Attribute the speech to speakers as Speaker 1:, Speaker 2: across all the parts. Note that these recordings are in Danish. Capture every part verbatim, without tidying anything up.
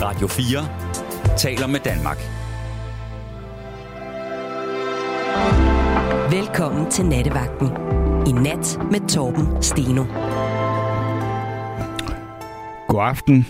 Speaker 1: Radio fire taler med Danmark.
Speaker 2: Velkommen til Nattevagten. I nat med Torben Steno.
Speaker 3: God aften.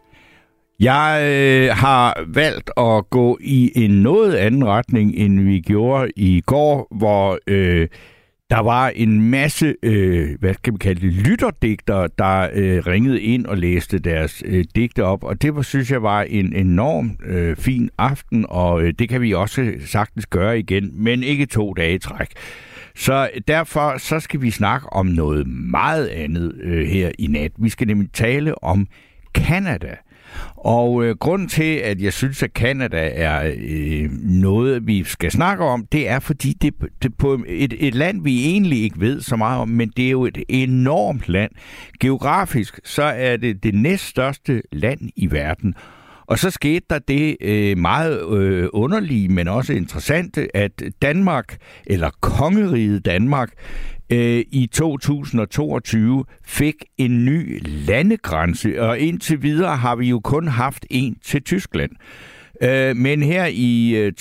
Speaker 3: Jeg øh, har valgt at gå i en noget anden retning, end vi gjorde i går, hvor øh, der var en masse, øh, hvad skal man kalde det, lytterdigtere, der øh, ringede ind og læste deres øh, digte op. Og det var, synes jeg var en enorm øh, fin aften, og øh, det kan vi også sagtens gøre igen, men ikke to dage i træk. Så derfor så skal vi snakke om noget meget andet øh, her i nat. Vi skal nemlig tale om Canada. Og øh, grunden til, at jeg synes, at Canada er øh, noget, vi skal snakke om, det er, fordi det, det på et, et land, vi egentlig ikke ved så meget om, men det er jo et enormt land. Geografisk, så er det det næststørste land i verden. Og så skete der det øh, meget øh, underlige, men også interessante, at Danmark, eller Kongeriget Danmark, øh, i to tusind og toogtyve fik en ny landegrænse. Og indtil videre har vi jo kun haft en til Tyskland. Øh, men her i øh,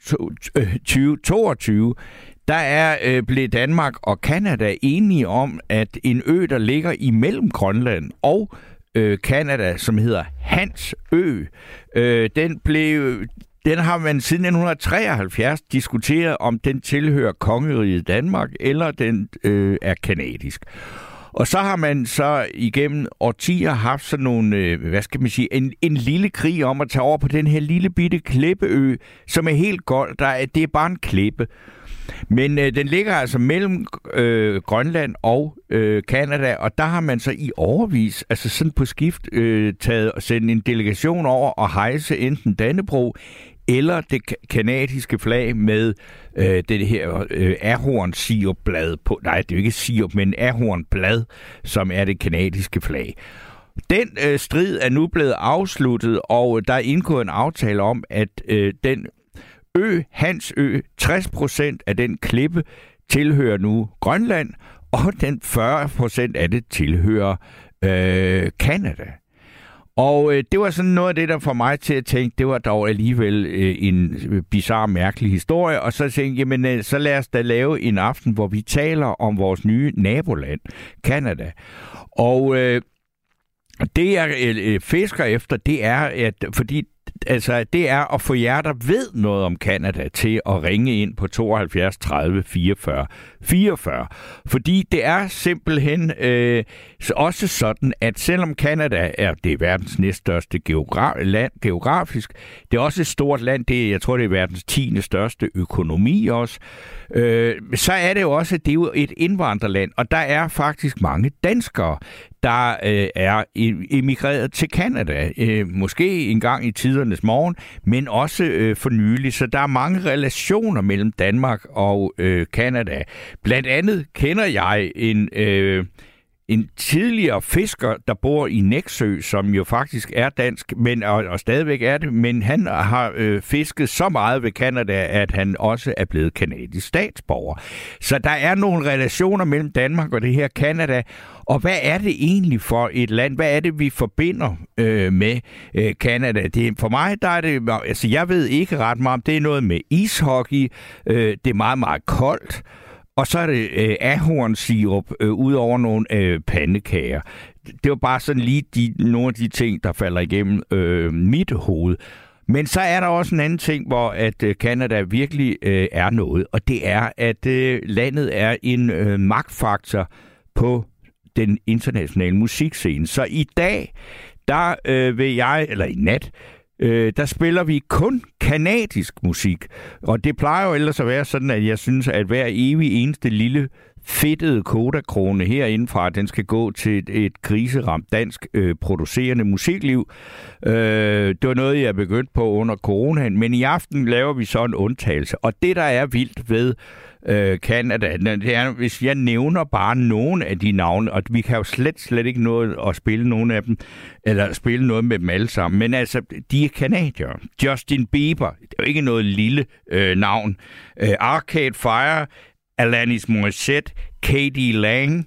Speaker 3: tyve toogtyve, der er øh, blev Danmark og Canada enige om, at en ø, der ligger imellem Grønland og Canada, som hedder Hans Ø. Øh, den blev, den har man siden nitten treoghalvfjerds diskuteret, om den tilhører Kongeriget Danmark, eller den øh, er kanadisk. Og så har man så igennem årtier haft sådan nogle, øh, hvad skal man sige, en, en lille krig om at tage over på den her lille bitte klippeø, som er helt gold. Der er, det er bare en klippe. Men øh, den ligger altså mellem øh, Grønland og øh, Canada, og der har man så i årevis, altså sådan på skift, øh, taget og sendt en delegation over og hejse enten Dannebrog eller det kanadiske flag med øh, det her øh, ahornsirupblad på. Nej, det er jo ikke sirup, men ahornblad, som er det kanadiske flag. Den øh, strid er nu blevet afsluttet, og der er indgået en aftale om, at øh, den ø, Hans Ø, tres procent af den klippe tilhører nu Grønland, og den fyrre procent af det tilhører øh, Canada. Og øh, det var sådan noget af det, der får mig til at tænke, det var dog alligevel øh, en bizarre, mærkelig historie. Og så tænkte jeg, jamen øh, så lad os da lave en aften, hvor vi taler om vores nye naboland, Canada. Og øh, det jeg øh, fisker efter, det er, at fordi Altså, det er at få jer, der ved noget om Canada, til at ringe ind på tooghalvfjerds tredive fireogfyrre fireogfyrre. Fordi det er simpelthen øh, også sådan, at selvom Canada er det er verdens næststørste geogra- land geografisk, det er også et stort land, det er, jeg tror, det er verdens tiende største økonomi også, øh, så er det jo også, det er jo et indvandrerland, og der er faktisk mange danskere, der øh, er emigreret til Canada, øh, måske en gang i tidernes morgen, men også øh, for nylig. Så der er mange relationer mellem Danmark og øh, Canada. Blandt andet kender jeg en, øh, en tidligere fisker, der bor i Nexø, som jo faktisk er dansk, men, og, og stadigvæk er det, men han har øh, fisket så meget ved Canada, at han også er blevet canadisk statsborger. Så der er nogle relationer mellem Danmark og det her Canada. Og hvad er det egentlig for et land? Hvad er det, vi forbinder øh, med øh, Canada? Det, for mig, der er det, altså jeg ved ikke ret meget om, det er noget med ishockey, øh, det er meget, meget koldt, og så er det øh, ahornsirup øh, ud over nogle øh, pandekager. Det var bare sådan lige de, nogle af de ting, der falder igennem øh, mit hoved. Men så er der også en anden ting, hvor at øh, Canada virkelig øh, er noget, og det er, at øh, landet er en øh, magtfaktor på den internationale musikscene. Så i dag, der øh, vil jeg, eller i nat, øh, der spiller vi kun kanadisk musik. Og det plejer jo ellers at være sådan, at jeg synes, at hver evig eneste lille fedtede kodakrone herindefra, den skal gå til et, et kriseramt dansk øh, producerende musikliv. Øh, det var noget, jeg begyndte på under coronaen, men i aften laver vi så en undtagelse. Og det, der er vildt ved øh, Canada, det er, hvis jeg nævner bare nogle af de navne, og vi kan jo slet, slet ikke nå at spille nogle af dem, eller spille noget med dem alle sammen, men altså, de er kanadiere. Justin Bieber, det er jo ikke noget lille øh, navn. Øh, Arcade Fire, Alanis Morissette, K D Lang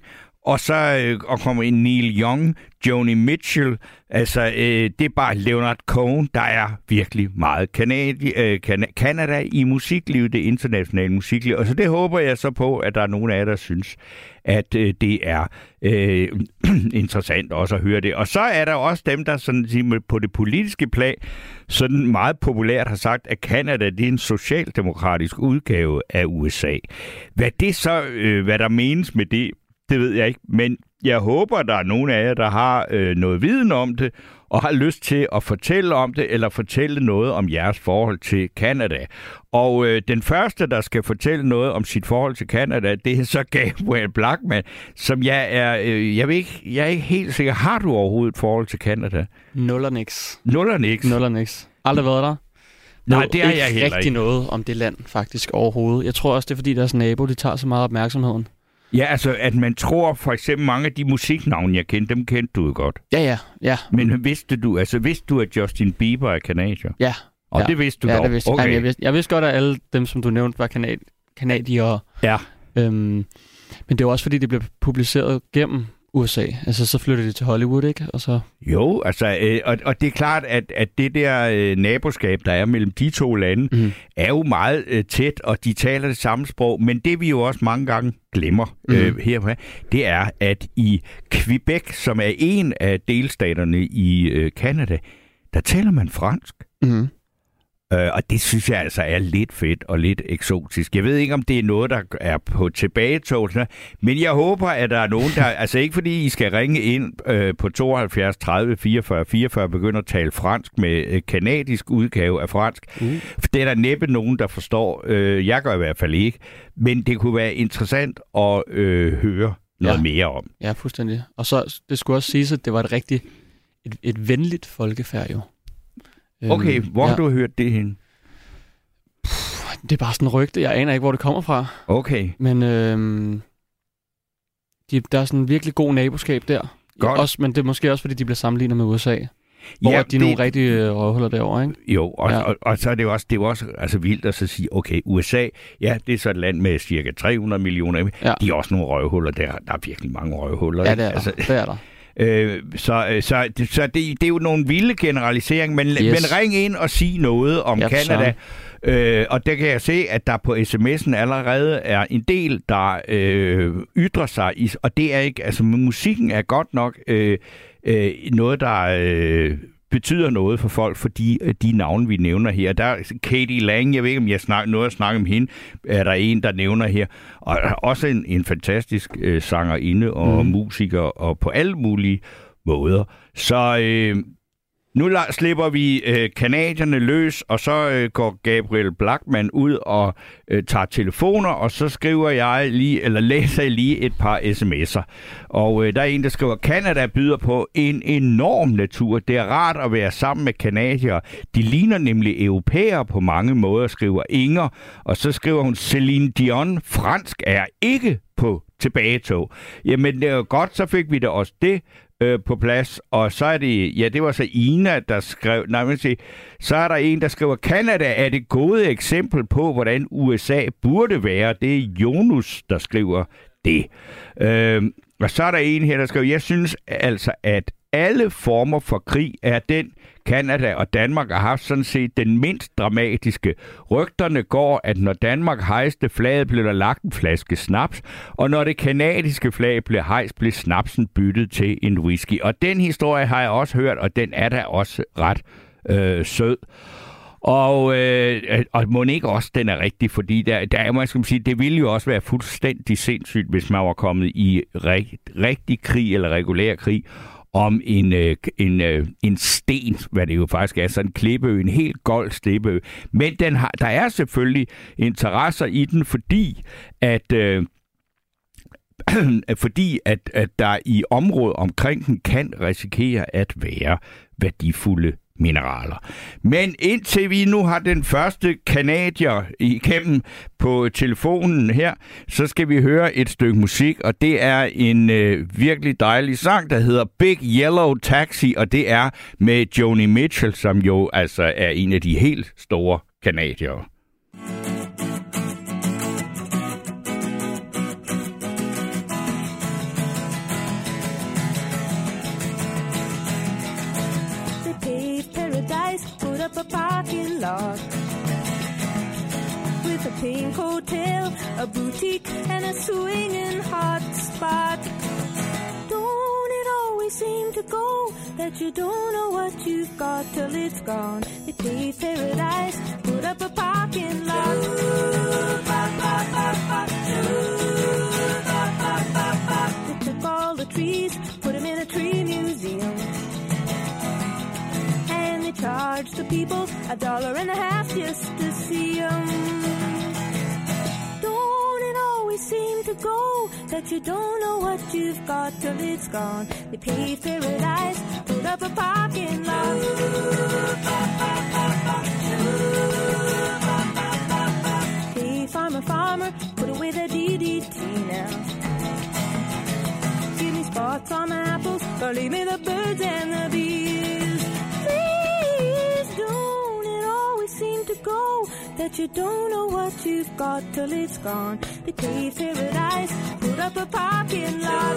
Speaker 3: og så øh, og kommer en Neil Young, Joni Mitchell, altså øh, det er bare Leonard Cohen. Der er virkelig meget Canadi, øh, Can- Canada i musiklivet, det internationale musikliv, og så det håber jeg så på, at der er nogen af jer, der synes, at øh, det er øh, interessant også at høre det. Og så er der også dem, der sådan sige, på det politiske plan sådan meget populært har sagt, at Canada det er en socialdemokratisk udgave af U S A. Hvad det så, øh, hvad der menes med det, det ved jeg ikke, men jeg håber, der er nogen af jer, der har øh, noget viden om det, og har lyst til at fortælle om det, eller fortælle noget om jeres forhold til Canada. Og øh, den første, der skal fortælle noget om sit forhold til Canada, det er så Gabriel Blachman, som jeg er, øh, jeg, ved ikke, jeg er ikke helt sikker. Har du overhovedet et forhold til Canada?
Speaker 4: Nul og niks.
Speaker 3: Nul og niks?
Speaker 4: Nul og niks. Aldrig været der.
Speaker 3: Nej, det er jeg heller
Speaker 4: ikke. Rigtig noget om det land, faktisk, overhovedet. Jeg tror også, det er, fordi deres nabo, de tager så meget opmærksomheden.
Speaker 3: Ja, altså, at man tror, for eksempel mange af de musiknavne, jeg kendte, dem kendte du jo godt.
Speaker 4: Ja, ja, ja.
Speaker 3: Men vidste du, altså vidste du, at Justin Bieber er kanadier?
Speaker 4: Ja.
Speaker 3: Og
Speaker 4: ja.
Speaker 3: det vidste du
Speaker 4: ja,
Speaker 3: dog?
Speaker 4: Det vidste.
Speaker 3: Okay.
Speaker 4: Jamen, jeg, vidste, jeg vidste godt, at alle dem, som du nævnte, var kanad- kanadiere.
Speaker 3: Ja.
Speaker 4: Øhm, men det var også, fordi det blev publiceret gennem U S A. Altså, så flyttede de til Hollywood, ikke? Og så...
Speaker 3: Jo, altså, øh, og, og det er klart, at, at det der øh, naboskab, der er mellem de to lande, mm. er jo meget øh, tæt, og de taler det samme sprog. Men det, vi jo også mange gange glemmer mm. øh, herfra, det er, at i Quebec, som er en af delstaterne i øh, Canada, der taler man fransk. Mm. Øh, og det synes jeg altså er lidt fedt og lidt eksotisk. Jeg ved ikke, om det er noget, der er på tilbagetog, men jeg håber, at der er nogen, der... altså ikke fordi I skal ringe ind øh, på tooghalvfjerds tredive fireogfyrre fireogfyrre og begynde at tale fransk med øh, kanadisk udgave af fransk. Mm. For det er der næppe nogen, der forstår. Øh, jeg gør i hvert fald ikke. Men det kunne være interessant at øh, høre noget
Speaker 4: ja.
Speaker 3: mere om.
Speaker 4: Ja, fuldstændig. Og så det skulle også siges, at det var et rigtig... et, et venligt folkefærd, jo.
Speaker 3: Okay, hvor ja. har du hørt det hen?
Speaker 4: Det er bare sådan en rygte. Jeg aner ikke, hvor det kommer fra.
Speaker 3: Okay.
Speaker 4: Men øhm, de, der er sådan en virkelig god naboskab der.
Speaker 3: Godt.
Speaker 4: Også, men det er måske også, fordi de bliver sammenlignet med U S A. Hvor ja, de er det... nogle rigtige røvhuller derovre, ikke?
Speaker 3: Jo, og,
Speaker 4: ja.
Speaker 3: og, og, og så er det jo også, det er jo også altså, vildt at så sige, okay, U S A, ja, det er så et land med cirka tre hundrede millioner. Ja. De er også nogle røvhuller der. Der er virkelig mange røvhuller.
Speaker 4: Ja, det er
Speaker 3: altså,
Speaker 4: der. Det er der.
Speaker 3: Øh, så så, så det, det er jo nogle vilde generaliseringer, men, yes. men ring ind og sig noget om ja, Canada. Øh, og der kan jeg se, at der på sms'en allerede er en del, der øh, ytrer sig. I, og det er ikke, altså musikken er godt nok øh, øh, noget, der øh, betyder noget for folk, fordi de navne, vi nævner her. Der er Katie Lang, jeg ved ikke, om jeg snak, noget at snakke om hende, er der en, der nævner her. Og også en, en fantastisk øh, sangerinde og mm. musiker, og på alle mulige måder. Så øh, nu la- slipper vi øh, kanadierne løs, og så øh, går Gabriel Blachman ud og øh, tager telefoner, og så skriver jeg lige, eller læser jeg lige et par sms'er. Og øh, der er en, der skriver, Canada byder på en enorm natur. Det er rart at være sammen med kanadiere. De ligner nemlig europæere på mange måder, skriver Inger. Og så skriver hun, Celine Dion, fransk er ikke på tilbagetog. Jamen, det er godt, så fik vi da også det øh, på plads. Og så er det, ja, det var så Ina, der skrev, nej, men se, så er der en, der skriver, Canada er det gode eksempel på, hvordan U S A burde være. Det er Jonas, der skriver det. Øh, og så er der en her, der skriver, jeg synes altså, at alle former for krig er den, Canada og Danmark har haft sådan set den mindst dramatiske. Rygterne går, at når Danmark hejste flaget, blev der lagt en flaske snaps, og når det kanadiske flag blev hejst, blev snapsen byttet til en whisky. Og den historie har jeg også hørt, og den er da også ret øh, sød. Og, øh, og må ikke også, den er rigtig, fordi der, der er, man skal sige, det ville jo også være fuldstændig sindssygt, hvis man var kommet i rigt, rigtig krig eller regulær krig, om en, øh, en, øh, en sten, hvad det jo faktisk er, sådan en klippeø, en helt gold klippeø. Men den har, der er selvfølgelig interesser i den, fordi at, øh, fordi at, at der i området omkring den kan risikere at være værdifulde mineraler. Men indtil vi nu har den første kanadier igennem på telefonen her, så skal vi høre et stykke musik, og det er en øh, virkelig dejlig sang, der hedder Big Yellow Taxi, og det er med Joni Mitchell, som jo altså er en af de helt store kanadiere.
Speaker 5: up a parking lot with a pink hotel, a boutique, and a swinging hot spot. Don't it always seem to go that you don't know what you've got till it's gone? They paved paradise, put up a parking lot. They took all the trees, put them in a tree museum, and they charged the people a dollar and a half just to see them. Don't it always seem to go that you don't know what you've got till it's gone? They paved paradise, put up a parking lot. Hey, farmer, farmer, put away the D D T now. Give me spots on my apples, or leave me the birds and the bees. Please, don't it always seem to go that you don't know what you've got till it's gone? They paved paradise, put up a parking lot.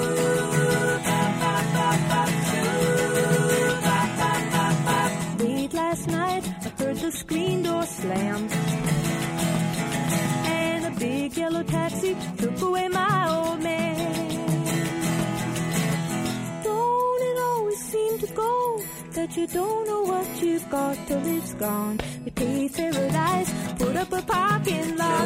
Speaker 5: Late last night, I heard the screen door slam, and a big yellow taxi took away my old man. Don't it always seem to go that you don't know what you've got till it's gone? They paved paradise, put up a parking lot.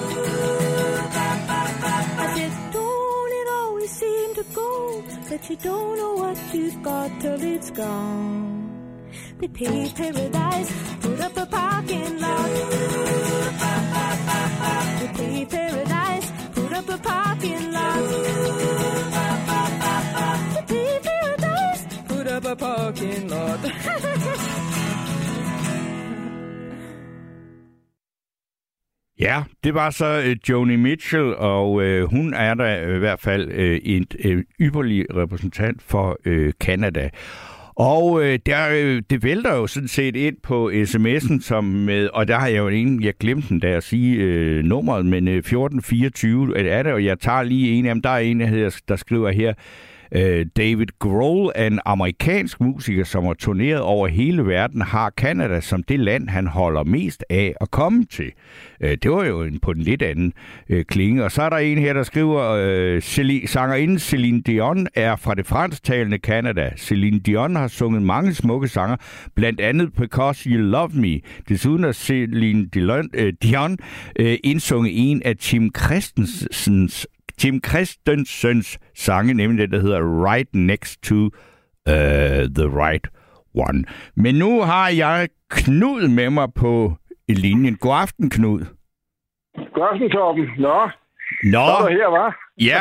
Speaker 5: I said, don't it always seem to go that you don't know what you've got till it's gone? They paved paradise, put up a parking lot. They paved paradise, put up a parking lot. They paved paradise, put up a parking lot.
Speaker 3: Ja, det var så uh, Joni Mitchell, og uh, hun er der i hvert fald uh, en uh, ypperlig repræsentant for uh, Canada. Og uh, der, uh, det vælter jo sådan set ind på sms'en, som med, og der har jeg jo en, jeg glemte den der at sige uh, nummeret, men uh, fjorten fireogtyve er det, og jeg tager lige en af dem. Der er en, der skriver her, David Grohl er en amerikansk musiker, som har turneret over hele verden, har Canada som det land, han holder mest af at komme til. Det var jo en, på den lidt anden øh, klinge. Og så er der en her, der skriver, øh, sangerinden Celine Dion er fra det fransktalende Canada. Celine Dion har sunget mange smukke sanger, blandt andet Because You Love Me. Desuden har Celine Dion, øh, Dion øh, indsunget en af Tim Christensens Tim Christensens sange, nemlig det, der hedder Right Next to uh, the Right One. Men nu har jeg Knud med mig på linjen. God aften, Knud.
Speaker 6: God aften, Torben. Nå,
Speaker 3: Nå.
Speaker 6: Så er du her, hva'?
Speaker 3: Ja.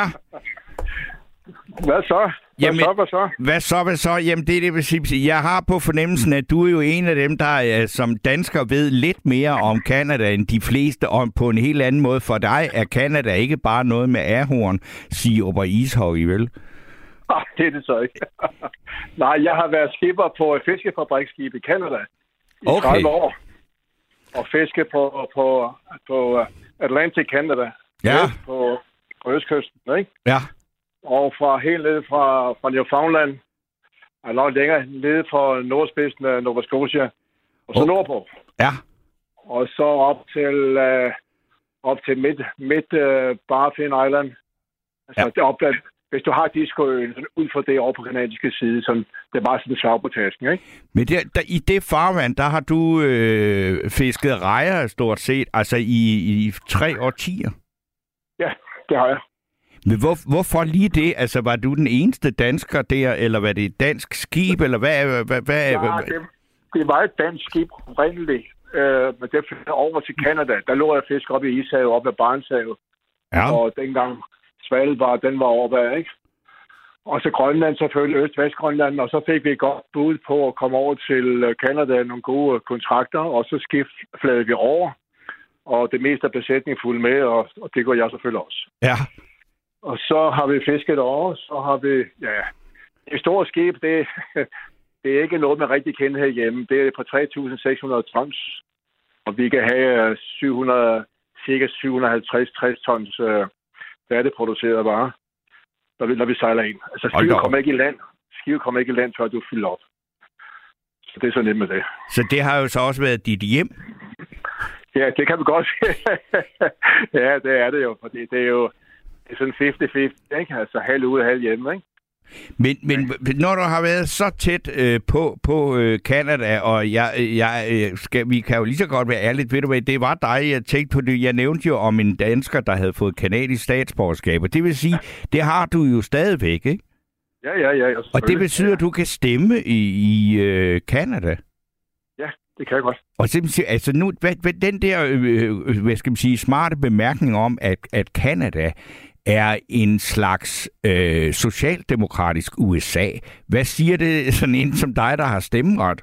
Speaker 6: Hvad så? Hvad
Speaker 3: Jamen,
Speaker 6: så, hvad så?
Speaker 3: Hvad så, hvad så? Jamen, det er det, vil sige. Jeg har på fornemmelsen, at du er jo en af dem, der som dansker ved lidt mere om Canada end de fleste, og på en helt anden måde. For dig er Canada ikke bare noget med ahorn, sirup og ishockey, vel?
Speaker 6: Nej, det er det så ikke. Nej, jeg har været skipper på et fiskefabriksskib i Canada i
Speaker 3: okay.
Speaker 6: tredive år. Og fiske på, på, på Atlantic Canada.
Speaker 3: Ja.
Speaker 6: På, på østkysten, ikke?
Speaker 3: Ja.
Speaker 6: Og fra helt ned fra, fra Newfoundland, og nok længere nede fra nordspidsen af Nova Scotia, og så oh. nordpå.
Speaker 3: Ja.
Speaker 6: Og så op til, uh, op til midt, midt uh, Baffin Island. Altså, ja. Det op, at, hvis du har Discoøen, ud for det over på kanadiske side, sådan, det er bare sådan en slag på tasken, ikke? Men
Speaker 3: der, der, i det farvand, der har du øh, fisket rejer stort set, altså i, i tre årtier?
Speaker 6: Ja, det har jeg.
Speaker 3: Men hvor, hvorfor lige det? Altså, var du den eneste dansker der, eller var det et dansk skib, eller hvad? hvad, hvad
Speaker 6: ja, det, det var et dansk skib oprindeligt, øh, men det flyttede over til Canada. Der lå jeg fisk op i Ishavet, op ad Barentshavet. Ja. Og dengang Svalbard, den var oppe, ikke? Og så Grønland selvfølgelig, Øst-Vest-Grønland, og så fik vi et godt bud på at komme over til Canada, nogle gode kontrakter, og så skiftede vi over. Og det meste af besætningen fulgte med, og, og det går jeg selvfølgelig også.
Speaker 3: Ja.
Speaker 6: Og så har vi fisket over, så har vi, ja, et stort skib, det, det er ikke noget, man rigtig kender herhjemme. Det er på tre tusind seks hundrede tons, og vi kan have syv hundrede, cirka syv hundrede og halvtreds til tres tons øh, færdigproducerede varer, når vi, når vi sejler ind. Altså skibet kommer ikke i land, skibet kommer ikke i land, før du fylder op. Så det er så lidt med det.
Speaker 3: Så det har jo så også været dit hjem?
Speaker 6: Ja, det kan vi godt sige. Ja, det er det jo, fordi det er jo det er sådan halvtreds halvtreds, ikke? Altså halv ude, halv hjemme, ikke?
Speaker 3: Men, men når du har været så tæt øh, på, på øh, Canada, og jeg, jeg, skal, vi kan jo lige så godt være ærligt, ved du hvad, det var dig, jeg tænkte på det. Jeg nævnte jo om en dansker, der havde fået kanadisk statsborgerskab, og det vil sige, ja. Det har du jo stadigvæk, ikke?
Speaker 6: Ja, ja, ja.
Speaker 3: Og det betyder, ja. At du kan stemme i, i øh, Canada?
Speaker 6: Ja, det kan jeg godt.
Speaker 3: Og simpelthen, altså nu, hvad, hvad, den der, øh, hvad skal man sige, smarte bemærkning om, at, at Canada er en slags øh, socialdemokratisk U S A. Hvad siger det sådan en som dig, der har stemmeret?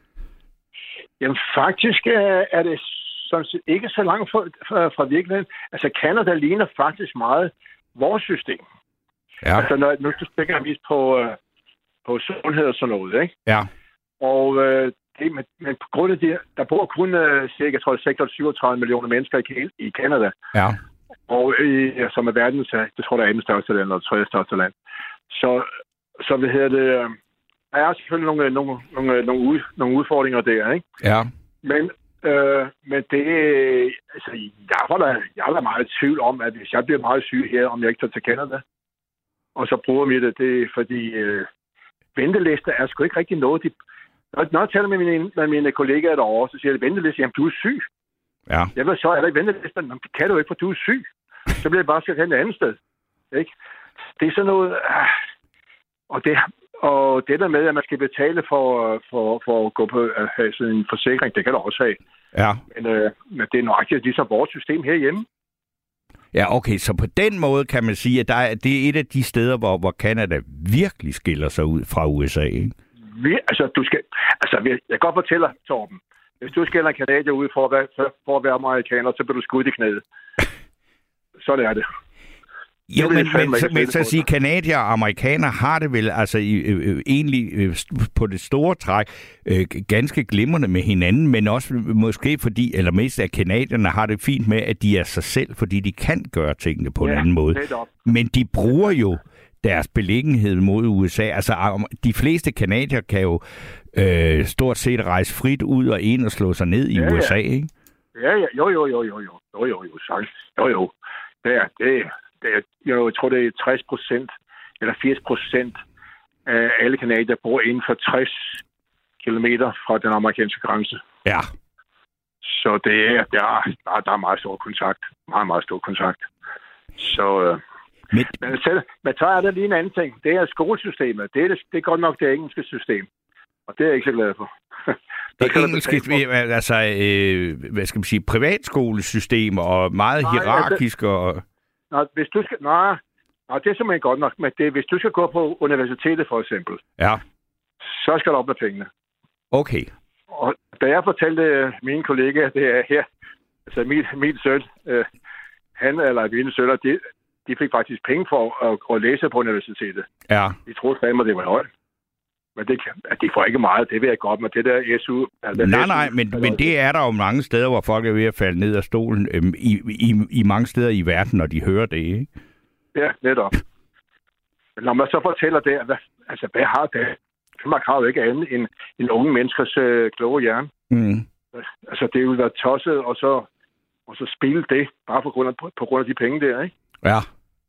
Speaker 6: Jamen faktisk øh, er det sådan set ikke så langt fra, fra, fra virkeligheden. Altså Canada ligner faktisk meget vores system.
Speaker 3: Ja.
Speaker 6: Altså når, nu tænker jeg vist på, øh, på sundhed og sådan noget, ikke?
Speaker 3: Ja.
Speaker 6: Og øh, det, men, men på grund af det, der bor kun øh, cirka, tror jeg, seksogtredive til syvogtredive millioner mennesker i, i Canada. Ja. Og i, som er verdens, det tror jeg er andet største land, eller tredje største land. Så, så hvad hedder det, der er selvfølgelig nogle, nogle, nogle, nogle, ud, nogle udfordringer der, ikke? Ja. Men, øh, men det, altså, jeg var da, jeg er da meget i tvivl om, at hvis jeg bliver meget syg her, om jeg ikke tager til Canada, og så bruger vi det, det er fordi øh, ventelister er sgu ikke rigtig noget. De, når, når jeg taler med mine, med mine kollegaer derovre, så siger de, ventelister, jamen du er syg. Ja. Jeg ved så, er der ikke ventelisten? Det kan du ikke, for du er syg. Så bliver det bare skal hen et andet sted. Ikke? Det er sådan noget... Øh, og, det, og det der med, at man skal betale for, for, for at gå på at have sådan en forsikring, det kan du også have. Ja. Men, øh, men det er nøjagtigt ligesom vores system herhjemme.
Speaker 3: Ja, okay. Så på den måde kan man sige, at der er, det er et af de steder, hvor, hvor Canada virkelig skiller sig ud fra U S A, ikke?
Speaker 6: Vi, altså, du skal... Altså, jeg kan godt fortælle dig, Torben. Hvis du skælder en kanadier ud for at være, for at være amerikaner, så bliver du skudt i knæet. Sådan er det.
Speaker 3: Jo, men, men, men, men så at sige, kanadier og amerikanere har det vel altså øh, egentlig øh, på det store træk øh, ganske glimrende med hinanden, men også måske fordi, eller mest af kanadierne har det fint med, at de er sig selv, fordi de kan gøre tingene på ja, en anden måde. Men de bruger jo deres beliggenhed mod U S A. Altså, de fleste kanadier kan jo øh, stort set rejse frit ud og ind og slå sig ned i
Speaker 6: ja,
Speaker 3: U S A, ikke?
Speaker 6: Ja, ja. Jo, jo, jo, jo, jo. Jo, jo, jo, sagt. Jo, jo. Det er, det er, det er, jeg tror, det er tres procent eller firs procent af alle kanadier bor inden for tres kilometer fra den amerikanske grænse. Ja. Så det er, der er, der er meget stor kontakt. Meget, meget stor kontakt. Så... Øh, Men, men, selv, men så er der lige en anden ting. Det er skolesystemet. Det er, det, det er godt nok det engelske system. Og det er jeg ikke så glad for.
Speaker 3: Det engelske, altså, øh, hvad skal man sige, privatskolesystem og meget nej, hierarkisk altså, og...
Speaker 6: Nej, hvis du skal... Nej, nej, det er simpelthen godt nok. Men det, hvis du skal gå på universitetet, for eksempel, ja, så skal du op med pengene.
Speaker 3: Okay.
Speaker 6: Og da jeg fortalte mine kollegaer, det er her, altså min, min søn, øh, han eller mine sønner, de, de fik faktisk penge for at, at læse på universitetet. Ja. De troede fandme, det var højt. Men det, de får ikke meget, det vil jeg godt med det der S U. Altså,
Speaker 3: nej, nej, men, men det er der jo mange steder, hvor folk er ved at falde ned af stolen, øhm, i, i, i mange steder i verden, når de hører det, ikke?
Speaker 6: Ja, netop. Men når man så fortæller det, hvad, altså hvad har det? Danmark har jo ikke andet end en unge menneskers øh, kloge hjerne. Mm. Altså det vil være tosset, og så, og så spille det, bare på grund af, på, på grund af de penge der, ikke? Ja.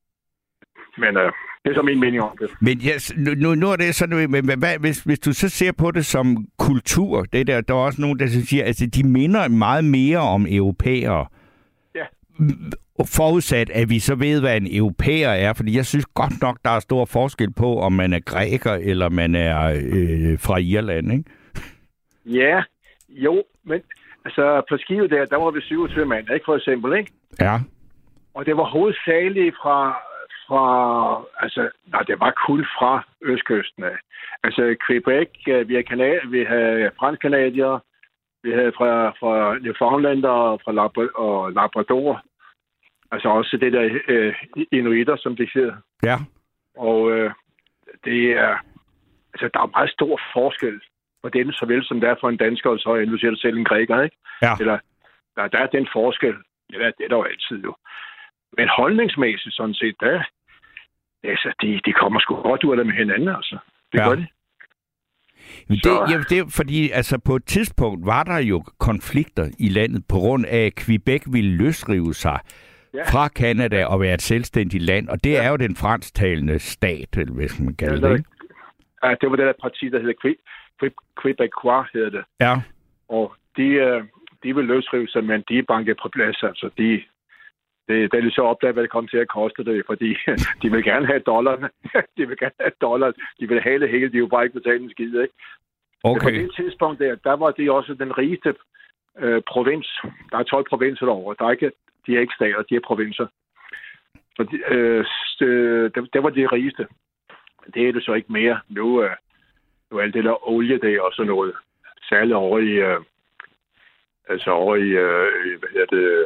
Speaker 6: Men øh, det er så min mening om det.
Speaker 3: Men yes, nu, nu er det sådan, men hvad, hvis, hvis du så ser på det som kultur, det der, der er også nogen, der siger, at altså, de minder meget mere om europæere. Ja. Forudsat, at vi så ved, hvad en europæer er, fordi jeg synes godt nok, der er stor forskel på, om man er græker, eller man er øh, fra Irland, ikke?
Speaker 6: Ja, jo, men altså på Skive der, der var vi syvogtyve mand, ikke for eksempel, ikke? Ja. Og det var hovedsageligt fra, fra altså, nej, det var kun fra østkysten af. Altså Quebec, vi har, kanad- vi har fransk-kanadier, vi havde fra, fra Newfoundland og fra Lab- og Labrador. Altså også det der øh, inuitter, som det hedder. Ja. Og øh, det er, altså der er meget stor forskel på dem, såvel som der er for en dansker, og så er du selv en græker, ikke? Ja. Eller, der, der er den forskel. Ja, det er der jo altid jo. Men holdningsmæssigt sådan set, der, altså, de, de kommer sgu godt ud af det med hinanden, altså. Det ja. Gør de.
Speaker 3: Det, ja, det er fordi, altså på et tidspunkt var der jo konflikter i landet på grund af, at Quebec ville løsrive sig ja. fra Canada og være et selvstændigt land, og det ja. er jo den fransktalende stat, eller hvis man kalder ja, det, ikke?
Speaker 6: Ja, det var det der parti, der hedder Québécois, hedder det.
Speaker 3: Ja.
Speaker 6: Og de, de vil løsrive sig, men de er banket på plads, altså de... Det, da de så opdagede, hvad det kom til at koste det, fordi de vil gerne have dollarne. De vil gerne have dollar. De vil have det hele. De vil jo bare ikke betale en skid, ikke?
Speaker 3: Okay.
Speaker 6: På det tidspunkt der, der var det også den rigeste øh, provins. Der er tolv provinser derovre. Der er ikke, de er ikke stater, de er provinser. Så de, øh, det, det var det rigeste. Det er det så ikke mere. Nu, øh, nu er alt det der olie der og sådan noget. Særligt over i... Øh, altså over i... Øh, hvad hedder det...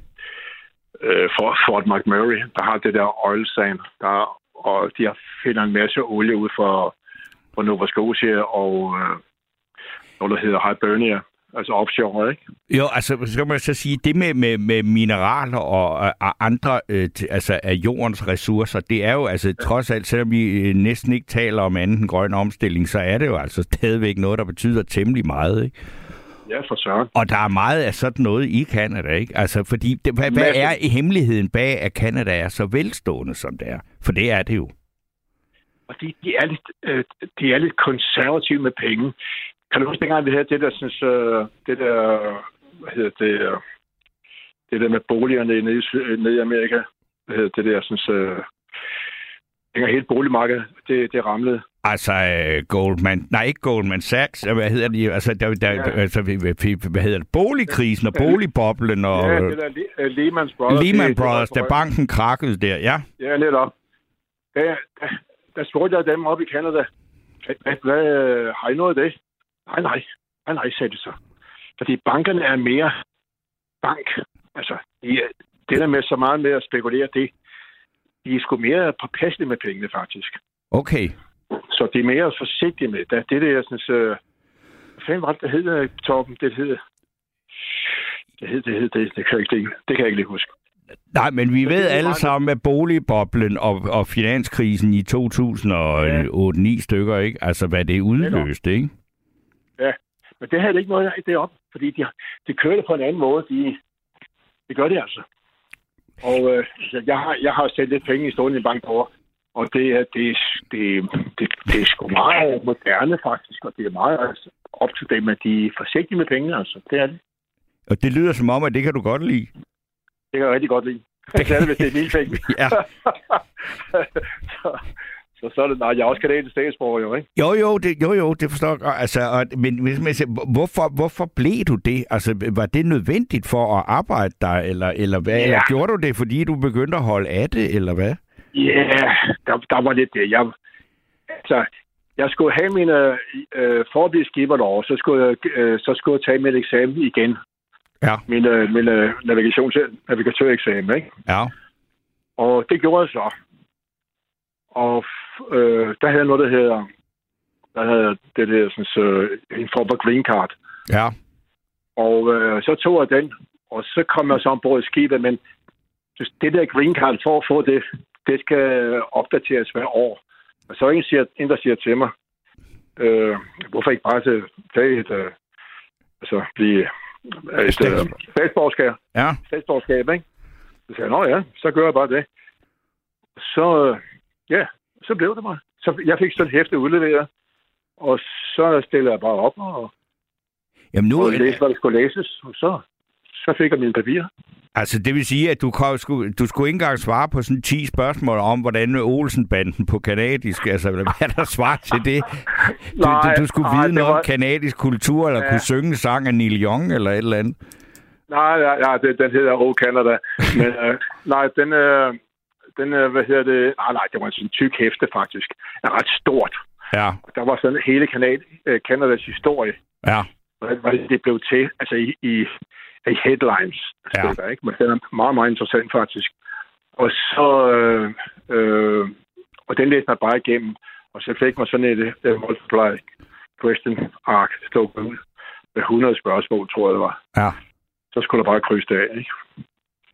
Speaker 6: For Fort McMurray, der har det der oil sand, der, og de har finder en masse olie ud for, for Nova Scotia og øh, noget, der hedder Hibernia, altså offshore, ikke?
Speaker 3: Jo, altså, skal man så sige, det med, med, med mineraler og, og andre øh, altså af jordens ressourcer, det er jo altså ja. trods alt, selvom vi næsten ikke taler om anden grøn omstilling, så er det jo altså stadigvæk noget, der betyder temmelig meget, ikke?
Speaker 6: Ja, for søren.
Speaker 3: Og der er meget af sådan noget i Canada, ikke? Altså, fordi, det, hvad, hvad er i hemmeligheden bag, at Canada er så velstående, som det er? For det er det jo.
Speaker 6: Og de, de, er, lidt, øh, de er lidt konservative med penge. Kan du huske, dengang vi havde det der, synes, øh, det der, hvad hedder det, øh, det der med boligerne nede i, nede i Amerika? Hvad hedder det der, synes, øh, dengang hele boligmarkedet, det, det ramlede.
Speaker 3: Altså uh, Goldman, nej ikke Goldman Sachs, hvad hedder det? Altså der, der ja. altså hvad hedder det? Boligkrisen og boligboblen og
Speaker 6: ja, det der Lehman Brothers.
Speaker 3: Lehman Brothers, da banken krakkede der, ja.
Speaker 6: Ja, netop. Der, der, der spurgte jeg dem op i Canada. Hvad, hvad har I noget af det? Nej, nej. Nej, nej, sagde det så. Fordi bankerne er mere bank. Altså, de, det der med så meget med at spekulere, det de er sgu mere påpasselige med pengene, faktisk.
Speaker 3: Okay.
Speaker 6: Så de er mere forsigtige med det. Det er det, jeg synes... Øh, hvad fanden var det, der hedder, Torben? Det hedder... Det hedder, det hedder, det, det kan jeg ikke, det kan jeg ikke lige huske.
Speaker 3: Nej, men vi så ved alle sammen, at boligboblen og, og finanskrisen i to tusind otte ni ja. stykker, ikke? Altså, hvad det udløste, ikke?
Speaker 6: Ja, men det havde det ikke noget af det op, fordi de, de kører det på en anden måde. De, de gør det altså. Og øh, jeg har, jeg har sat lidt penge i stående i en bank over. Og det er, det, det, det, det er sgu meget moderne, faktisk, og det er meget altså, op til dem, at de er forsigtige med pengene, altså. Det er det.
Speaker 3: Og det lyder som om, at det kan du godt lide.
Speaker 6: Det kan jeg rigtig godt lide. Det er det, hvis det er mine penge.
Speaker 3: Ja.
Speaker 6: så, så, så er det, nej, jeg er også kanadisk statsborger, jo, ikke?
Speaker 3: Jo, jo, det, jo, jo, det forstår jeg. Altså, og, men hvis man siger, hvorfor, hvorfor blev du det? Altså, var det nødvendigt for at arbejde der, eller, eller hvad? Ja. Eller gjorde du det, fordi du begyndte at holde af det, eller hvad?
Speaker 6: Ja, yeah, der, der var lidt det. Jeg, altså, jeg skulle have mine øh, forbildsskiber derovre, så skulle, jeg, øh, så skulle jeg tage mit eksamen igen.
Speaker 3: Ja.
Speaker 6: Min, øh, min øh, navigations- navigatøreksamen, ikke?
Speaker 3: Ja.
Speaker 6: Og det gjorde jeg så. Og øh, der havde jeg noget, der hedder, der havde det der, sådan, øh, en form for green card.
Speaker 3: Ja.
Speaker 6: Og øh, så tog jeg den, og så kom jeg så ombord i skibet, men det der green card, for at få det, det skal opdateres hver år. Og så er ingen, siger, ingen der siger til mig, øh, hvorfor ikke bare til, tage et, øh, altså blive et øh, statsborgerskab.
Speaker 3: Ja.
Speaker 6: Statsborgerskab, ikke? Så sagde jeg, nå ja, så gør jeg bare det. Så, øh, ja, så blev det mig. Så jeg fik sådan et hæfte udleveret, og så stillede jeg bare op og,
Speaker 3: Jamen nu,
Speaker 6: og læste, hvad der skulle læses, og så, så fik jeg mine papirer.
Speaker 3: Altså, det vil sige, at du, kom, skulle, du skulle ikke engang svare på sådan ti spørgsmål om, hvordan Olsenbanden på kanadisk, altså, hvad er der svar til det? Du, nej, du, du skulle nej, vide noget var... om kanadisk kultur, eller ja. kunne synge en sang af Neil Young, eller et eller andet?
Speaker 6: Nej, ja, ja det, den hedder Oh Canada. Men øh, nej, den, øh, den øh, hvad hedder det? Nej, nej, det var en sådan tyk hæfte, faktisk. Det er ret stort.
Speaker 3: Ja.
Speaker 6: Der var sådan hele Kanad, øh, Kanadas historie.
Speaker 3: Ja.
Speaker 6: Hvad det blev til, altså i... i i headlines. Ja. Der, ikke? Men det er meget, meget interessant, faktisk. Og så... Øh, øh, og den læste jeg bare igennem. Og så fik man sådan et uh, multiply question arc stået ud med hundrede spørgsmål, tror jeg det var.
Speaker 3: Ja.
Speaker 6: Så skulle du bare krydse det af, ikke?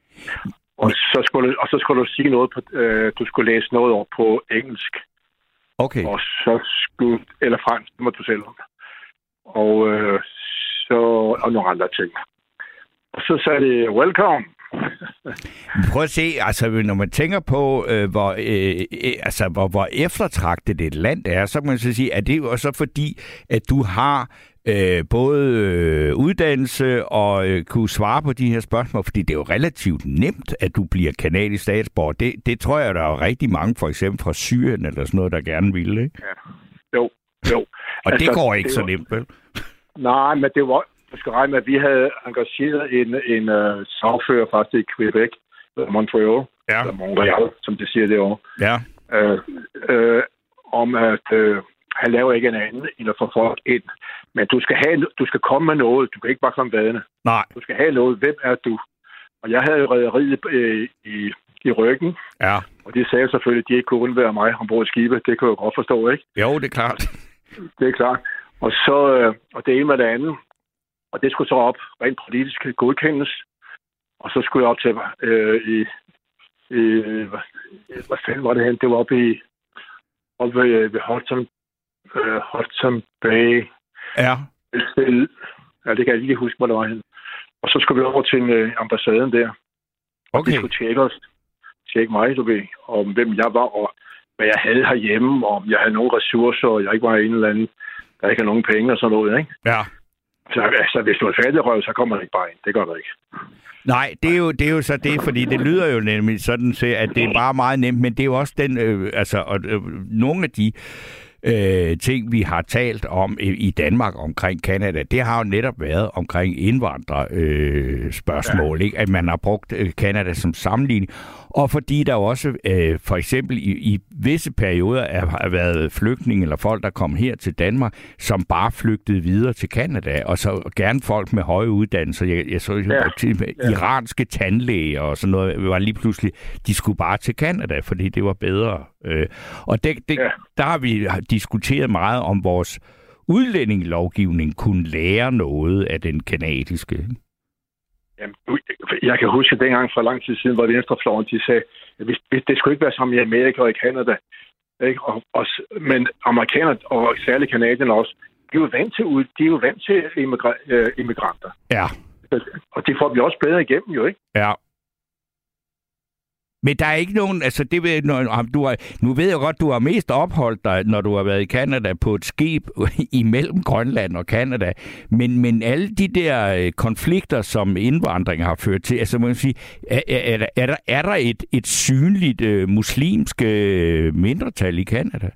Speaker 6: Og så skulle, og så skulle du sige noget på... Øh, du skulle læse noget over på engelsk.
Speaker 3: Okay.
Speaker 6: Og så skulle, eller fransk, det må du selv om. Og øh, så, og nogle andre ting. Og så sagde det, welcome.
Speaker 3: Prøv at se, altså når man tænker på, øh, hvor, øh, øh, altså, hvor, hvor eftertragtet et land er, så kan man så sige, at det er jo så fordi, at du har øh, både øh, uddannelse og øh, kunne svare på de her spørgsmål, fordi det er jo relativt nemt, at du bliver kanadisk statsborger. Det, det tror jeg, der er rigtig mange, for eksempel fra Syrien eller sådan noget, der gerne vil, ikke?
Speaker 6: Ja. Jo, jo.
Speaker 3: Og altså, det går ikke
Speaker 6: det
Speaker 3: så
Speaker 6: var...
Speaker 3: nemt, vel?
Speaker 6: Nej, men det var... Du skal regne med, at vi havde engageret en, en uh, sagfører faktisk i Quebec, Montreal,
Speaker 3: ja.
Speaker 6: eller Montreal, som det siger derovre,
Speaker 3: ja.
Speaker 6: uh, uh, om at uh, han laver ikke en anden end at få folk ind. Men du skal, have, du skal komme med noget. Du kan ikke bare komme vadende.
Speaker 3: Nej.
Speaker 6: Du skal have noget. Hvem er du? Og jeg havde rederiet uh, i, i ryggen,
Speaker 3: ja.
Speaker 6: Og de sagde selvfølgelig, at de ikke kunne undvære mig ombord i skibet. Det kan jeg jo godt forstå, ikke?
Speaker 3: Jo, det er klart.
Speaker 6: Det er klart. Og så, uh, og det ene med det andet. Og det skulle så op rent politisk godkendes. Og så skulle jeg op til øh, i, i hvad, hvad fanden var det hen? Det var oppe i oppe ved, ved Hudson, øh, Hudson Bay.
Speaker 3: Ja.
Speaker 6: Ja, det kan jeg ikke huske, hvor det var hen. Og så skulle vi over til øh, ambassaden der.
Speaker 3: Okay.
Speaker 6: De skulle tjekke os. Tjekke mig, du ved, om hvem jeg var, og hvad jeg havde herhjemme, og om jeg havde nogle ressourcer, og jeg ikke var en eller anden, der ikke havde nogen penge og sådan noget, ikke?
Speaker 3: Ja.
Speaker 6: Så altså, hvis du er fattigrøv, så kommer det ikke bare ind. Det gør det ikke.
Speaker 3: Nej, det er, jo, det er jo så det, fordi det lyder jo nemlig sådan til, at det er bare meget nemt, men det er jo også den, øh, altså, og, øh, nogle af de øh, ting, vi har talt om i, i Danmark omkring Canada, det har jo netop været omkring indvandrerspørgsmål, øh, ja. Ikke? At man har brugt øh, Canada som sammenligning, og fordi der jo også øh, for eksempel i, i visse perioder er, har været flygtninge eller folk, der kom her til Danmark, som bare flygtede videre til Canada, og så gerne folk med høje uddannelser. Jeg, jeg så jo ja. til ja. iranske tandlæger og sådan noget, var lige pludselig, de skulle bare til Canada, fordi det var bedre. Øh, og det, det, ja. der har vi diskuteret meget om vores udlændingelovgivning kunne lære noget af den kanadiske.
Speaker 6: Jamen, jeg kan huske dengang for lang tid siden, hvor venstrefløjen, de sagde, at det skulle ikke være som i Amerika og i Canada. Ikke? Og, og, men amerikanere og særligt kanadierne også, de er jo vant til, de er jo vant til immigra- immigranter.
Speaker 3: Ja.
Speaker 6: Og det får vi også bedre igennem, jo, ikke?
Speaker 3: Ja. Men der er ikke nogen, altså det ved, når, du har, nu ved jeg godt, du har mest opholdt dig, når du har været i Canada på et skib imellem Grønland og Canada, men, men alle de der konflikter, som indvandring har ført til, altså man kan sige, er, er, der, er der, er der et, et synligt uh, muslimsk uh, mindretal i Canada?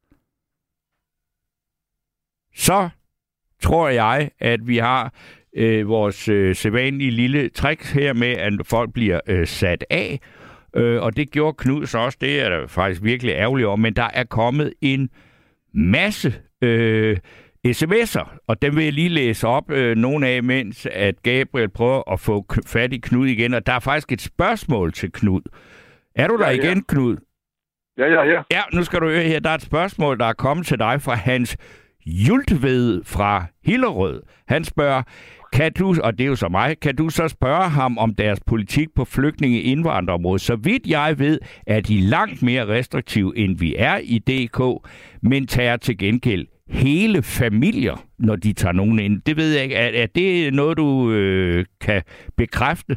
Speaker 3: Så tror jeg, at vi har uh, vores uh, sædvanlige lille trick her med, at folk bliver uh, sat af. Øh, og det gjorde Knud så også. Det er der faktisk virkelig ærgerligt om. Men der er kommet en masse øh, sms'er, og dem vil jeg lige læse op øh, nogle af, mens at Gabriel prøver at få fat i Knud igen. Og der er faktisk et spørgsmål til Knud. Er du der ja, igen, ja. Knud?
Speaker 6: Ja, ja, ja.
Speaker 3: Ja, nu skal du høre her. Der er et spørgsmål, der er kommet til dig fra Hans Jultved fra Hillerød. Han spørger, kan du, og det er jo så mig, kan du så spørge ham om deres politik på flygtninge-indvandrerområdet? Så vidt jeg ved, er de langt mere restriktive, end vi er i D K, men tager til gengæld hele familier, når de tager nogen ind. Det ved jeg ikke. Er, er det noget, du øh, kan bekræfte?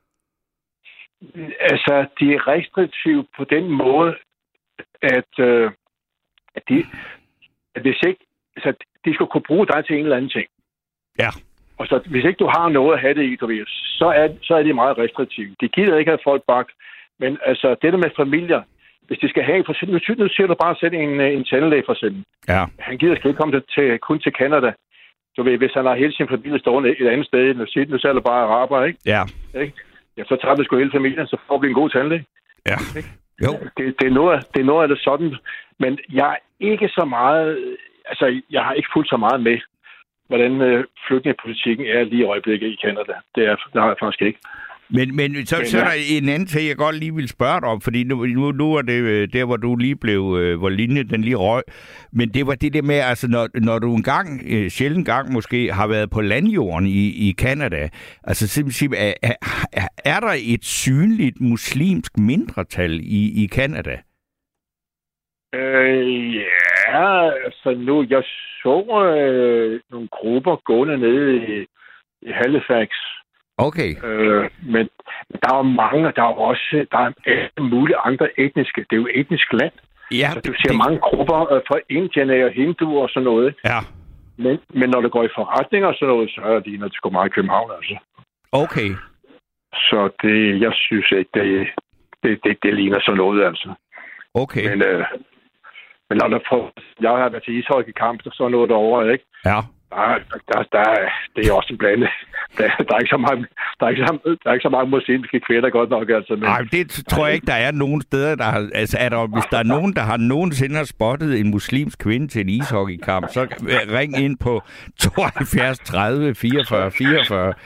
Speaker 6: Altså, de er restriktive på den måde, at, øh, at, de, at hvis ikke, altså, de skal kunne bruge dig til en eller anden ting.
Speaker 3: Ja.
Speaker 6: Og så hvis ikke du har noget at have det i, du ved, så er, så er de meget restriktive. De gider ikke have folk bak. Men altså, det der med familier, hvis de skal have, for nu, nu siger du bare at sætte en, en tandlæge for eksempel.
Speaker 3: Ja.
Speaker 6: Han gider ikke komme til, kun til Canada. Du ved, hvis han har hele sin familie stående et andet sted, nu siger nu selv bare araber, ikke?
Speaker 3: Ja.
Speaker 6: Ikke? Ja, så tager vi sgu hele familien, så får vi en god tandlæge.
Speaker 3: Ja.
Speaker 6: Ikke?
Speaker 3: Jo.
Speaker 6: Det, det, er noget, det er noget af det sådan. Men jeg er ikke så meget, altså, jeg har ikke fulgt så meget med, hvordan øh, flygtningepolitikken er lige i øjeblikket i Canada. Det, er, det har jeg faktisk ikke.
Speaker 3: Men, men så, men, så er der en anden ting, jeg godt lige vil spørge dig om, fordi nu, nu, nu er det der, hvor du lige blev, hvor linjen den lige røg. Men det var det der med, altså når, når du engang, sjældent gang måske, har været på landjorden i, i Canada, altså simpelthen, er, er, er der et synligt muslimsk mindretal i, i Canada?
Speaker 6: Øh, ja, altså nu, jeg så øh, nogle grupper gående nede i, i Halifax.
Speaker 3: Okay.
Speaker 6: Øh, men der er mange, der er også, der er alle mulige andre etniske. Det er jo et etnisk land.
Speaker 3: Ja,
Speaker 6: så du ser
Speaker 3: det...
Speaker 6: mange grupper øh, fra indianer og hinduer og sådan noget.
Speaker 3: Ja.
Speaker 6: Men, men når det går i forretninger og sådan noget, så er det, når det går meget i København, altså.
Speaker 3: Okay.
Speaker 6: Så det, jeg synes ikke, det, det, det, det ligner sådan noget, altså.
Speaker 3: Okay.
Speaker 6: Men, øh, men når der får, jeg har været til ishockeykamp, og sådan noget derovre, ikke?
Speaker 3: Ja.
Speaker 6: Der, der, der, det er også en blande. Der, der, er ikke så mange, der, er ikke så, der er ikke så mange muslimske kvinder godt nok, altså.
Speaker 3: Nej, men det tror jeg ikke, der er nogen steder, der har... Altså, er der, hvis der er nogen, der har nogensinde har spottet en muslimsk kvinde til en ishockeykamp, så ring ind på tooghalvfjerds tredive fireogfyrre fireogfyrre.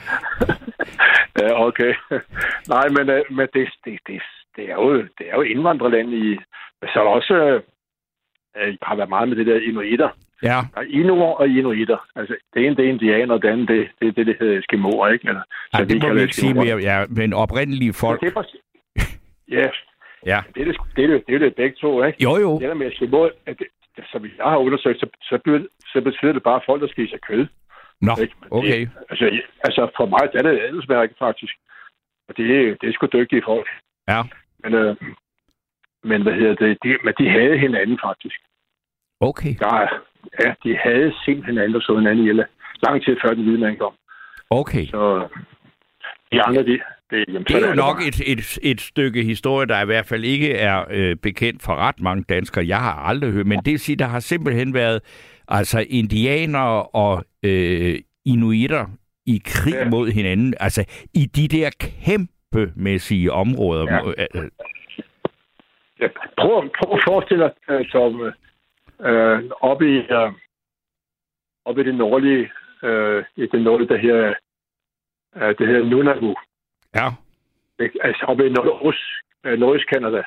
Speaker 6: Ja, okay. Nej, men, men det, det, det, det, er jo, det er jo indvandrerland i... Så er der også... Jeg har været meget med det der inuitter.
Speaker 3: Ja.
Speaker 6: Der er inuer og inuitter. Altså, det ene det er indianer, og det andet det, det, det, det hedder eskimoer, ikke? Eller,
Speaker 3: ja, det må vi ikke sige mere. Ja, men oprindelige folk...
Speaker 6: Ja, det er præcis. Ja.
Speaker 3: Ja.
Speaker 6: Det er det, det, er det, det, er det begge to, ikke?
Speaker 3: Jo, jo.
Speaker 6: Det der med eskimoer, at det, så vi jeg har undersøgt, så, så, betyder, så betyder det bare folk, der spiser kød.
Speaker 3: Nå, okay.
Speaker 6: Det, altså, altså, for mig det er det adelsmærke, faktisk. Og det, det er sgu dygtige folk.
Speaker 3: Ja.
Speaker 6: Men, øh, men hvad hedder det? De, men de havde hinanden, faktisk.
Speaker 3: Okay.
Speaker 6: Der, ja, de havde set hinanden og så hinanden ihjel. Lang tid før den hvide mand kom.
Speaker 3: Okay.
Speaker 6: Så de andre, de... Det, jamen,
Speaker 3: det er jo nok et, et, et stykke historie, der i hvert fald ikke er øh, bekendt for ret mange danskere. Jeg har aldrig hørt, men det vil sige, der har simpelthen været altså indianere og øh, inuitter i krig ja. mod hinanden. Altså i de der kæmpemæssige områder.
Speaker 6: Ja. Ja, prøv, prøv at forestille dig, som øh, oppe i, øh, oppe i det nordlige, øh, i det nordlige, der her, øh, det her Nunavut.
Speaker 3: Ja.
Speaker 6: Altså oppe i Nordøst, øh, Nordøst Canada.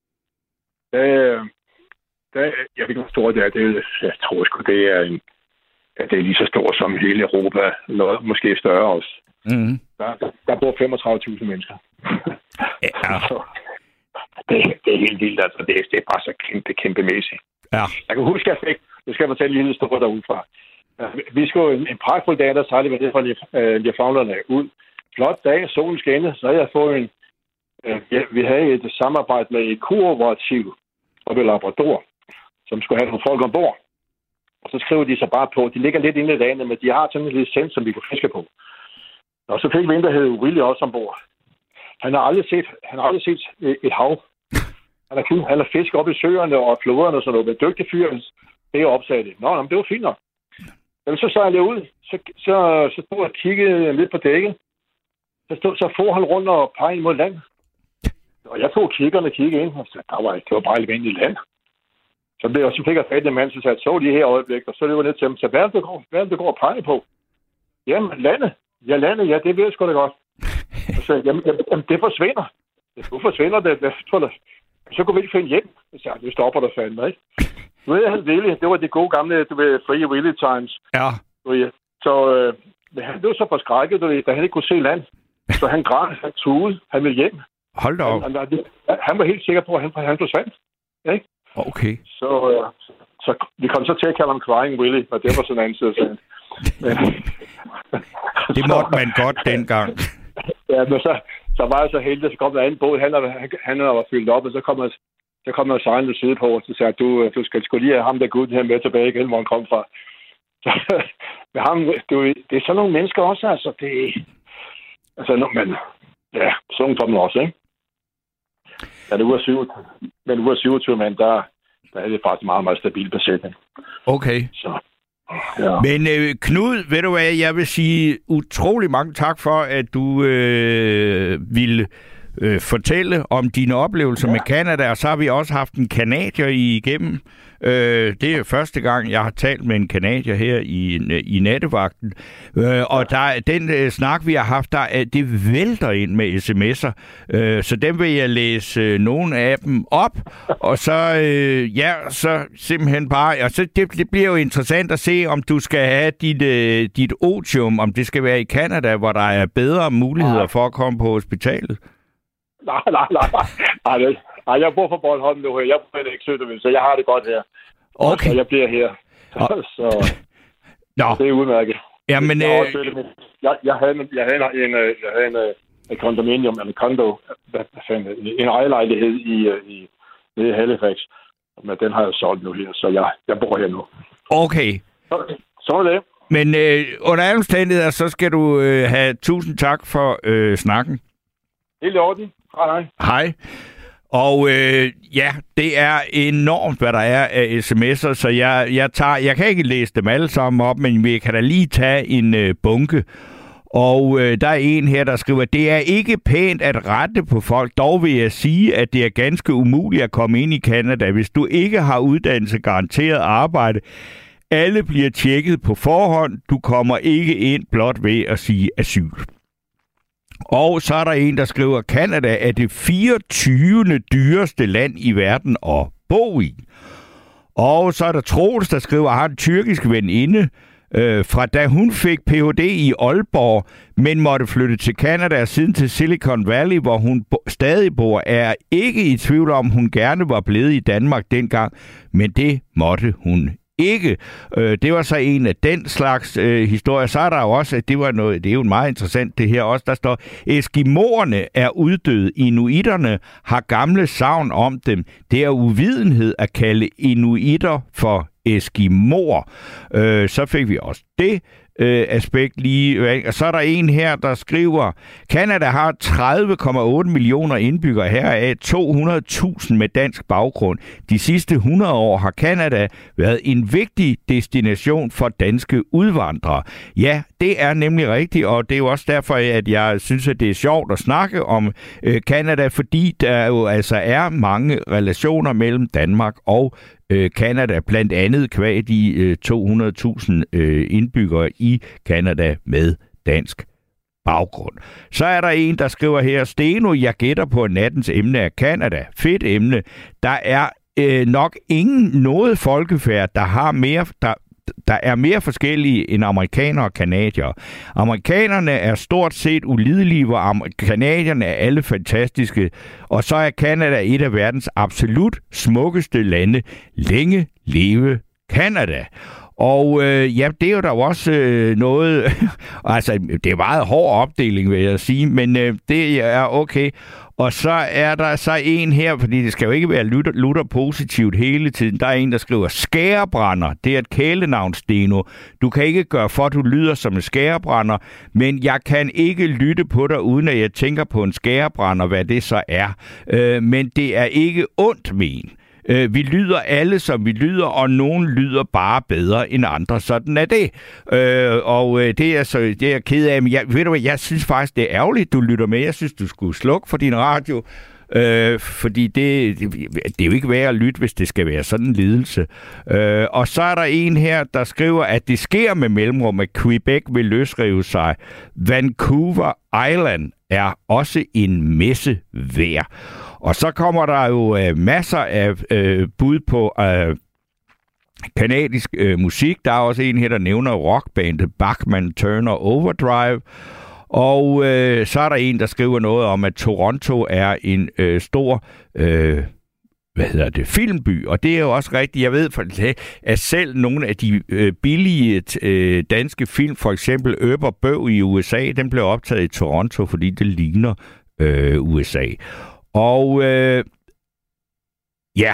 Speaker 6: Der, der, jeg ved ikke, hvor stort det er. Det er jeg tror sgu, det er en, det er lige så stort som hele Europa. Noget, måske større også.
Speaker 3: Mm-hmm.
Speaker 6: Der, der bor femogtredive tusind mennesker.
Speaker 3: Ja.
Speaker 6: det, det er helt vildt, altså. Det, det er bare så kæmpe, kæmpemæssigt. Ja. Jeg kan huske, at jeg fik, nu skal jeg fortælle en lille historie derudefra. Vi skulle en, en pragtfuld dag, der sejlede vi ned fra Newfoundland ud. Flot dag, solen skinnede, så havde jeg fået en... Øh, ja, vi havde et samarbejde med et kooperativ oppe i Labrador, som skulle have nogle folk ombord. Og så skriver de sig bare på, de ligger lidt inde i landet, men de har sådan en licens, som vi kunne fiske på. Og så fik vi en, der hed Willy også ombord. Han har aldrig set, han har aldrig set et hav. Han har, kun, han har fisket op i søerne og floderne og sådan noget, men dygtig fyr, det er opsat det. Nå, men det var fint nok. Men så sejlede jeg ud, så, så, så stod jeg og kiggede lidt på dækket. Så, stod, så får han rundt og pegede mod land. Og jeg tog kiggerne og kiggede ind, og så der var, det var bare almindeligt land. Så, blev, og så fik jeg fat i en mand, så sagde, så de her øjeblik, og så løb jeg ned til ham, så hvad er det, der går, hvad er det, der går og pege på? Jamen, landet. Ja, landet, ja, det ved jeg sgu da godt. Og så jamen, jamen, det forsvinder. Nu forsvinder det. det tror jeg, så kunne vi ikke finde hjem. Så sagde, nu stopper der fandme, ikke? Nu ved jeg, han ville. Det var de gode gamle, du ved, Free Willy Times.
Speaker 3: Ja.
Speaker 6: Så øh, han blev så forskrækket, da han ikke kunne se land. Så han græd, han tude, han ville hjem.
Speaker 3: Hold da op.
Speaker 6: Han, han, han var helt sikker på, at han, han blev sandt. Ikke?
Speaker 3: Okay.
Speaker 6: Så, øh, så vi kom så til at kalde ham Crying Willy, og det var sådan en anden side sandt. Men,
Speaker 3: det måtte man godt dengang.
Speaker 6: Ja, men så, så var jeg så heldig, så kom der en båd, han, han, han var fyldt op, og så kom jeg, så kom jeg sejlende sydpå, og så sagde du, du skal sgu lige have ham der guden her med tilbage igen, hvor han kom fra. Så, med ham, du, det er sådan nogle mennesker også, altså, det altså, no, men, ja, sådan kom den også, ikke? Ja, det var syvogtyve, men uge syvogtyve mand, der, der er det faktisk meget, meget stabil besætning.
Speaker 3: Okay.
Speaker 6: Så, ja.
Speaker 3: Men øh, Knud, ved du hvad, jeg vil sige utrolig mange tak for, at du øh, ville øh, fortælle om dine oplevelser ja. med Canada, og så har vi også haft en canadier igennem. Øh, det er første gang, jeg har talt med en canadier her i, i nattevagten. Øh, og der, den øh, snak, vi har haft, der, det vælter ind med sms'er. Øh, så dem vil jeg læse øh, nogle af dem op. Og så, øh, ja, så simpelthen bare... Og så det, det bliver jo interessant at se, om du skal have dit, øh, dit otium, om det skal være i Canada, hvor der er bedre muligheder for at komme på hospitalet.
Speaker 6: Nej, nej, nej. Nej, det, Nej, jeg bor på Bornholm nu her. Jeg bor ikke Søndervig, så jeg har det godt her.
Speaker 3: Okay.
Speaker 6: Så jeg bliver her. Oh. så
Speaker 3: Nå.
Speaker 6: Det er udmærket.
Speaker 3: Ja, men...
Speaker 6: Jeg,
Speaker 3: Øh...
Speaker 6: jeg, jeg havde en, jeg havde en, jeg havde en, en kondominium, eller kondo, hvad fanden, en ejerlejlighed i, i, i Halifax. Men den har jeg solgt nu her, så jeg, jeg bor her nu.
Speaker 3: Okay.
Speaker 6: Så, så er det.
Speaker 3: Men øh, under alle omstændigheder, så skal du øh, have tusind tak for øh, snakken.
Speaker 6: Helt i orden. Hej, hej.
Speaker 3: Hej. Og øh, ja, det er enormt, hvad der er af sms'er, så jeg, jeg, tager, jeg kan ikke læse dem alle sammen op, men vi kan da lige tage en øh, bunke. Og øh, der er en her, der skriver, det er ikke pænt at rette på folk, dog vil jeg sige, at det er ganske umuligt at komme ind i Canada, hvis du ikke har uddannelse, garanteret arbejde. Alle bliver tjekket på forhånd, du kommer ikke ind blot ved at sige asyl. Og så er der en, der skriver, Canada er det fireogtyvende dyreste land i verden at bo i. Og så er der Troels, der skriver, har en tyrkisk veninde, øh, fra da hun fik P H D i Aalborg, men måtte flytte til Canada og siden til Silicon Valley, hvor hun bo- stadig bor, er ikke i tvivl om, hun gerne var blevet i Danmark dengang, men det måtte hun ikke. Øh, det var så en af den slags øh, historier. Så er der jo også, at det var noget, det er jo meget interessant det her også, der står, Eskimoerne er uddøde. Inuiterne har gamle sagn om dem. Det er uvidenhed at kalde inuiter for eskimoer. Øh, så fik vi også det øh, aspekt lige. Og så er der en her, der skriver, Canada har tredive komma otte millioner indbyggere, heraf to hundrede tusind med dansk baggrund. De sidste hundrede år har Canada været en vigtig destination for danske udvandrere. Ja, det er nemlig rigtigt, og det er jo også derfor, at jeg synes, at det er sjovt at snakke om øh, Canada, fordi der jo altså er mange relationer mellem Danmark og Canada, blandt andet kvad de øh, to hundrede tusind øh, indbyggere i Canada med dansk baggrund. Så er der en, der skriver her, Steno, jeg gætter på nattens emne af Canada. Fedt emne. Der er øh, nok ingen noget folkefærd, der har mere... Der Der er mere forskellige end amerikanere og kanadiere. Amerikanerne er stort set ulidelige, hvor kanadierne er alle fantastiske. Og så er Canada et af verdens absolut smukkeste lande. Længe leve Canada. Og øh, ja, det er jo da også øh, noget... altså, det er meget hård opdeling, vil jeg sige, men øh, det er okay. Og så er der så en her, fordi det skal jo ikke være lutter, lutter positivt hele tiden. Der er en, der skriver, skærebrænder. Det er et kælenavn, Steno. Du kan ikke gøre for, at du lyder som en skærebrænder, men jeg kan ikke lytte på dig, uden at jeg tænker på en skærebrænder, hvad det så er. Øh, men det er ikke ondt men. Øh, vi lyder alle, som vi lyder, og nogen lyder bare bedre end andre. Sådan er det. Øh, og øh, det er så det er jeg ked af. Men jeg, ved du hvad, jeg synes faktisk, det er ærgerligt, du lytter med. Jeg synes, du skulle slukke for din radio. Øh, fordi det, det, det er jo ikke værd at lytte, hvis det skal være sådan en lidelse. Øh, og så er der en her, der skriver, at det sker med mellemrum, at Quebec vil løsrive sig. Vancouver Island er også en messe værd. Og så kommer der jo øh, masser af øh, bud på øh, kanadisk øh, musik. Der er også en her, der nævner rockbandet Bachman Turner Overdrive. Og øh, så er der en, der skriver noget om, at Toronto er en øh, stor øh, hvad hedder det, filmby. Og det er jo også rigtigt. Jeg ved for at selv nogle af de øh, billige øh, danske film, for eksempel Øb og Bøv i U S A, den blev optaget i Toronto, fordi det ligner øh, U S A. Og øh, ja,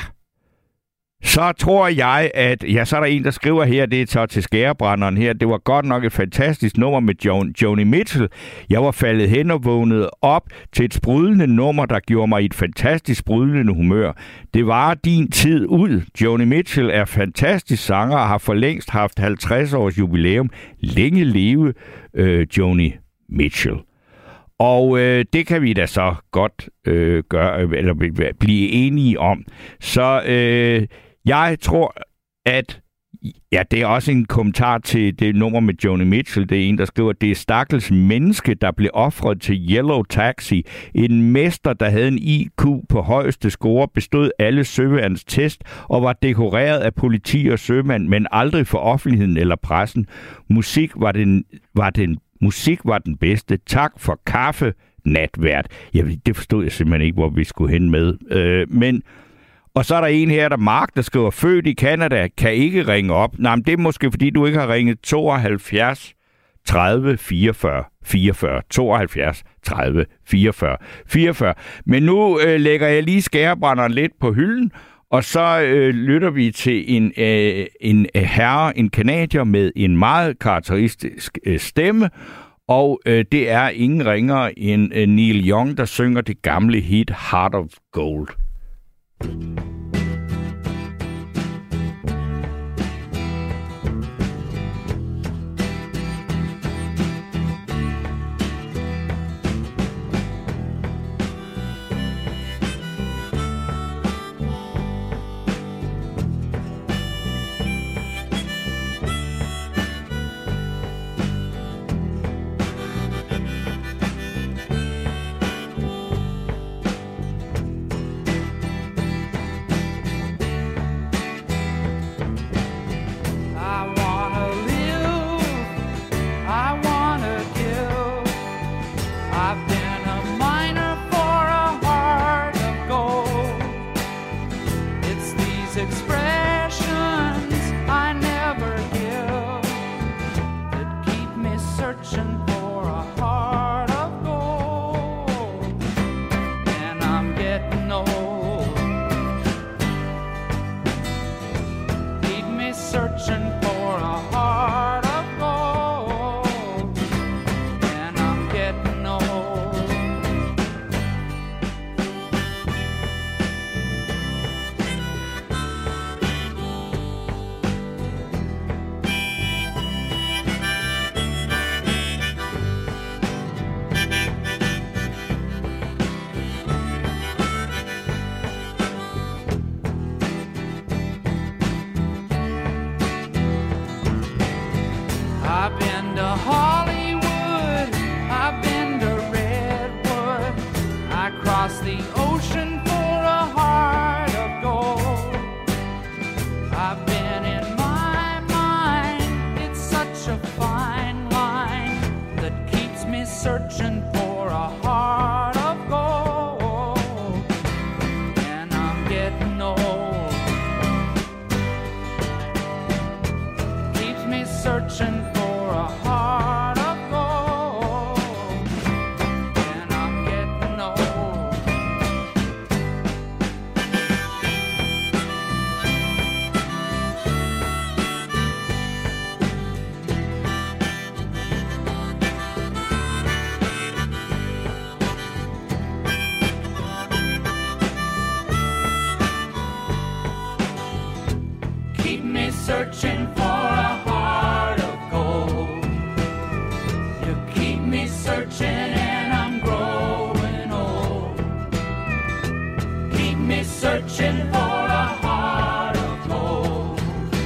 Speaker 3: så tror jeg, at... Ja, så er der en, der skriver her, det er så til skærebrænderen her. Det var godt nok et fantastisk nummer med jo- Joni Mitchell. Jeg var faldet hen og vågnet op til et sprudlende nummer, der gjorde mig i et fantastisk sprudlende humør. Det var din tid ud. Joni Mitchell er fantastisk sanger og har for længst haft halvtreds års jubilæum. Længe leve øh, Joni Mitchell. Og øh, det kan vi da så godt øh, gøre, eller blive enige om. Så øh, jeg tror, at ja, det er også en kommentar til det nummer med Joni Mitchell. Det er en, der skriver, at det er stakkels menneske, der blev ofret til Yellow Taxi. En mester, der havde en I Q på højeste score, bestod alle søværens test og var dekoreret af politi og sømand, men aldrig for offentligheden eller pressen. Musik var den, var den Musik var den bedste. Tak for kaffe. natvært. Ja, det forstod jeg simpelthen ikke, hvor vi skulle hen med. Øh, men, og så er der en her, der Mark, der skriver, født i Canada, kan ikke ringe op. Nej, men det er måske, fordi du ikke har ringet tooghalvfjerds tredive fireogfyrre fireogfyrre, tooghalvfjerds tredive fireogfyrre fireogfyrre. Men nu øh, lægger jeg lige skærebrænderen lidt på hylden, og så øh, lytter vi til en, øh, en herre, en canadier med en meget karakteristisk øh, stemme, og øh, det er ingen ringere end øh, Neil Young, der synger det gamle hit Heart of Gold.
Speaker 7: Searching for a heart of gold. You keep me searching and I'm growing old. Keep me searching for a heart of gold.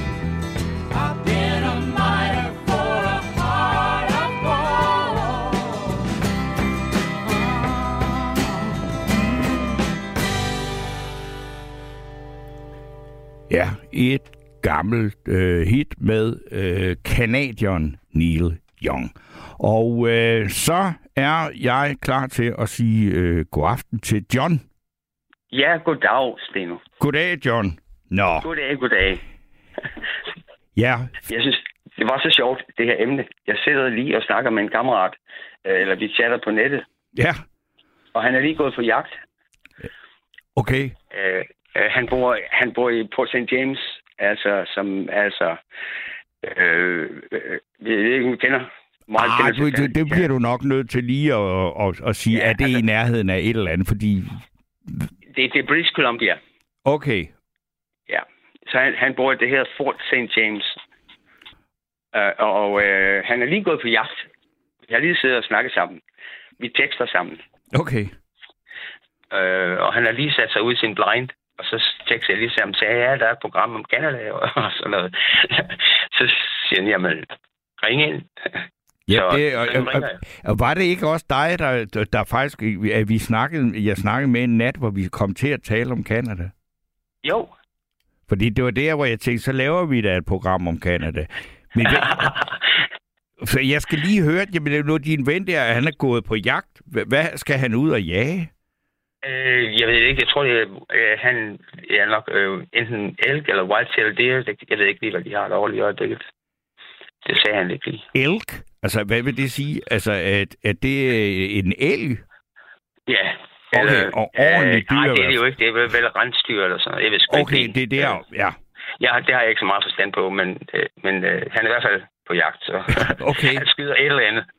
Speaker 7: I've been a miner for a heart of gold.
Speaker 3: Ja, et gammelt øh, hit med øh, canadieren Neil Young. Og øh, så er jeg klar til at sige øh, god aften til John.
Speaker 8: Ja, goddag, Steno.
Speaker 3: Goddag, John. Nå.
Speaker 8: Goddag, goddag.
Speaker 3: Ja.
Speaker 8: Jeg synes, det var så sjovt, det her emne. Jeg sidder lige og snakker med en kammerat, øh, eller vi chatter på nettet.
Speaker 3: Ja.
Speaker 8: Og han er lige gået på jagt.
Speaker 3: Okay.
Speaker 8: Øh, øh, han, bor, han bor i Port Saint James. Altså, som, altså, øh, øh, jeg ved ikke, om du kender meget.
Speaker 3: Ah, kender det, det bliver du nok nødt til lige at, at, at sige, ja, at det altså, i nærheden af et eller andet, fordi...
Speaker 8: Det, det er British Columbia.
Speaker 3: Okay.
Speaker 8: Ja, så han, han bor i det her Fort Saint James. Uh, og uh, han er lige gået på jagt. Vi har lige siddet og snakket sammen. Vi tekster sammen.
Speaker 3: Okay.
Speaker 8: Uh, og han har lige sat sig ud i sin blind. Og så tekster jeg lige sammen, sagde ja, der er et program om Canada og sådan noget. Så siger han, jamen, ring ind.
Speaker 3: Ja, så, det, og, og, og, og var det ikke også dig, der, der, der faktisk, at vi snakkede, jeg snakkede med en nat, hvor vi kom til at tale om Canada?
Speaker 8: Jo.
Speaker 3: Fordi det var der, hvor jeg tænkte, så laver vi da et program om Canada. Men det, Så jeg skal lige høre, jamen nu din ven der, han er gået på jagt. Hvad skal han ud og jage?
Speaker 8: Øh, jeg ved ikke, jeg tror, det er, øh, han er nok øh, enten elk eller whitetail deer. Jeg ved ikke lige, hvad de har derovre lige i øjeblikket. Det sagde han ikke lige.
Speaker 3: Elk? Altså, hvad vil det sige? Altså, at, at det er en elg?
Speaker 8: Ja.
Speaker 3: Okay,
Speaker 8: eller,
Speaker 3: og ordentligt dyr?
Speaker 8: Nej, det er det jo ikke. Det er vel rensdyr eller sådan noget. Jeg ved sgu
Speaker 3: okay,
Speaker 8: ikke.
Speaker 3: det er der, ja.
Speaker 8: Ja, det har jeg ikke så meget forstand på, men, øh, men øh, han er i hvert fald på jagt, så
Speaker 3: okay.
Speaker 8: Han skyder et eller andet.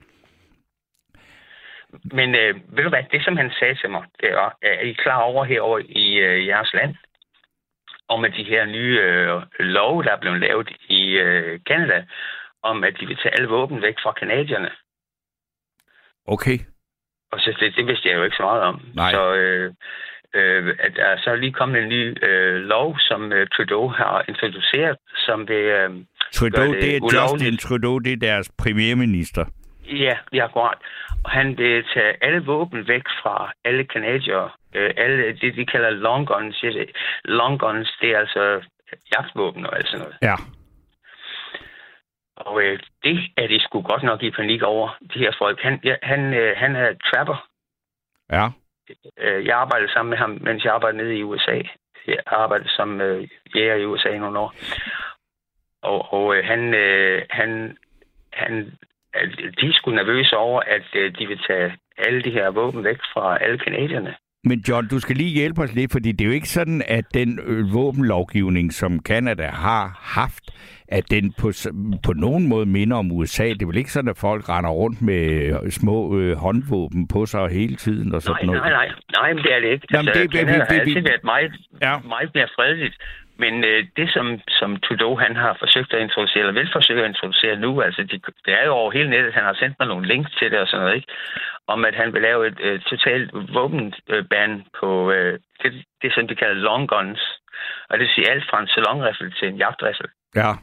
Speaker 8: Men øh, ved du hvad, det som han sagde til mig, det var, er I klar over herovre i øh, jeres land, om at de her nye øh, love, der er blevet lavet i øh, Canada, om at de vil tage alle våben væk fra kanadierne?
Speaker 3: Okay.
Speaker 8: Og så det, det vidste jeg jo ikke så meget om.
Speaker 3: Nej.
Speaker 8: Så øh, øh, at der er så lige kommet en ny øh, lov, som øh, Trudeau har introduceret, som vil øh,
Speaker 3: Trudeau,
Speaker 8: det,
Speaker 3: det er
Speaker 8: ulovligt.
Speaker 3: Justin Trudeau, det er deres premierminister.
Speaker 8: Ja, det er akkurat. Og han vil tage alle våben væk fra alle kanadiere. Øh, alle det, de kalder long guns. Long guns, det er altså jagtvåben og alt sådan noget.
Speaker 3: Ja.
Speaker 8: Og øh, det er de sgu godt nok i panik over, de her folk. Han, ja, han, øh, han er trapper.
Speaker 3: Ja.
Speaker 8: Øh, jeg arbejdede sammen med ham, mens jeg arbejdede nede i U S A. Jeg arbejdede som øh, jæger i U S A i nogle år. Og, og øh, han, øh, han, han, de er sgu nervøse over, at øh, de vil tage alle de her våben væk fra alle kanadierne.
Speaker 3: Men John, du skal lige hjælpe os lidt, fordi det er jo ikke sådan, at den våbenlovgivning, som Canada har haft, at den på, på nogen måde minder om U S A. Det er vel ikke sådan, at folk render rundt med små øh, håndvåben på sig hele tiden og sådan
Speaker 8: nej,
Speaker 3: noget?
Speaker 8: Nej, nej, nej, men det er det ikke.
Speaker 3: Jamen,
Speaker 8: altså,
Speaker 3: det,
Speaker 8: Canada
Speaker 3: vi,
Speaker 8: har
Speaker 3: vi,
Speaker 8: altid
Speaker 3: vi,
Speaker 8: været meget,
Speaker 3: ja.
Speaker 8: meget mere fredeligt. Men øh, det, som, som Trudeau han har forsøgt at introducere, eller vil forsøge at introducere nu, altså de, det er jo over hele nettet, han har sendt mig nogle links til det og sådan noget, ikke? Om at han vil lave et øh, totalt våbenban på øh, det, det, som de kalder long guns. Og det vil sige alt fra en salonriffel til en jagtriffel.
Speaker 3: Ja.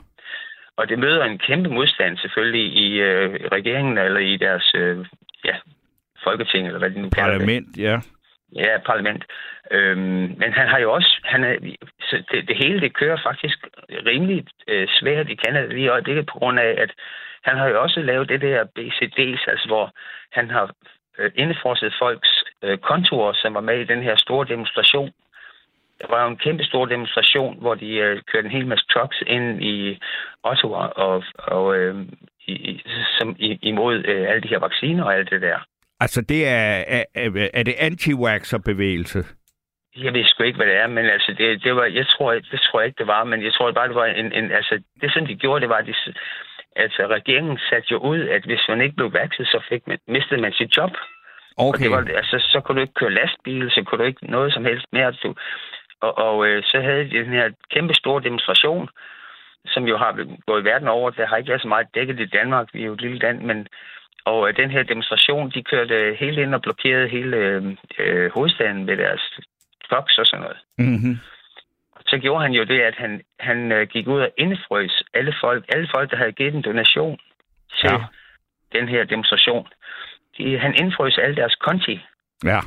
Speaker 8: Og det møder en kæmpe modstand selvfølgelig i øh, regeringen eller i deres øh, ja, folketing, eller hvad de nu kalder det.
Speaker 3: Parlament, ja.
Speaker 8: Ja, parlament. Øhm, men han har jo også... Han er, så det, det hele det kører faktisk rimelig øh, svært i Canada lige i øjeblikket, på grund af, at han har jo også lavet det der B C D's, altså hvor han har øh, indforset folks øh, kontorer, som var med i den her store demonstration. Der var jo en kæmpe stor demonstration, hvor de øh, kørte en hel masse trucks ind i Ottawa og, og øh, i, som, i, imod øh, alle de her vacciner og alt det der. Altså,
Speaker 3: det er, er, er det anti-vaxxer-bevægelse?
Speaker 8: Jeg ved sgu ikke, hvad det er, men altså, det, det var, jeg tror, det tror jeg ikke, det var, men jeg tror bare, det var en, en altså, det som de gjorde, det var, at de, altså, regeringen satte jo ud, at hvis man ikke blev vaxxet, så fik man, mistede man sit job.
Speaker 3: Okay.
Speaker 8: Og det var, altså, så kunne du ikke køre lastbil, så kunne du ikke noget som helst mere. Du, og og øh, så havde de den her kæmpe store demonstration, som jo har gået i verden over. Der har ikke været så meget dækket i Danmark, vi er jo et lille land, men og øh, den her demonstration, de kørte helt ind og blokerede hele øh, hovedstaden med deres trucks og sådan noget.
Speaker 3: Mm-hmm.
Speaker 8: Så gjorde han jo det, at han, han øh, gik ud og indfrøs alle folk, alle folk, der havde givet en donation til ja. den her demonstration. De, han indfrøs alle deres konti.
Speaker 3: Ja.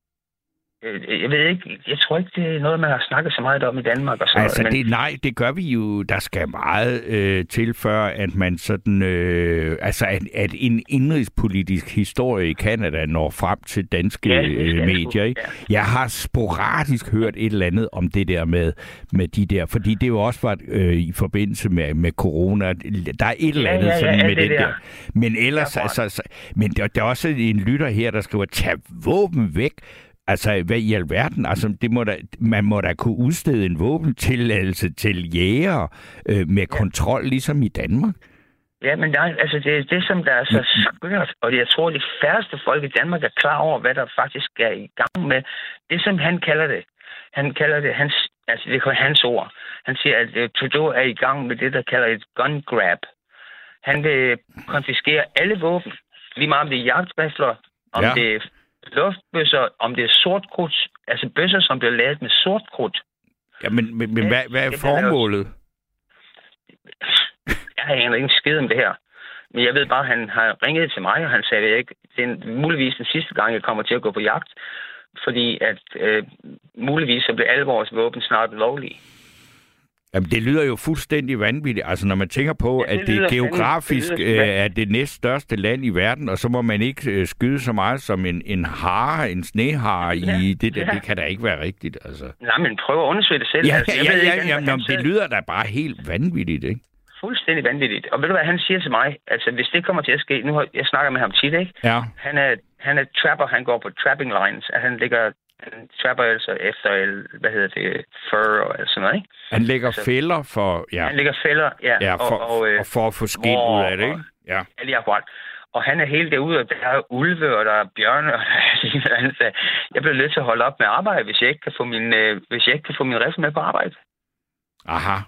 Speaker 8: Jeg ved ikke, jeg tror ikke, det er noget, man har snakket så meget om i Danmark. Og sådan
Speaker 3: altså,
Speaker 8: noget, men...
Speaker 3: det, nej, det gør vi jo. Der skal meget øh, til, før at man sådan, øh, altså at, at en indrigspolitisk historie i Canada når frem til danske
Speaker 8: ja,
Speaker 3: øh, medier. Ikke? Ja. Jeg har sporadisk hørt et eller andet om det der med, med de der, fordi det jo også var øh, i forbindelse med, med corona. Der er et eller andet ja, ja, ja, sådan med det, det der. der. Men ellers, ja, altså, altså, men der, der er også en lytter her, der skriver, tag våben væk. Altså, hvad i alverden? Altså, det må da, man må da kunne udstede en våbentilladelse til jæger øh, med kontrol, ligesom i Danmark.
Speaker 8: Ja, men nej, altså, det er det, som der er så skørt, og jeg tror, de færreste folk i Danmark er klar over, hvad der faktisk er i gang med. Det, som han kalder det, han kalder det, hans, altså, det er hans ord. Han siger, at uh, Trudeau er i gang med det, der kalder et gun grab. Han vil konfiskere alle våben, lige meget om det er jagtrifler, om ja. det er luftbøsser, om det er sortkrudt, altså bøsser, som bliver lavet med sortkrudt.
Speaker 3: Ja, men, men, men hvad, hvad er formålet?
Speaker 8: Jeg har egentlig ikke skid om det her. Men jeg ved bare, at han har ringet til mig, og han sagde, at det er muligvis den sidste gang, jeg kommer til at gå på jagt, fordi at øh, muligvis så bliver alle vores våben snart lovlige.
Speaker 3: Jamen, det lyder jo fuldstændig vanvittigt. Altså, når man tænker på, ja, det at det er geografisk det lyder, øh, er det næststørste land i verden, og så må man ikke øh, skyde så meget som en, en hare, en snehare ja, i det der. Ja. Det kan da ikke være rigtigt, altså.
Speaker 8: Nej, men prøv at undersøge det selv.
Speaker 3: Ja,
Speaker 8: altså, jeg
Speaker 3: ja,
Speaker 8: ved
Speaker 3: ja,
Speaker 8: ikke,
Speaker 3: ja, jamen, det lyder da bare helt vanvittigt, ikke?
Speaker 8: Fuldstændig vanvittigt. Og ved du hvad, han siger til mig? Altså, hvis det kommer til at ske... Nu har jeg snakker med ham tit, ikke?
Speaker 3: Ja.
Speaker 8: Han er, han er trapper, han går på trapping lines. Han ligger... Han trapper altså efter, hvad hedder det, fur og sådan noget, ikke?
Speaker 3: Han lægger
Speaker 8: så,
Speaker 3: fælder for... Ja,
Speaker 8: han lægger fælder, ja.
Speaker 3: Ja, for, og, og, øh, og for at få skidt ud af det, ikke?
Speaker 8: Ja. Ja, lige akkurat. Og han er helt derude, og der er ulve, og der er bjørne, og der er en eller jeg bliver nødt til at holde op med arbejde, hvis jeg ikke kan få min, øh, hvis jeg ikke kan få min riffel med på arbejde.
Speaker 3: Aha.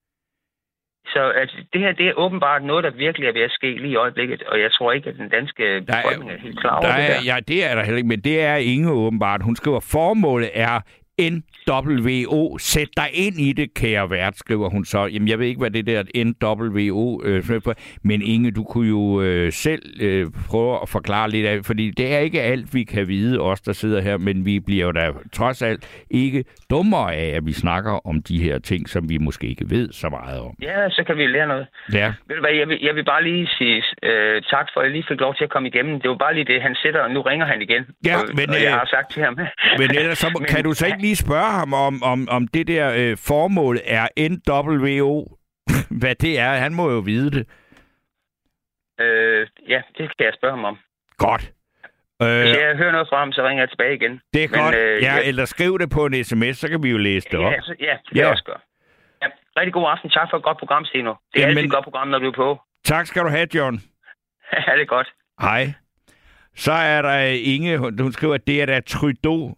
Speaker 8: Så altså, det her, det er åbenbart noget, der virkelig er ved at ske lige i øjeblikket, og jeg tror ikke, at den danske befolkning er, er helt klar over
Speaker 3: der
Speaker 8: det der.
Speaker 3: Er, ja, det er der heller ikke, men det er Inge åbenbart. Hun skriver, formålet er N W O. Sæt dig ind i det, kære vært, skriver hun så. Jamen, jeg ved ikke, hvad det der N W O øh, men Inge, du kunne jo øh, selv øh, prøve at forklare lidt af, fordi det er ikke alt, vi kan vide, os der sidder her, men vi bliver jo da trods alt ikke dummere af, at vi snakker om de her ting, som vi måske ikke ved så meget om.
Speaker 8: Ja, så kan vi lære noget.
Speaker 3: Ja.
Speaker 8: Ved du hvad, jeg vil, jeg vil bare lige sige øh, tak for, at jeg lige fik lov til at komme igennem. Det var bare lige det, han sætter, og nu ringer han igen.
Speaker 3: Ja,
Speaker 8: og,
Speaker 3: men,
Speaker 8: og jeg har sagt til ham.
Speaker 3: Men ellers så men, kan du så ikke lige spørge ham om, om, om det der øh, formål er N W O, hvad det er. Han må jo vide det.
Speaker 8: Øh, ja, det skal jeg spørge ham om.
Speaker 3: Godt. Øh,
Speaker 8: Hvis jeg hører noget fra ham, så ringer jeg tilbage igen.
Speaker 3: Det er men, godt. Øh, ja, jeg... eller skriv det på en sms, så kan vi jo læse det op.
Speaker 8: Ja, så, ja det kan ja. jeg også gøre. Ja, rigtig god aften. Tak for et godt program, Steno. Det er
Speaker 3: Jamen,
Speaker 8: altid et godt program, når du er på.
Speaker 3: Tak skal du have, John.
Speaker 8: Ja, det er godt.
Speaker 3: Hej. Så er der Inge, hun skriver, at det er da Trudeau.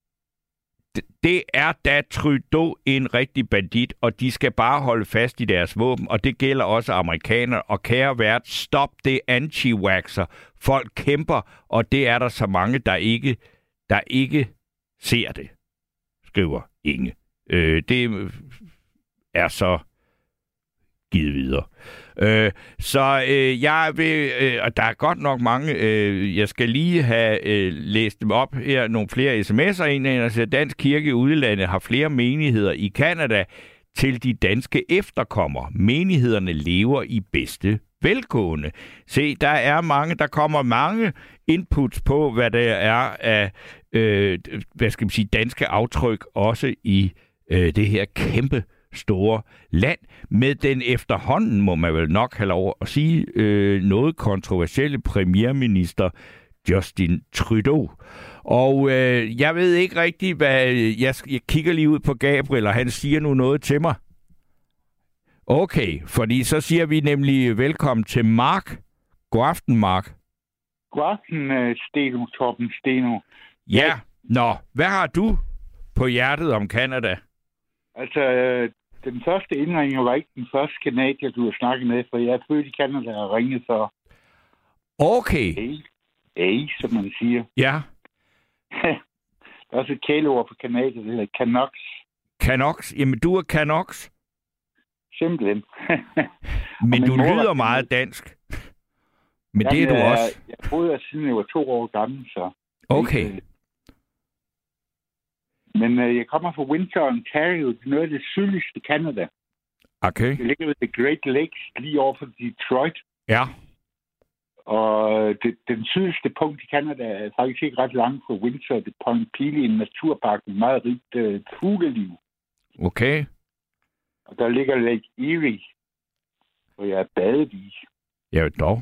Speaker 3: Det er da Trudeau en rigtig bandit, og de skal bare holde fast i deres våben, og det gælder også amerikanere. Og kære vært, stop det anti-waxer. Folk kæmper, og det er der så mange, der ikke, der ikke ser det, skriver Inge. Øh, det er så givet videre. Øh, så øh, jeg vil, øh, og der er godt nok mange, øh, jeg skal lige have øh, læst dem op her, nogle flere sms'er. En af jer siger, Dansk Kirke i udlandet har flere menigheder i Canada til de danske efterkommere. Menighederne lever i bedste velgående. Se, der er mange, der kommer mange inputs på, hvad der er af, øh, hvad skal man sige, danske aftryk, også i øh, det her kæmpe store land, med den efterhånden, må man vel nok have lov at sige, øh, noget kontroversielle premierminister Justin Trudeau. Og øh, jeg ved ikke rigtigt, hvad... Jeg, jeg kigger lige ud på Gabriel, og han siger nu noget til mig. Okay, fordi så siger vi nemlig velkommen til Mark. God aften, Mark.
Speaker 9: God aften, Steno, Torben Steno.
Speaker 3: Ja, nå, hvad har du på hjertet om Canada?
Speaker 9: Altså, den første indringer var ikke den første kanadier, du har snakket med, for jeg er født i Canada og ringet for...
Speaker 3: Okay.
Speaker 9: A, A, som man siger.
Speaker 3: Ja.
Speaker 9: Der er også et kæleord for kanadier, det hedder Canucks.
Speaker 3: Canucks? Jamen, du er Canucks?
Speaker 9: Simpelthen.
Speaker 3: Men du lyder meget dansk. Men jamen, det er du
Speaker 9: jeg,
Speaker 3: også.
Speaker 9: Jeg boede her, siden jeg var to år gammel, så...
Speaker 3: Okay.
Speaker 9: Men øh, jeg kommer fra Windsor, Ontario. Det er noget af det sydligste Canada.
Speaker 3: Okay.
Speaker 9: Det ligger ved The Great Lakes, lige over for Detroit.
Speaker 3: Ja.
Speaker 9: Og det, den sydligste punkt i Canada er faktisk ikke ret langt fra Windsor. Det er Point Pelee, en naturpark med meget rigt øh, fugleliv.
Speaker 3: Okay.
Speaker 9: Og der ligger Lake Erie, hvor jeg er badet i.
Speaker 3: Ja, dog.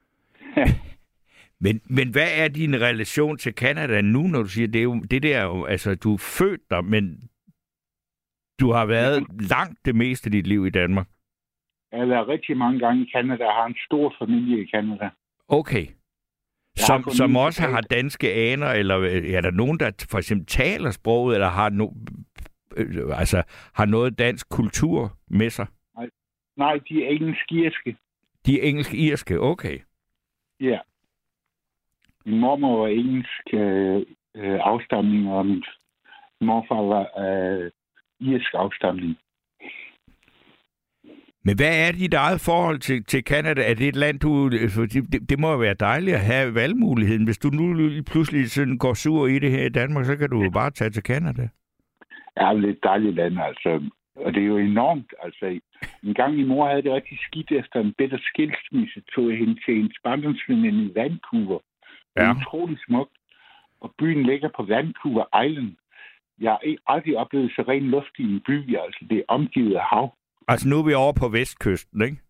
Speaker 3: Men, men hvad er din relation til Canada nu, når du siger, det er jo, det der jo, altså du er født der, men du har været ja. langt det meste af dit liv i Danmark?
Speaker 9: Jeg har været rigtig mange gange i Canada, jeg har en stor familie i Canada.
Speaker 3: Okay. Som, som også har danske aner, eller er der nogen, der for eksempel taler sproget, eller har, no, øh, altså, har noget dansk kultur med sig?
Speaker 9: Nej, Nej de er engelsk-irske.
Speaker 3: De er engelsk-irske, okay.
Speaker 9: Ja. Min mormor var engelsk øh, øh, afstamning, og min morfar var øh, irsk afstamning.
Speaker 3: Men hvad er dit eget forhold til, til Canada? Er det et land, du... Det, det må jo være dejligt at have valgmuligheden. Hvis du nu pludselig sådan går sur i det her i Danmark, så kan du jo bare tage til Canada.
Speaker 9: Ja, det er et dejligt land, altså. Og det er jo enormt, altså. En gang min mor havde det rigtig skidt efter en bitter skilsmisse, tog jeg hende til en barndomsveninde i Vancouver. Det er
Speaker 3: Ja.
Speaker 9: utrolig smukt. Og byen ligger på Vancouver Island. Jeg har ikke aldrig oplevet så ren luft i en by, altså. Det er omgivet af hav.
Speaker 3: Altså, nu er vi over på vestkysten, ikke?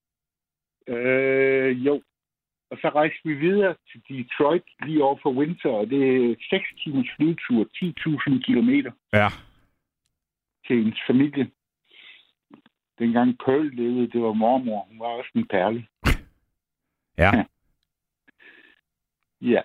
Speaker 9: Øh, jo. Og så rejste vi videre til Detroit lige over for Windsor, og det er seks timers flyvetur, ti tusind kilometer
Speaker 3: Ja.
Speaker 9: til ens familie. Dengang Pearl levede, det var mormor. Hun var også en perle.
Speaker 3: Ja.
Speaker 9: Ja.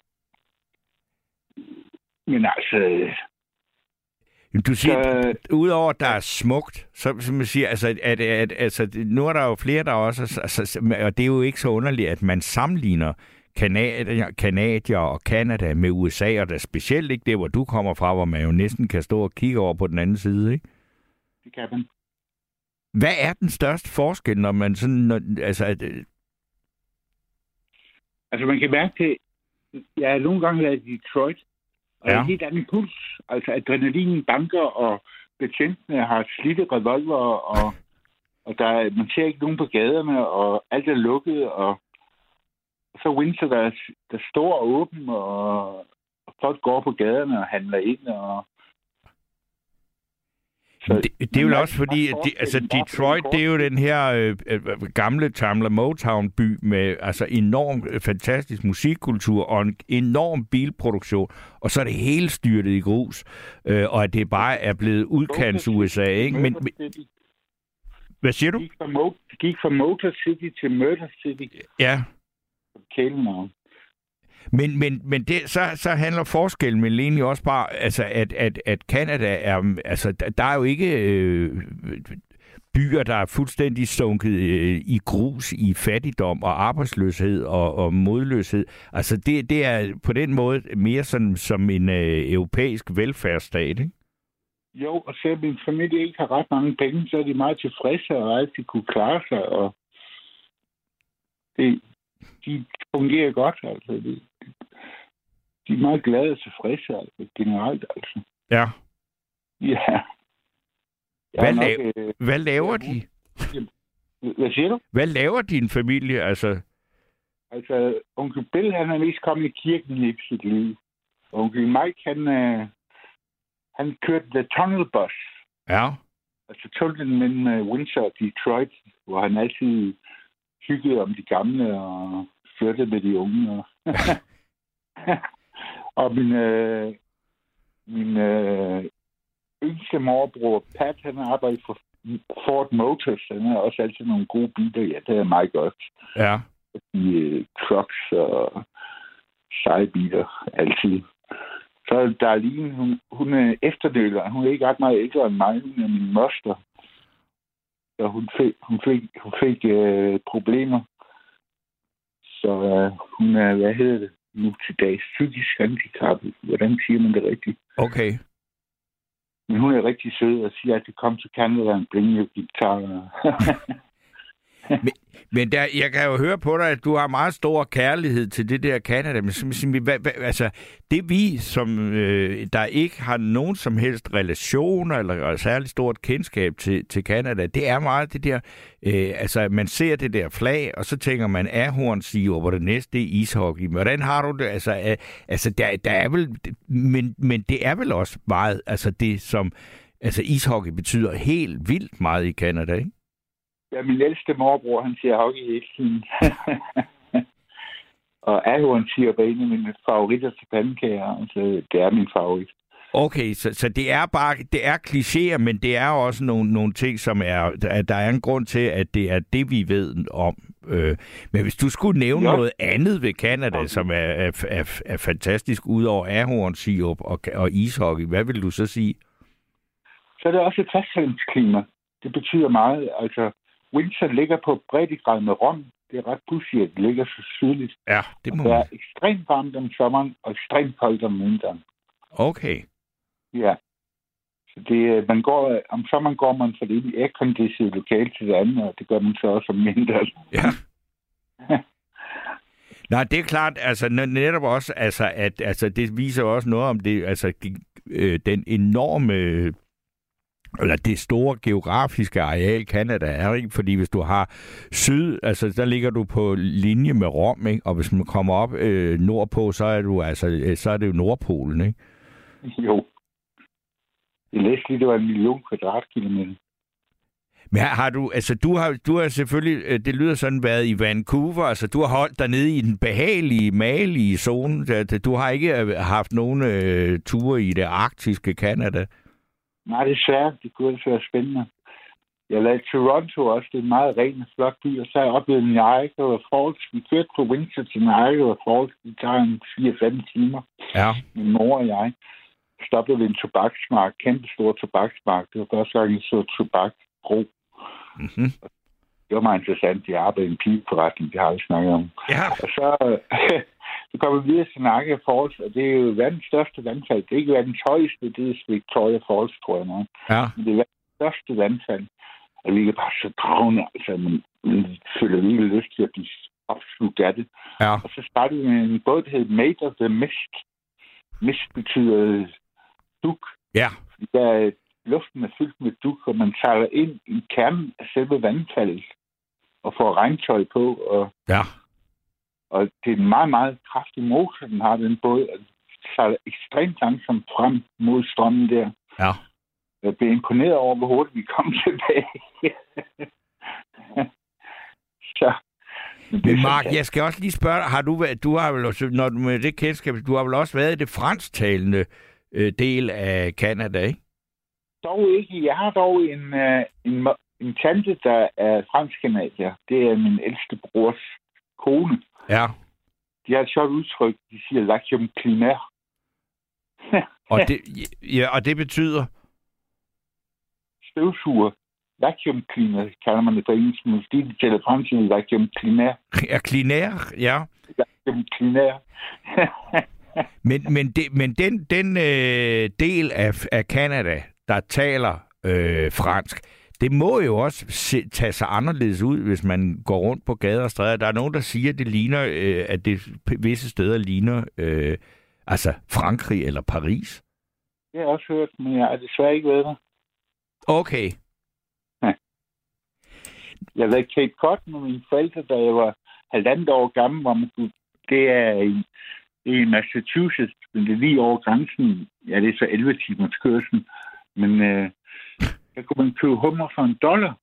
Speaker 9: Men altså...
Speaker 3: Du siger,
Speaker 9: Så-
Speaker 3: udover at der er smukt, så som man siger, altså, at, at, altså, nu er der jo flere, der også, altså, og det er jo ikke så underligt, at man sammenligner Kanadier, Kanadier og Canada med U S A, og der specielt ikke det, hvor du kommer fra, hvor man jo næsten kan stå og kigge over på den anden side, ikke?
Speaker 9: Det kan man.
Speaker 3: Hvad er den største forskel, når man sådan, når, altså, at,
Speaker 9: Altså, man kan mærke til... Jeg har nogle gange været i Detroit, og
Speaker 3: Ja.
Speaker 9: ja. en helt anden puls. Altså, adrenalinen banker, og betjentene har slidte revolver, og, og der er, man ser ikke nogen på gaderne, og alt er lukket, og, og så Windsor, der er, der er stor og åben, og, og folk går på gaderne og handler ind, og... Så,
Speaker 3: det, det er jo
Speaker 9: man
Speaker 3: også fordi,
Speaker 9: mærker
Speaker 3: at det,
Speaker 9: bare
Speaker 3: altså
Speaker 9: forskellen
Speaker 3: Detroit,
Speaker 9: bare på
Speaker 3: det er jo den her øh, øh, gamle Tamla Motown-by med altså enorm øh, fantastisk musikkultur og en enorm bilproduktion, og så er det hele styrtet i grus, øh, og at det bare er blevet udkants U S A, ikke? Men, men hvad siger du?
Speaker 9: Det gik fra, Mo- det gik fra Motor City til Murder City.
Speaker 3: Ja.
Speaker 9: Kælenavn.
Speaker 3: Men, men, men det, så, så handler forskellen men egentlig også bare, altså, at, at, at Canada er, altså, der er jo ikke øh, byer, der er fuldstændig sunket øh, i grus, i fattigdom og arbejdsløshed og, og modløshed. Altså, det, det er på den måde mere sådan, som en øh, europæisk velfærdsstat, ikke?
Speaker 9: Jo, og selvom min familie ikke har ret mange penge, så er de meget tilfredse og altid kunne klare sig, og det, de fungerer godt, altså. De, de er meget glade og tilfredse, altså, generelt, altså.
Speaker 3: Ja.
Speaker 9: Ja.
Speaker 3: Hvad,
Speaker 9: nok,
Speaker 3: laver,
Speaker 9: øh,
Speaker 3: hvad laver de?
Speaker 9: Hvad siger du?
Speaker 3: Hvad laver din familie, altså?
Speaker 9: Altså, onkel Bill, han er mest kommet i kirken i sit liv. Onkel Mike, han, øh, han kørte The Tunnel Bus.
Speaker 3: Ja.
Speaker 9: Altså tunnelen mellem uh, Windsor og Detroit, hvor han altid hyggede om de gamle og førte med de unge. Og, og min, øh, min øh, yngste morbror, Pat, han har arbejdet for Ford Motors. Han har også altid nogle gode biler. Ja, det er meget godt.
Speaker 3: Ja.
Speaker 9: De uh, trucks og seje biler, altid. Så der er lige, hun, hun er efternøler. Hun er ikke ret meget ældre end mig. Hun er min moster. Så hun fik, hun fik, hun fik øh, problemer. Så øh, hun er, hvad hedder det, nu til dags, psykisk handicappet. Hvordan siger man det rigtigt?
Speaker 3: Okay.
Speaker 9: Men hun er rigtig sød og siger, at det kom til Canada og bringe jo guitar.
Speaker 3: men men der, jeg kan jo høre på dig, at du har meget stor kærlighed til det der Canada. Men som, hvad, hvad, altså, det vi, som øh, der ikke har nogen som helst relationer eller særligt stort kendskab til, til Canada, det er meget det der, øh, altså man ser det der flag, og så tænker man ahornsiver, hvor det næste er ishockey. Hvordan har du det? Altså, øh, altså der, der er vel, men, men det er vel også meget, altså det som, altså ishockey betyder helt vildt meget i Canada, ikke?
Speaker 9: Ja, min ældste morbror, han siger hockey hele tiden. Og ahorn siger, at en af mine favoritter til pandekager. Altså, det er min favorit.
Speaker 3: Okay, så, så det er bare, det er klichéer, men det er også nogle, nogle ting, som er, der, der er en grund til, at det er det, vi ved om. Øh, men hvis du skulle nævne ja. noget andet ved Canada, okay. som er, er, er, er fantastisk, ud over ahornsirup og, og ishockey, hvad vil du så sige?
Speaker 9: Så er det også et fastlandsklima. Det betyder meget, altså Windsor ligger på breddegrad med Rom. Det er ret pudsigt, at det ligger så sydligt.
Speaker 3: Ja, det må
Speaker 9: det er ekstremt varmt om sommeren, og ekstremt koldt om vinteren.
Speaker 3: Okay.
Speaker 9: Ja. Så det, man går, om sommeren går man fra det airconditioned lokale til det andet, og det gør man så også om vinteren.
Speaker 3: Ja. Nej, det er klart, altså netop også, altså, at altså, det viser også noget om det, altså, øh, den enorme eller det store geografiske areal, Canada er, ikke? Fordi hvis du har syd, altså der ligger du på linje med Rom, ikke? Og hvis man kommer op øh, nordpå, så er du altså, så er det jo Nordpolen, ikke?
Speaker 9: Jo. Jeg læste lige, det var en million kvadratkilometer.
Speaker 3: Men har, har du, altså du har, du har selvfølgelig, det lyder sådan, været i Vancouver, altså du har holdt dig nede i den behagelige, malige zone. Du har ikke haft nogen øh, ture i det arktiske Canada.
Speaker 9: Nej, desværre. Det kunne altså være spændende. Jeg lavede Toronto også. Det er en meget ren og flot by. Og så har jeg oplevet Niagara Falls. Vi kørte på Windsor til Niagara Falls. Det tager en fire til fem timer.
Speaker 3: Ja.
Speaker 9: Min mor og jeg stoppede ved en tobaksmark. Kæmpe stor tobaksmark. Det var første gang, jeg så tobaksgro.
Speaker 3: Mm-hmm.
Speaker 9: Det var meget interessant. Jeg arbejdede i en pigeforretning. Det har jeg snakket om.
Speaker 3: Ja.
Speaker 9: Og så... Så kommer vi videre til Niagara Falls, og det er jo verdens største vandfald. Det er ikke verdens højeste, det er Victoria Falls, tror jeg nok.
Speaker 3: Ja.
Speaker 9: Men det er verdens største vandfald. Og vi er bare så dragende, altså man, man føler virkelig lyst til at blive opslugt af det.
Speaker 3: Ja.
Speaker 9: Og så startede vi med en båd, der hedder Made of the Mist. Mist betyder dug.
Speaker 3: Ja.
Speaker 9: Der luften er fyldt med dug, og man sejler ind i kernen af selve vandfaldet og får regntøj på. Og
Speaker 3: ja.
Speaker 9: Og det er en meget, meget kraftig motor, den har, den båd. Den sejler ekstremt langsomt frem mod strømmen der.
Speaker 3: Ja.
Speaker 9: Jeg blev imponeret over, hvor hurtigt vi kom tilbage. Så.
Speaker 3: Men Mark, jeg skal også lige spørge dig, har du, du har vel også, når du med det kendskab, du har vel også været i det fransktalende øh, del af Canada, ikke?
Speaker 9: Dog ikke. Jeg har dog en, øh, en, en tante, der er fransk-canadier. Det er min ældste brors kone.
Speaker 3: Ja.
Speaker 9: De har et sjovt udtryk. De siger lacium climaire.
Speaker 3: og, det, ja, og det betyder?
Speaker 9: Støvsuger. Vacuum cleaner kalder man det på engelsk, men fordi de tæller frem til vacuum cleaner.
Speaker 3: Ja, cleaner, ja.
Speaker 9: Vacuum cleaner.
Speaker 3: men, men, det, men den, den øh, del af, af Canada, der taler øh, fransk, det må jo også se, tage sig anderledes ud, hvis man går rundt på gader og stræder. Der er nogen, der siger, at det ligner, øh, at det visse steder ligner øh, altså Frankrig eller Paris.
Speaker 9: Det har jeg også hørt, men jeg har desværre ikke været der.
Speaker 3: Okay.
Speaker 9: Ja. Jeg var i Cape Cod med mine forældre, da jeg var halvandet år gammel, hvor man kunne, det er i, i Massachusetts, men det er lige over grænsen. Ja, det er så elleve timers kørsel, men øh, der kunne man købe hummer for en dollar.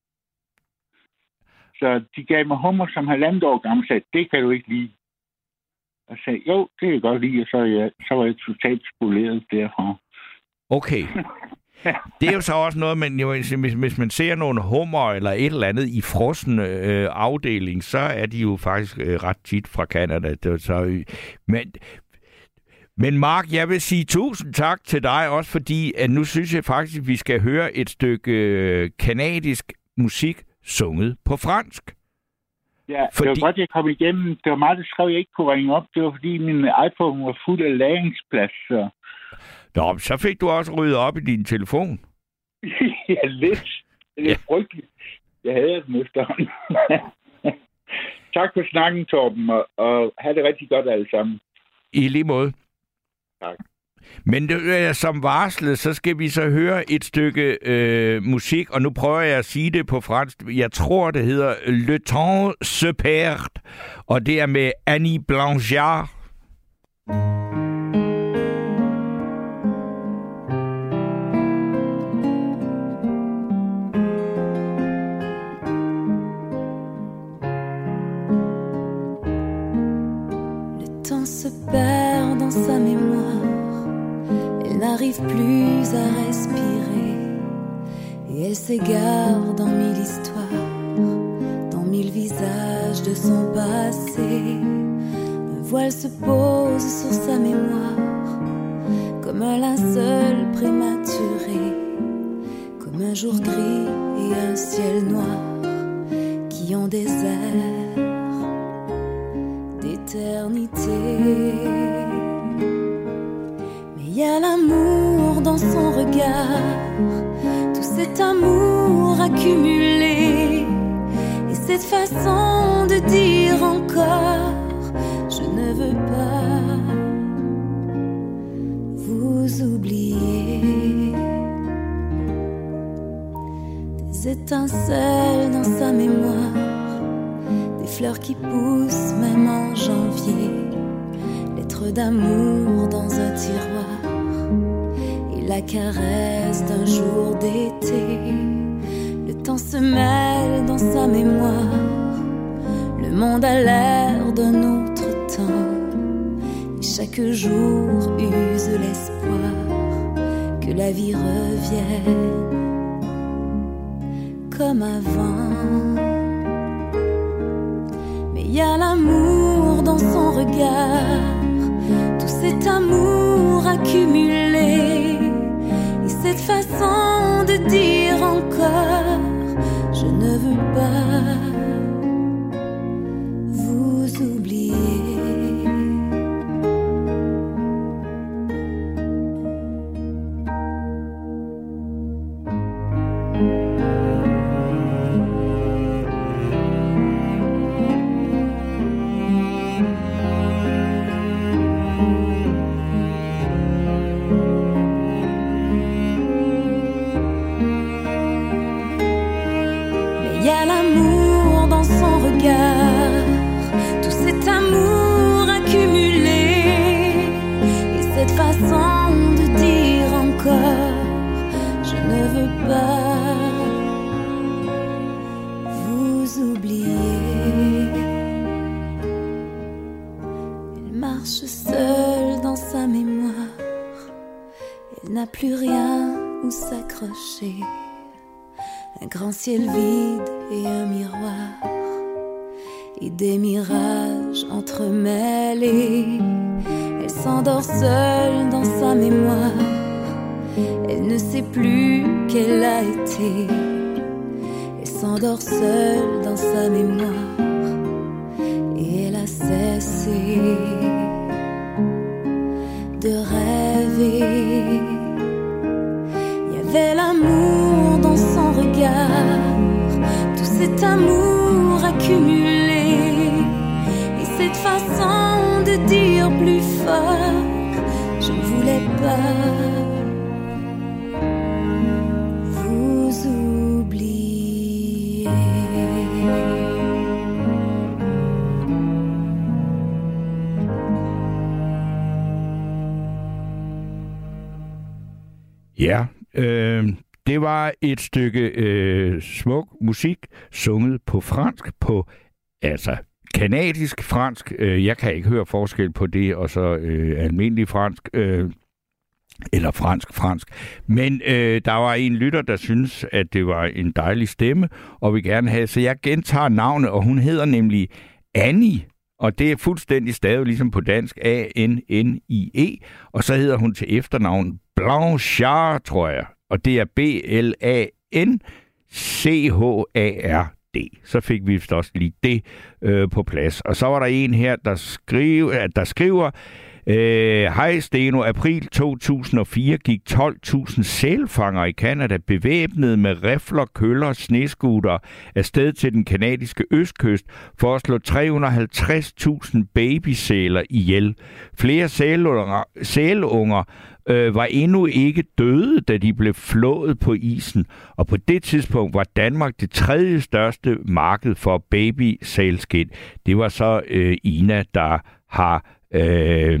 Speaker 9: Så de gav mig hummer som halvandet år gammel, og sagde, det kan du ikke lide. Og jeg sagde, jo, det kan jeg godt lide, og så, ja, så var jeg totalt spoleret derfra.
Speaker 3: Okay. Det er jo så også noget, man, jo, hvis, hvis man ser nogle hummer eller et eller andet i frossen øh, afdeling, så er de jo faktisk øh, ret tit fra Canada. Det så, øh, men, men Mark, jeg vil sige tusind tak til dig, også fordi at nu synes jeg faktisk, at vi skal høre et stykke øh, kanadisk musik sunget på fransk.
Speaker 9: Ja,
Speaker 3: fordi...
Speaker 9: det var godt, jeg kom igennem. Det var meget, der skrev, jeg ikke kunne ringe op. Det var, fordi min iPhone var fuld af lagringsplads, så...
Speaker 3: Nå, så fik du også ryddet op i din telefon.
Speaker 9: Ja, lidt. Det er ja. Frygteligt. Jeg havde den efterhånden. Tak for snakken, Torben, og, og have det rigtig godt alle sammen.
Speaker 3: I lige måde.
Speaker 9: Tak.
Speaker 3: Men det, som varslet, så skal vi så høre et stykke øh, musik, og nu prøver jeg at sige det på fransk. Jeg tror, det hedder Le Temps se perd, og det er med Annie Blanchard.
Speaker 5: Se perd dans sa mémoire, elle n'arrive plus à respirer, et elle s'égare dans mille histoires, dans mille visages de son passé. Un voile se pose sur sa mémoire, comme un linceul prématuré, comme un jour gris et un ciel noir qui ont des airs d'éternité. Mais il y a l'amour dans son regard, tout cet amour accumulé, et cette façon de dire encore, je ne veux pas vous oublier. qui poussent même en janvier, lettres d'amour dans un tiroir et la caresse d'un jour d'été. Le temps se mêle dans sa mémoire, le monde a l'air d'un autre temps et chaque jour use l'espoir que la vie revienne comme avant. Mais il y a l'amour dans son regard, tout cet amour accumulé et cette façon de dire encore je ne veux pas vous oublier. Un grand ciel vide et un miroir et des mirages entremêlés. Elle s'endort seule dans sa mémoire, elle ne sait plus qu'elle a été. Elle s'endort seule dans sa mémoire et elle a cessé de rêver. Il y avait l'amour dans son regard, tout cet amour accumulé et cette façon de dire plus fort je ne voulais pas vous oublier.
Speaker 3: Ja, øh, det var et stykke øh, smuk musik, sunget på fransk, på altså kanadisk fransk. Øh, jeg kan ikke høre forskel på det, og så øh, almindelig fransk, øh, eller fransk-fransk. Men øh, der var en lytter, der synes, at det var en dejlig stemme, og vil gerne have, så jeg gentager navnet, og hun hedder nemlig Annie. Og det er fuldstændig stadig ligesom på dansk, A N N I E. Og så hedder hun til efternavn Blanchard, tror jeg. Og det er B L A N C H A R D. Så fik vi også lige det øh, på plads. Og så var der en her, der, skriver, der skriver, hej Steno, april to tusind og fire gik tolv tusind sælfangere i Canada bevæbnet med rifler, køller, snescooter afsted til den kanadiske østkyst for at slå tre hundrede og halvtreds tusind babysæler ihjel. Flere sælunger, sælunger øh, var endnu ikke døde, da de blev flået på isen. Og på det tidspunkt var Danmark det tredje største marked for babysælskind. Det var så øh, Ina, der har Øh,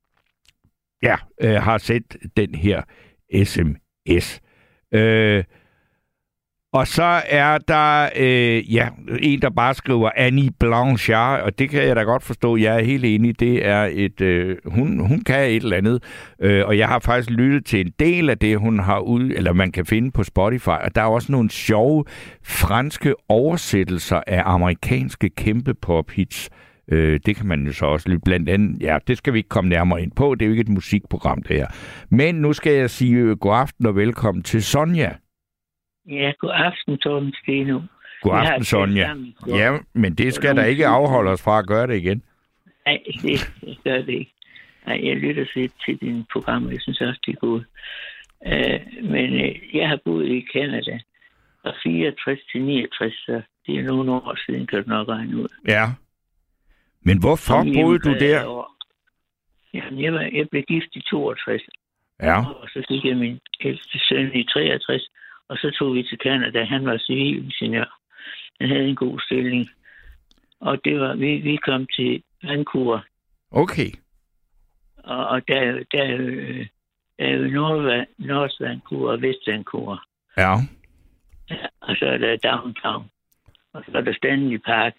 Speaker 3: ja, øh, har sendt den her sms. Øh, og så er der øh, ja, en, der bare skriver Annie Blanchard, og det kan jeg da godt forstå. Jeg er helt enig. Det er et, øh, hun, hun kan et eller andet. Øh, og jeg har faktisk lyttet til en del af det, hun har ud, eller man kan finde på Spotify. Og der er også nogle sjove franske oversættelser af amerikanske kæmpe pop-hits. Øh, det kan man jo så også lidt blandt andet. Ja, det skal vi ikke komme nærmere ind på. Det er jo ikke et musikprogram, det her. Men nu skal jeg sige god aften og velkommen til Sonja.
Speaker 10: Ja, god aften, Torben Steno.
Speaker 3: God aften, Sonja. Ja, men det skal der ikke afholde os fra at gøre det igen.
Speaker 10: Nej, det, det gør det ikke. Nej, jeg lytter til, til dine programmer. Jeg synes også, de er gode. Uh, men uh, jeg har boet i Canada fra fireogtres til niogtres, så det er nogle år siden, kan du nok regne ud.
Speaker 3: Ja. Men hvorfor boede du der?
Speaker 10: Jamen, jeg, var, jeg blev gift i toogtres.
Speaker 3: Ja.
Speaker 10: Og så fik jeg min ældste søn i treogtres. Og så tog vi til Canada. Han var civilingeniør. Han havde en god stilling. Og det var, vi, vi kom til Vancouver.
Speaker 3: Okay.
Speaker 10: Og, og der, er jo- der, er jo- der er jo Nord, North Vancouver og Vest Vancouver.
Speaker 3: Ja.
Speaker 10: Ja, og så er der Downtown. Og så er der Stanley Park.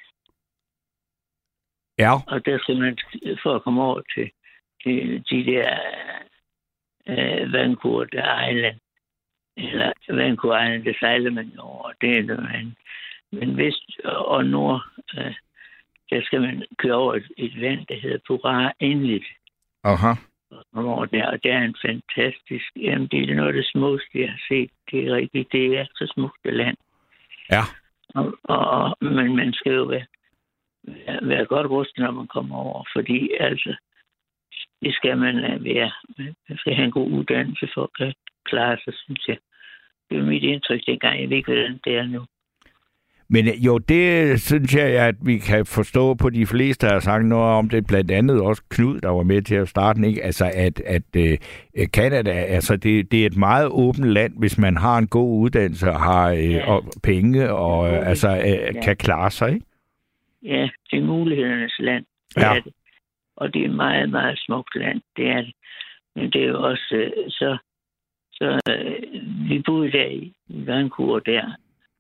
Speaker 3: Ja.
Speaker 10: Og der skal man, for at komme over til, til de der uh, Vancouver der Island, eller Vancouver Island, der sejler man over. Det er noget andet. Men vest og nord, uh, der skal man køre over et, et vand, der hedder Pura Inlet.
Speaker 3: Aha.
Speaker 10: Komme over der, og det er en fantastisk, jamen det er noget af det smukkeste, jeg har set. Det er rigtigt, det er så smukt et land.
Speaker 3: Ja.
Speaker 10: Og, og, men man skal jo være, være, være godt rustet, når man kommer over, fordi altså, det skal man øh, være. Man skal have en god uddannelse for at kan klare sig, synes jeg. Det var mit indtryk dengang. Jeg ved ikke, hvordan det er nu.
Speaker 3: Men jo, det synes jeg, at vi kan forstå på de fleste, der har sagt noget om det. Blandt andet også Knud, der var med til at starte den, ikke? Altså, at, at uh, Canada, altså, det, det er et meget åbent land, hvis man har en god uddannelse og har uh,
Speaker 10: Ja.
Speaker 3: og penge og
Speaker 10: Ja,
Speaker 3: uh, altså, uh,
Speaker 10: ja.
Speaker 3: kan klare sig, ikke?
Speaker 10: Ja, det er mulighedernes land. Det
Speaker 3: Ja.
Speaker 10: er det. Og det er et meget, meget smukt land. Det er det. Men det er jo også øh, så... Så øh, vi boede der i Vancouver der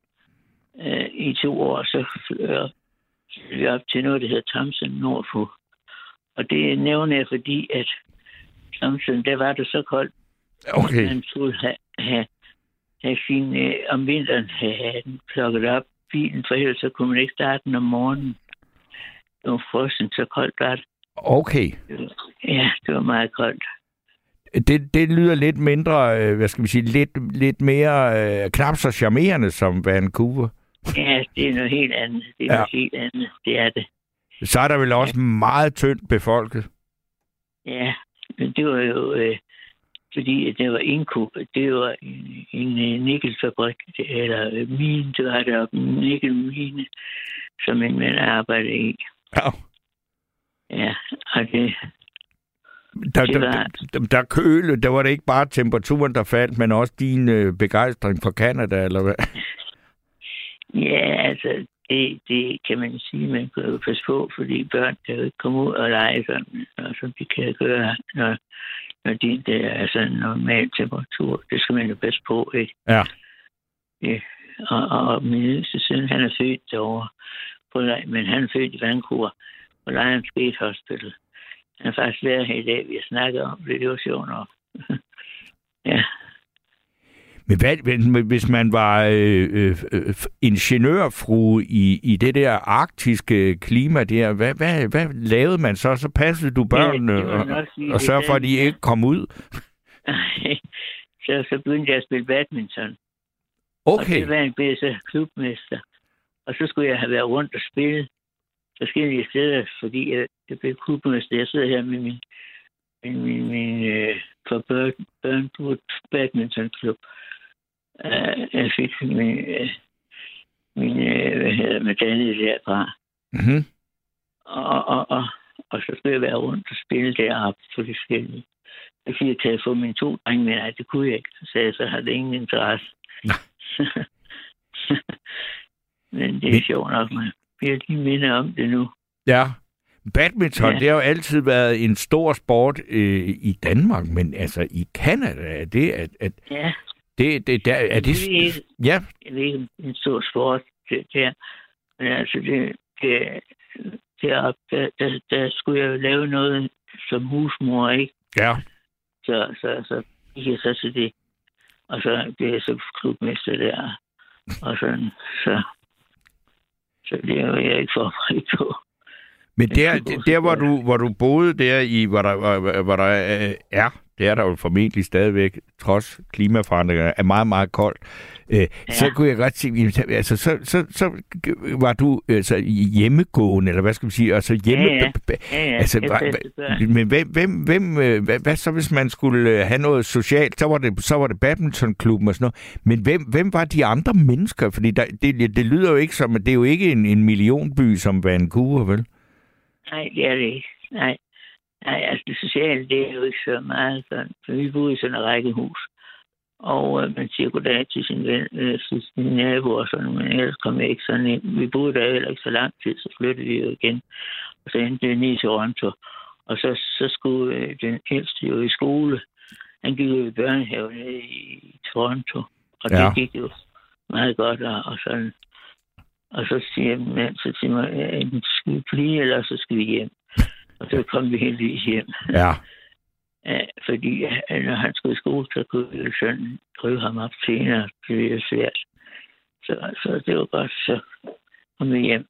Speaker 10: øh, i to år, så flyttede vi op til noget, der hedder Thompson nordpå. Og det nævner jeg, fordi at Thompson, der var det så koldt,
Speaker 3: Okay.
Speaker 10: man skulle have, have, have sin, øh, om vinteren have den plukket op bilen, for ellers så kunne man ikke starte den om morgenen. Det var frossen, så koldt var det.
Speaker 3: Okay.
Speaker 10: Ja, det var meget koldt.
Speaker 3: Det, det lyder lidt mindre, øh, hvad skal vi sige, lidt, lidt mere øh, knap så charmerende som Vancouver.
Speaker 10: Ja, det er noget helt andet. Det er
Speaker 3: Ja.
Speaker 10: noget helt andet. Det er det.
Speaker 3: Så er der vel også meget tyndt befolket.
Speaker 10: Ja, men det var jo, øh, fordi at det var indkøb. Det var en, en, en nikkelfabrik, eller øh, mine, det var der en nikkelmine, som en mand arbejdede i.
Speaker 3: Ja.
Speaker 10: Ja, og det,
Speaker 3: Der,
Speaker 10: Det
Speaker 3: der,
Speaker 10: var-
Speaker 3: der, der køle, der var det ikke bare temperaturen, der faldt, men også din øh, begejstring for Canada, eller hvad?
Speaker 10: ja, altså, det, det kan man sige, man kan jo passe på, fordi børn kan jo ikke komme ud og lege sådan, og som de kan gøre, når, når de, det er sådan en normal temperatur. Det skal man jo passe på, ikke?
Speaker 3: Ja.
Speaker 10: Ja, og, og, og min yngste søn, han er født derovre, på, Lej- men han er født i Vancouver, på Lions Gate Hospital. Han har faktisk været her i dag, vi har snakket om det, det var sjovt nok. Ja,
Speaker 3: Men hvad, men hvis man var øh, øh, øh, ingeniørfrue i, i det der arktiske klima der, hvad, hvad, hvad lavede man så? Så passede du børnene
Speaker 10: Ja, det må
Speaker 3: og,
Speaker 10: jeg nok sige,
Speaker 3: og
Speaker 10: det
Speaker 3: sørgede for, at de
Speaker 10: sagde-
Speaker 3: ikke kom ud?
Speaker 10: så, så begyndte jeg at spille badminton.
Speaker 3: Okay.
Speaker 10: Og så var jeg blevet så klubmester. Og så skulle jeg have været rundt og spille forskellige steder, fordi jeg, jeg blev klubmester. Jeg sidder her med min, min, min, min øh, for børn, Burnwood badmintonklub. Uh, jeg fik min, øh, min øh, hvad hedder, medalje derfra.
Speaker 3: Mm-hmm.
Speaker 10: Og, og, og, og så skulle jeg være rundt og spille deroppe for de forskellige. Jeg fik til at få mine to drenge, men nej, det kunne jeg ikke. Så sagde jeg, så har det ingen interesse. Men det er
Speaker 3: Men-
Speaker 10: sjovt nok, man bliver lige minde om det nu.
Speaker 3: Ja. Badminton,
Speaker 10: Ja.
Speaker 3: det har jo altid været en stor sport øh, i Danmark, men altså i Canada, er det... At, at
Speaker 10: Ja,
Speaker 3: det, det, der, er det
Speaker 10: Jeg ved ikke.
Speaker 3: ja,
Speaker 10: jeg ved ikke, om det er en stor sport, det der. Men altså, det, det, deroppe, der, der, der skulle jeg jo lave noget som husmor, ikke?
Speaker 3: ja.
Speaker 10: Så, så, så gik jeg så til det. Og så blev jeg så klubmester der. Og sådan, så... Så det er jo jeg ikke forberedt på.
Speaker 3: Men der,
Speaker 10: kunne
Speaker 3: der,
Speaker 10: også
Speaker 3: der hvor,
Speaker 10: gøre
Speaker 3: du, hvor du boede der i, hvor der, hvor, hvor der øh, er, det er der jo formentlig stadigvæk, trods klimaforandringer, er meget, meget koldt. Øh, ja. Så kunne jeg godt sige, altså, så, så, så var du altså, hjemmegående, eller hvad skal man sige, altså hjemme...
Speaker 10: Ja, ja. Ja, ja.
Speaker 3: Altså,
Speaker 10: Jeg
Speaker 3: var,
Speaker 10: passede børn.
Speaker 3: men hvem, hvem, hvem øh, hvad, hvad så, hvis man skulle øh, have noget socialt, så var det, så var det badmintonklubben og sådan noget. Men hvem, hvem var de andre mennesker? Fordi der, det, det lyder jo ikke som, at det er jo ikke en, en millionby som Vancouver, vel?
Speaker 10: Nej, det er det ikke. Nej. Nej, altså det sociale, det er jo ikke så meget sådan. For vi boede i sådan en rækkehus. Og øh, man siger goddag til sin ven, øh, til sin nabo og sådan, men ellers kom jeg ikke sådan ind. Vi boede der heller ikke så lang tid, så flyttede vi jo igen. Og så endte jeg ned i Toronto. Og så, så skulle øh, den ældste jo i skole. Han gik jo i børnehave nede i Toronto. Og ja. Det gik jo meget godt. Og, og sådan. Og så siger man så til mig, enten skal vi blive, eller så skal vi hjem. Og så kom vi heldigvis hjem.
Speaker 3: Ja.
Speaker 10: Ja, fordi når han skulle i skole, så kunne vi jo sådan drive ham op senere. Det blev svært. Så, så det var godt, så kom vi hjem.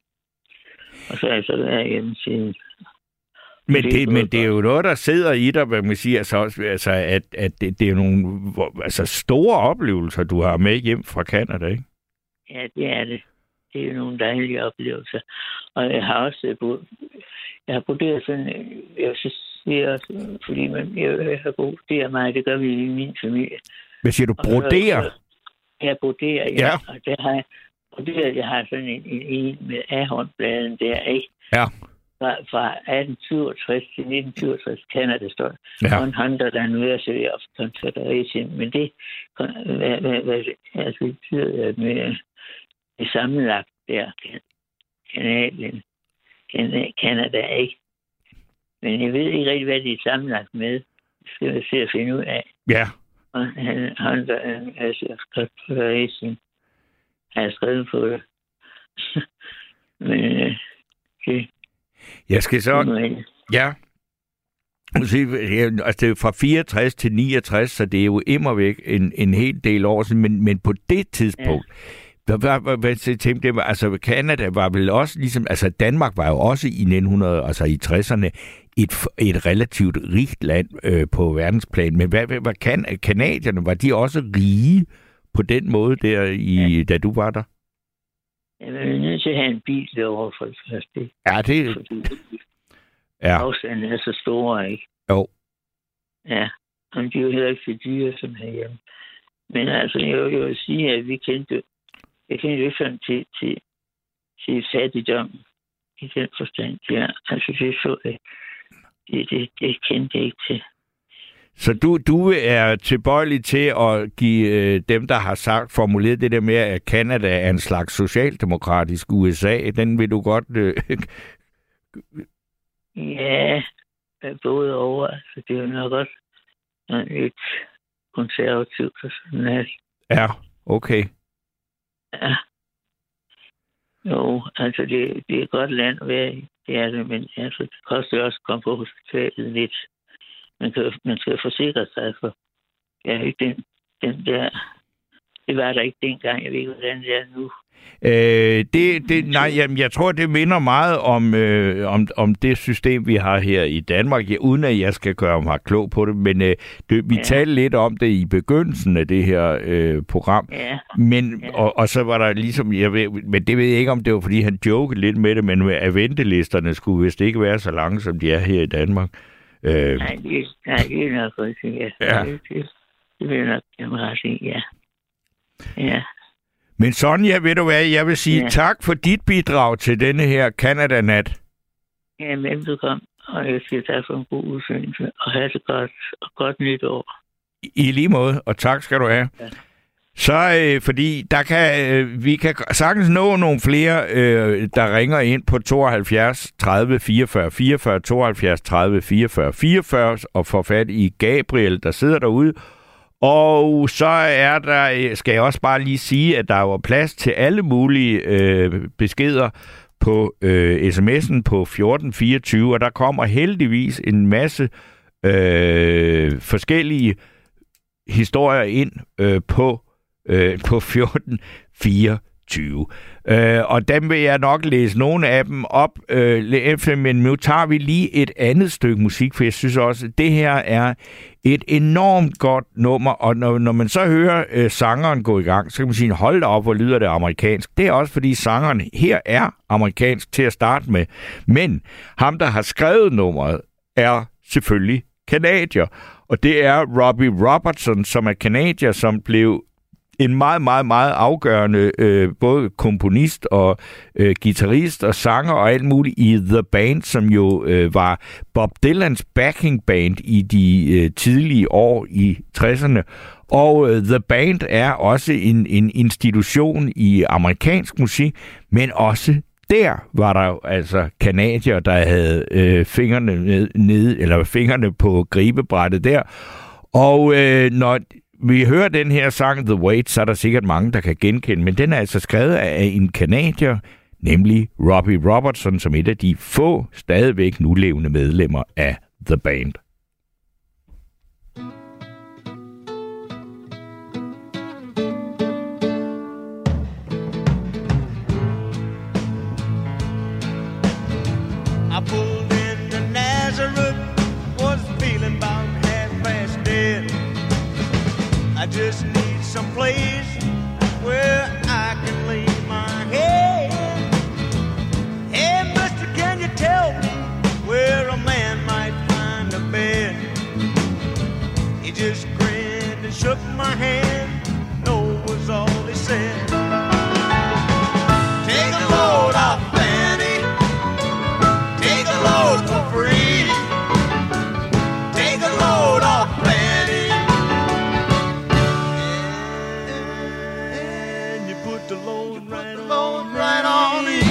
Speaker 10: Og så er jeg så været hjemme siden.
Speaker 3: Men det, men det er jo noget, der sidder i dig, hvad man siger, altså, også, altså at, at det, det er nogle altså, store oplevelser, du har med hjem fra Canada, ikke?
Speaker 10: Ja, det er det. Det er jo nogle dejlige oplevelser. Og jeg har også boet, jeg har boet sådan, jeg siger også, fordi man, jeg, jeg har boet der meget, det gør vi i min familie.
Speaker 3: Hvad siger du, broderer?
Speaker 10: Jeg broderer, ja. ja. Og der har jeg, broderet, jeg har sådan en, en, en med ahornbladen der, ikke?
Speaker 3: Ja.
Speaker 10: Fra, fra atten syvogtres til nitten syvogtres, Canada står
Speaker 3: ja.
Speaker 10: one hundred anniversary of Confederation. Men det, hvad, hvad, hvad altså, det betyder med det sammenlagt der, Kanadien, Canada, ikke? Men jeg ved ikke rigtig, hvad det er sammenlagt med. Det skal jeg se at finde ud af.
Speaker 3: Ja.
Speaker 10: Og han har altså Confederation. Har jeg skrevet på det. Men øh, det...
Speaker 3: Jeg skal så... Ja. Altså, det er fra fireogtres til niogtres, så det er jo immervæk en, en hel del år siden, men, men på det tidspunkt... Ja. Hvad, hvad, hvad tænkte jeg, altså Canada var vel også ligesom, altså Danmark var jo også i nitten hundrede, altså i tresserne, et, et relativt rigt land øh, på verdensplan, men hvad, hvad var kan, kanadierne, var de også rige på den måde der, i, ja. Da du var der?
Speaker 10: Ja, man er nødt til at have en bil derovre for det første.
Speaker 3: Ja, det...
Speaker 10: Fordi
Speaker 3: ja.
Speaker 10: Afstanden er så store, ikke?
Speaker 3: Jo.
Speaker 10: Ja, og de er jo heller ikke så dyre som herhjemme. Men altså, jeg vil jo sige, at vi kendte Jeg kendte jo ikke sådan til, til, til fattigdom i den forstand. Ja, altså det så jeg. Det, det, det kendte jeg ikke til.
Speaker 3: Så du, du er tilbøjelig til at give øh, dem, der har sagt, formuleret det der med, at Canada er en slags socialdemokratisk U S A, den vil du godt... Øh...
Speaker 10: ja, både over. Altså, det er jo nok også lidt konservativt og sådan noget.
Speaker 3: Ja, okay.
Speaker 10: Ja. Jo, altså det, det er et godt land at være i. Det er det, men altså, det koster også at komme på hospitalet lidt. Man, kan, man skal forsikre sig for. Ja, ikke den, den der... Det var der ikke dengang. Jeg ved ikke, hvordan det er nu.
Speaker 3: Øh, det, det, nej, jamen, jeg tror, det minder meget om, øh, om, om det system, vi har her i Danmark, ja, uden at jeg skal gøre mig klog på det, men øh, det, vi ja. talte lidt om det i begyndelsen af det her øh, program,
Speaker 10: ja.
Speaker 3: men,
Speaker 10: ja.
Speaker 3: Og, og så var der ligesom, jeg ved, men det ved jeg ikke, om det var, fordi han jokede lidt med det, men at ventelisterne skulle vist ikke være så lange, som de er her i Danmark. Øh.
Speaker 10: Nej, det, nej, det er nok rigtigt, ja.
Speaker 3: ja.
Speaker 10: Det, det, det vil jeg nok gerne ret i, ja. Ja.
Speaker 3: Men Sonja, ved du hvad, jeg vil sige
Speaker 10: ja.
Speaker 3: tak for dit bidrag til denne her Canada-nat.
Speaker 10: Ja, velbekomme, og jeg siger tak for en god udsendelse, og have det godt, og godt nytår.
Speaker 3: I, I lige måde, og tak skal du have. Ja. Så øh, fordi der kan, øh, vi kan sagtens nå nogle flere, øh, der ringer ind på tooghalvfjerds tredive fireogfyrre fireogfyrre, tooghalvfjerds tredive fireogfyrre fireogfyrre, og får fat i Gabriel, der sidder derude. Og så er der, skal jeg også bare lige sige, at der var plads til alle mulige øh, beskeder på øh, sms'en på fjorten fireogtyve, og der kommer heldigvis en masse øh, forskellige historier ind øh, på, øh, på fjorten fireogtyve. Øh, og dem vil jeg nok læse nogle af dem op, øh, men nu tager vi lige et andet stykke musik, for jeg synes også, at det her er et enormt godt nummer, og når, når man så hører øh, sangeren gå i gang, så kan man sige, hold da op, hvor lyder det amerikansk. Det er også, fordi sangeren her er amerikansk til at starte med, men ham, der har skrevet nummeret, er selvfølgelig kanadier, og det er Robbie Robertson, som er kanadier, som blev en meget, meget, meget afgørende øh, både komponist og øh, guitarist og sanger og alt muligt i The Band, som jo øh, var Bob Dylans backing band i de øh, tidlige år i tresserne. Og øh, The Band er også en, en institution i amerikansk musik, men også der var der jo altså kanadier, der havde øh, fingrene ned, ned, eller fingrene på gribebrættet der. Og øh, når vi hører den her sang, The Wait, så er der sikkert mange, der kan genkende, men den er altså skrevet af en kanadier, nemlig Robbie Robertson, som et af de få stadigvæk nulevende medlemmer af The Band.
Speaker 11: I pulled into Nazareth, was feeling about half past dead. I just need some place where I can lay my head. Hey, mister, can you tell me where a man might find a bed? He just grinned and shook my hand. No was all he said. Take a load off, Fanny. Take a load for free. Take a load off, Fanny. And you put the load right on, load right on me.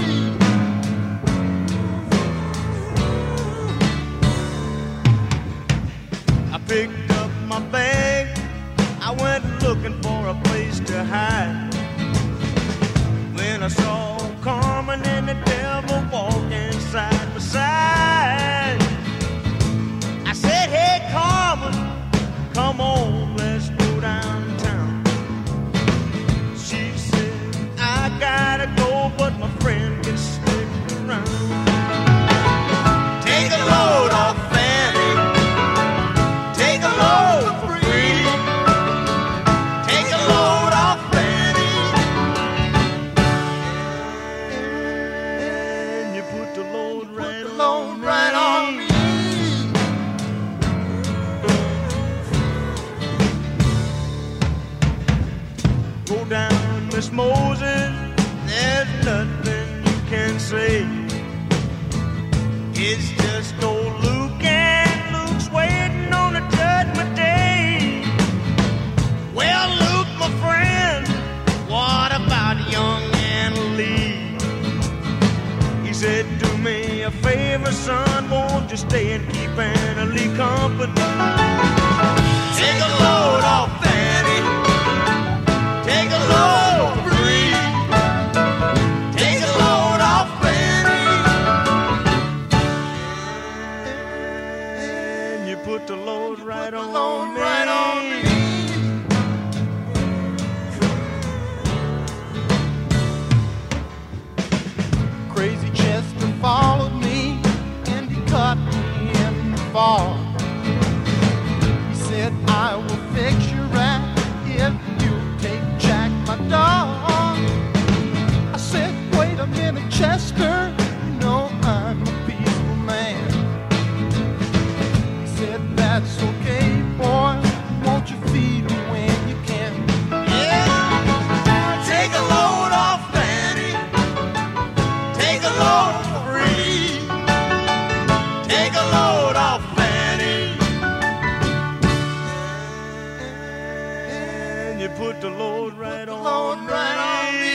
Speaker 11: I picked up my bag. I went looking for a place to hide. When I saw Carmen and the devil walking side by side, I said, hey, Carmen, come on, let's go downtown. She said, I gotta go, but my friend can stick around. Take a load off, Fanny. Take a load for free. Take a load off, Fanny. And you put the load right, the load right on me. Go down, Miss Moses, there's nothing you can say. It's just old Luke, and Luke's waiting on the judgment day. Well, Luke, my friend, what about young Anna Lee? He said, do me a favor, son, won't you stay and keep Anna Lee company? Take a load off, Fanny. Take a load free. Take a load off, Fanny. And you put the load right on, load me. Right on me. Crazy Chester followed me and he caught me in the fall. He said, I will fix you right if you take Jack, my dog. I said, wait a minute, Chester, you know I'm a peaceful man. He said, that's okay, boy, won't you feed him when you can? Yeah, take a load off, Fanny. Take a load for free. Take a load off, Fanny. And you put the load right on, load right on me.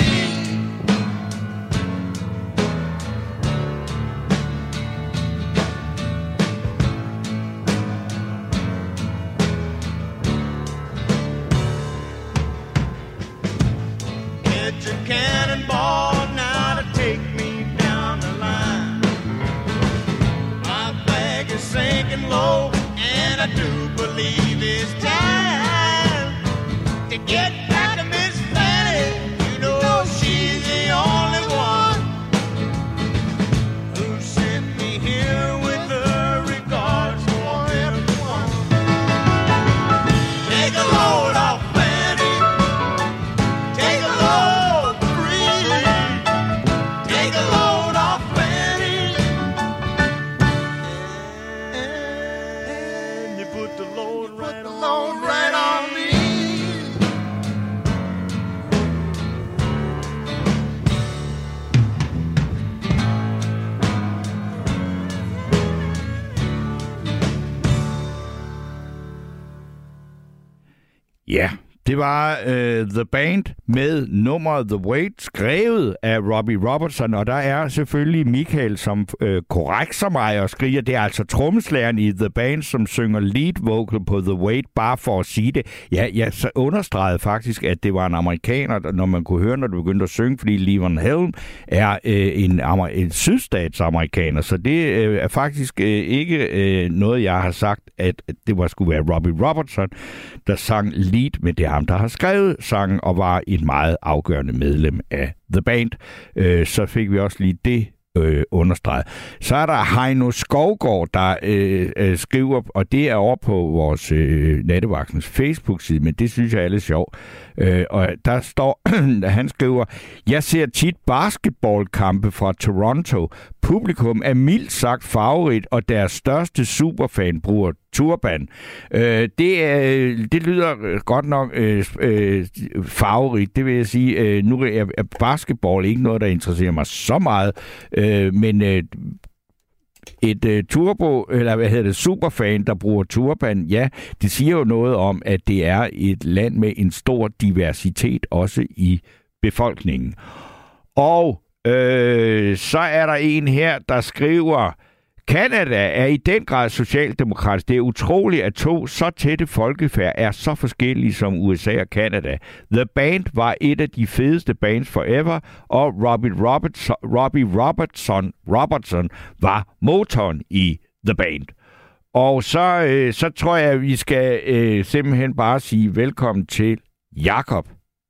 Speaker 11: Get your cannonball now to take me down the line. My bag is sinking low, and I do believe it's time to get back to Miss Fanny. You know she's the only one who sent me here with her regards for everyone. Take a load off, Fanny. Take a load free. Take a load off, Fanny. And you put the load right on, right on me.
Speaker 3: Ja, det var uh, The Band med nummeret The Wait, skrevet af Robbie Robertson, og der er selvfølgelig Michael, som uh, korrekser mig og skriger. Det er altså trommeslageren i The Band, som synger lead vocal på The Wait, bare for at sige det. Ja, jeg så understregede faktisk, at det var en amerikaner, når man kunne høre, når du begyndte at synge, fordi Levon Helm er uh, en, amer- en sydstatsamerikaner, så det uh, er faktisk uh, ikke uh, noget, jeg har sagt, at det var skulle være Robbie Robertson, der sang lead, med det ham, der har skrevet sangen og var et meget afgørende medlem af The Band. Øh, så fik vi også lige det øh, understreget. Så er der Heino Skovgaard, der øh, øh, skriver, og det er over på vores øh, Nattevagtens Facebook-side, men det synes jeg er lidt sjovt. Øh, og der står, han skriver, jeg ser tit basketballkampe fra Toronto. Publikum er mildt sagt farverigt, og deres største superfan bruger turban. Øh, det, er, det lyder godt nok øh, øh, farverigt, det vil jeg sige. Øh, nu er, er basketball ikke noget, der interesserer mig så meget, øh, men øh, et øh, turbo, eller hvad hedder det, superfan, der bruger turban, ja, det siger jo noget om, at det er et land med en stor diversitet, også i befolkningen. Og øh, så er der en her, der skriver, Canada er i den grad socialdemokratisk. Det er utroligt, at to så tætte folkefærd er så forskellige som U S A og Canada. The Band var et af de fedeste bands forever, og Robbie Robertson, Robbie Robertson, Robertson var motoren i The Band. Og så, øh, så tror jeg, at vi skal øh, simpelthen bare sige velkommen til Jakob.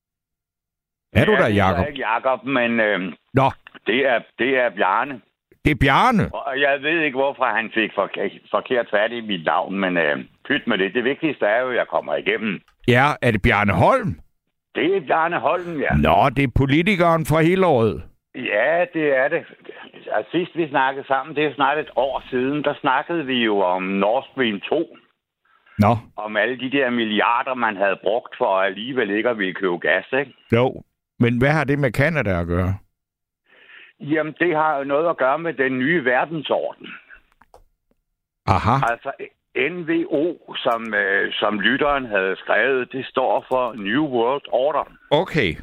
Speaker 3: Er ja, du der, Jakob?
Speaker 12: Det er ikke Jakob, men øh,
Speaker 3: Nå.
Speaker 12: Det, er, det er Bjarne.
Speaker 3: Det er Bjarne.
Speaker 12: Og jeg ved ikke, hvorfor han fik forkert, forkert fat i mit navn, men øh, pyt med det. Det vigtigste er jo, at jeg kommer igennem.
Speaker 3: Ja, er det Bjarne Holm?
Speaker 12: Det er Bjarne Holm, ja.
Speaker 3: Nå, det er politikeren fra Hillerød.
Speaker 12: Ja, det er det. Altså, sidst vi snakkede sammen, det er snart et år siden, der snakkede vi jo om Nord Stream to.
Speaker 3: Nå.
Speaker 12: Om alle de der milliarder, man havde brugt for alligevel ikke at ville købe gas, ikke?
Speaker 3: Jo, men hvad har det med Canada at gøre?
Speaker 12: Jamen, det har jo noget at gøre med den nye verdensorden.
Speaker 3: Aha.
Speaker 12: Altså, N V O, som, øh, som lytteren havde skrevet, det står for New World Order.
Speaker 3: Okay.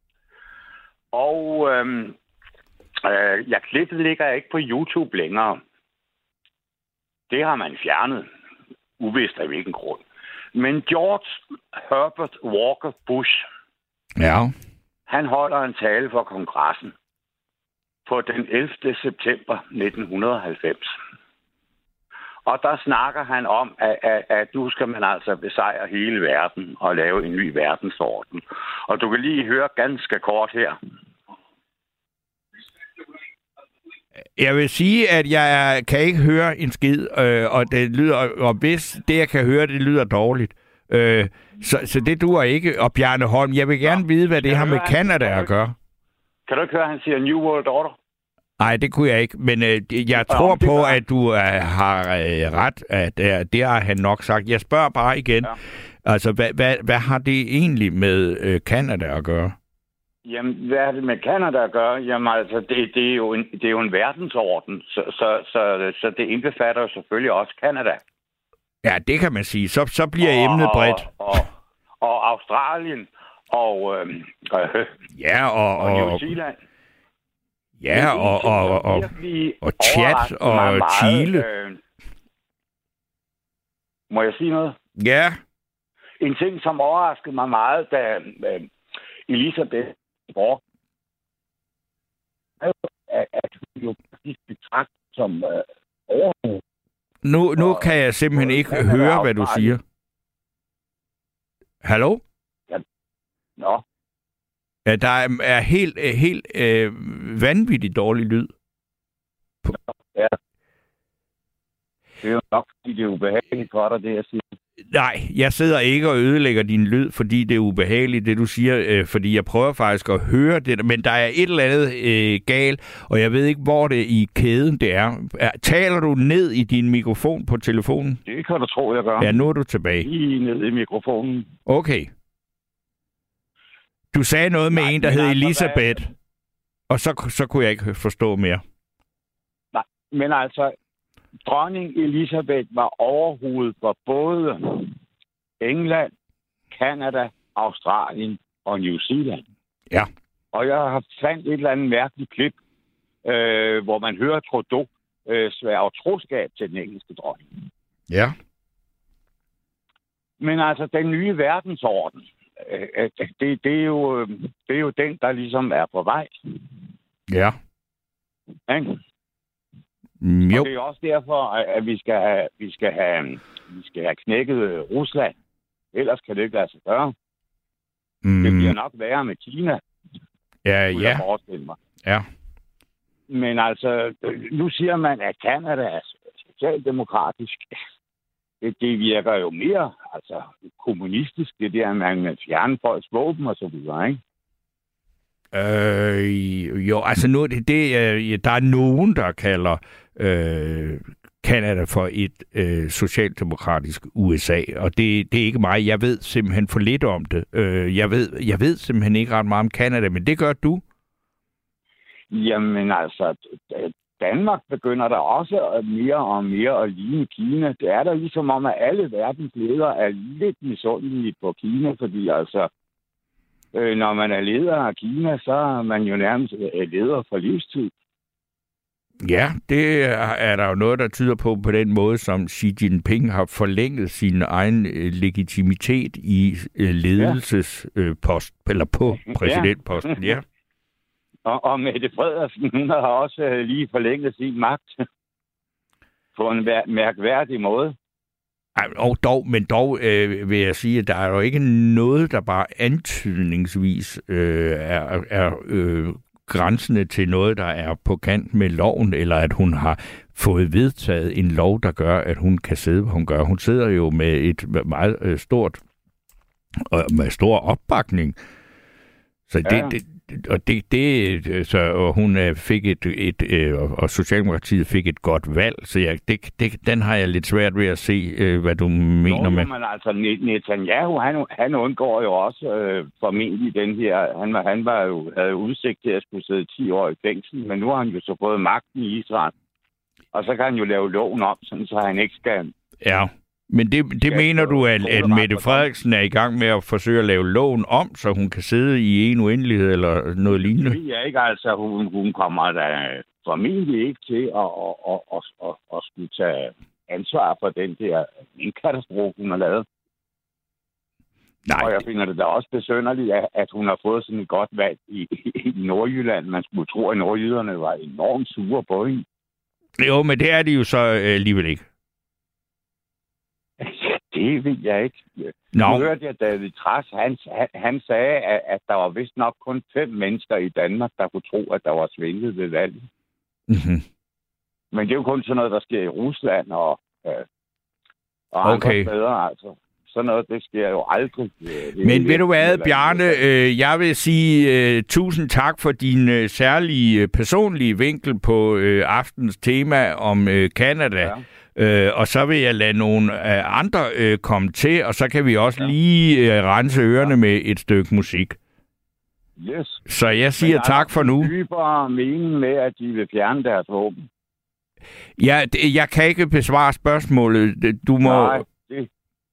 Speaker 12: Og øh, øh, jeg klippet ligger ikke på YouTube længere. Det har man fjernet. Uvist af hvilken grund. Men George Herbert Walker Bush,
Speaker 3: ja,
Speaker 12: han holder en tale for kongressen på den ellevte september nitten halvfems. Og der snakker han om, at, at, at nu skal man altså besejre hele verden og lave en ny verdensorden. Og du kan lige høre ganske kort her.
Speaker 3: Jeg vil sige, at jeg kan ikke høre en skid, øh, og det lyder, og hvis det, jeg kan høre, det lyder dårligt. Øh, så, så det duer ikke. Og Bjarne Holm, jeg vil gerne Nå, vide, hvad det har med Canada at gøre.
Speaker 12: Kan du ikke høre, at han siger New World Order?
Speaker 3: Nej, det kunne jeg ikke, men øh, jeg tror ja, på, at du øh, har øh, ret, at øh, det har han nok sagt. Jeg spørger bare igen, ja. altså, hvad, hvad, hvad har det egentlig med øh, Canada at gøre?
Speaker 12: Jamen, hvad har det med Canada at gøre? Jamen, altså, det, det, er, jo en, det er jo en verdensorden, så, så, så, så det indbefatter jo selvfølgelig også Canada.
Speaker 3: Ja, det kan man sige. Så, så bliver og, emnet bredt.
Speaker 12: Og, og, og Australien, og, øh, øh,
Speaker 3: ja, og, og,
Speaker 12: og New Zealand.
Speaker 3: Ja, og, og, og, og, og Tchad og Chile. Øh,
Speaker 12: må jeg sige noget?
Speaker 3: Ja.
Speaker 12: En ting, som overraskede mig meget, da øh, Elisabeth Borg, at, at hun jo faktisk betragtet som øh, overhoved.
Speaker 3: Nu, nu kan jeg simpelthen ikke og, høre, hvad du siger. Hallo?
Speaker 12: Ja. Nå.
Speaker 3: Ja, der er, er helt, helt øh, vanvittigt dårlig lyd. På...
Speaker 12: Ja. Det er jo nok, fordi det er ubehageligt for dig, det jeg siger.
Speaker 3: Nej, jeg sidder ikke og ødelægger din lyd, fordi det er ubehageligt, det du siger, øh, fordi jeg prøver faktisk at høre det, men der er et eller andet øh, galt, og jeg ved ikke, hvor det i kæden det er. er. Taler du ned i din mikrofon på telefonen?
Speaker 12: Det kan du tro, jeg gør.
Speaker 3: Ja, nu er du tilbage.
Speaker 12: Lige ned i mikrofonen.
Speaker 3: Okay. Du sagde noget med Nej, en, der hed altså, Elisabeth, hvad... og så, så kunne jeg ikke forstå mere.
Speaker 12: Nej, men altså, dronning Elisabeth var overhovedet for både England, Canada, Australien og New Zealand.
Speaker 3: Ja.
Speaker 12: Og jeg har fandt et eller andet mærkeligt klip, øh, hvor man hører Trudeau øh, sværge troskab til den engelske dronning.
Speaker 3: Ja.
Speaker 12: Men altså, den nye verdensorden, øh, det, det, er jo, det er jo den, der ligesom er på vej.
Speaker 3: Ja.
Speaker 12: Okay?
Speaker 3: Mm, jo.
Speaker 12: Og det er også derfor, at vi skal have, vi skal have, vi skal have knækket Rusland. Ellers kan det ikke lade sig gøre. Mm. Det bliver nok værre med Kina.
Speaker 3: Ja, ja.
Speaker 12: Mig.
Speaker 3: Ja.
Speaker 12: Men altså, nu siger man, at Canada er socialdemokratisk. Det, det virker jo mere altså, kommunistisk, det der, man fjerner folks våben og så videre, ikke?
Speaker 3: Øh, jo, altså nu, det, det, der er nogen, der kalder øh, Canada for et øh, socialdemokratisk U S A, og det, det er ikke mig. Jeg ved simpelthen for lidt om det. Øh, jeg, ved, jeg ved simpelthen ikke ret meget om Canada, men det gør du.
Speaker 12: Jamen altså, Danmark begynder der også mere og mere at ligne Kina. Det er der ligesom om, at alle verdens ledere er lidt misundelige på Kina, fordi altså, øh, når man er leder af Kina, så er man jo nærmest leder for livstid.
Speaker 3: Ja, det er der jo noget, der tyder på på den måde, som Xi Jinping har forlænget sin egen legitimitet i ledelsespost, ja. eller på præsidentposten, ja.
Speaker 12: Og, og Mette Frederiksen, hun har også lige forlænget sin magt på en mærkværdig måde.
Speaker 3: Ej, og dog, men dog øh, vil jeg sige, at der er jo ikke noget, der bare antydningsvis øh, er, er øh, grænsende til noget, der er på kant med loven, eller at hun har fået vedtaget en lov, der gør, at hun kan sidde, hvad hun gør. Hun sidder jo med et meget øh, stort, øh, med stor opbakning. Så det, ja. det Og det, det så og hun fik et, et, et og Socialdemokratiet fik et godt valg, så jeg, det, det, den har jeg lidt svært ved at se, hvad du mener
Speaker 12: Nå,
Speaker 3: med.
Speaker 12: Men altså Netanyahu, han, han undgår jo også øh, formentlig den her. Han var, han var jo havde udsigt til at skulle sidde ti år i fængsel, men nu har han jo så fået magten i Israel, og så kan han jo lave loven om, sådan, så han ikke skal.
Speaker 3: Ja. Men det, det mener du, at, at Mette Frederiksen er i gang med at forsøge at lave loven om, så hun kan sidde i en uendelighed eller noget lignende?
Speaker 12: Det er ikke, altså hun, hun kommer da formentlig ikke til at, at, at, at, at, at skulle tage ansvar for den der katastrofe, hun har lavet.
Speaker 3: Nej.
Speaker 12: Og jeg finder det da også besynderligt, at hun har fået sådan et godt valg i, i Nordjylland. Man skulle tro, at nordjyderne var enormt sure på hende.
Speaker 3: Jo, men det er de jo så alligevel ikke.
Speaker 12: Det ved jeg ikke.
Speaker 3: No.
Speaker 12: Nu hørte jeg David Trads, han, han sagde, at, at der var vist nok kun fem mennesker i Danmark, der kunne tro, at der var svindlet ved valget.
Speaker 3: Mm-hmm.
Speaker 12: Men det er jo kun sådan noget, der sker i Rusland og, øh, og andre
Speaker 3: okay.
Speaker 12: steder, altså. Sådan noget, det sker jo aldrig. Det
Speaker 3: Men ved du hvad, Bjarne, øh, jeg vil sige uh, tusind tak for din uh, særlige personlige vinkel på uh, aftens tema om uh, Canada. Ja. Øh, og så vil jeg lade nogle øh, andre øh, komme til, og så kan vi også ja. lige øh, rense ørerne ja. med et stykke musik.
Speaker 12: Yes.
Speaker 3: Så jeg siger Men tak for nu.
Speaker 12: Er der dybere mening med, at de vil fjerne deres våben?
Speaker 3: Ja, det, jeg kan ikke besvare spørgsmålet. Du må...
Speaker 12: Nej, det...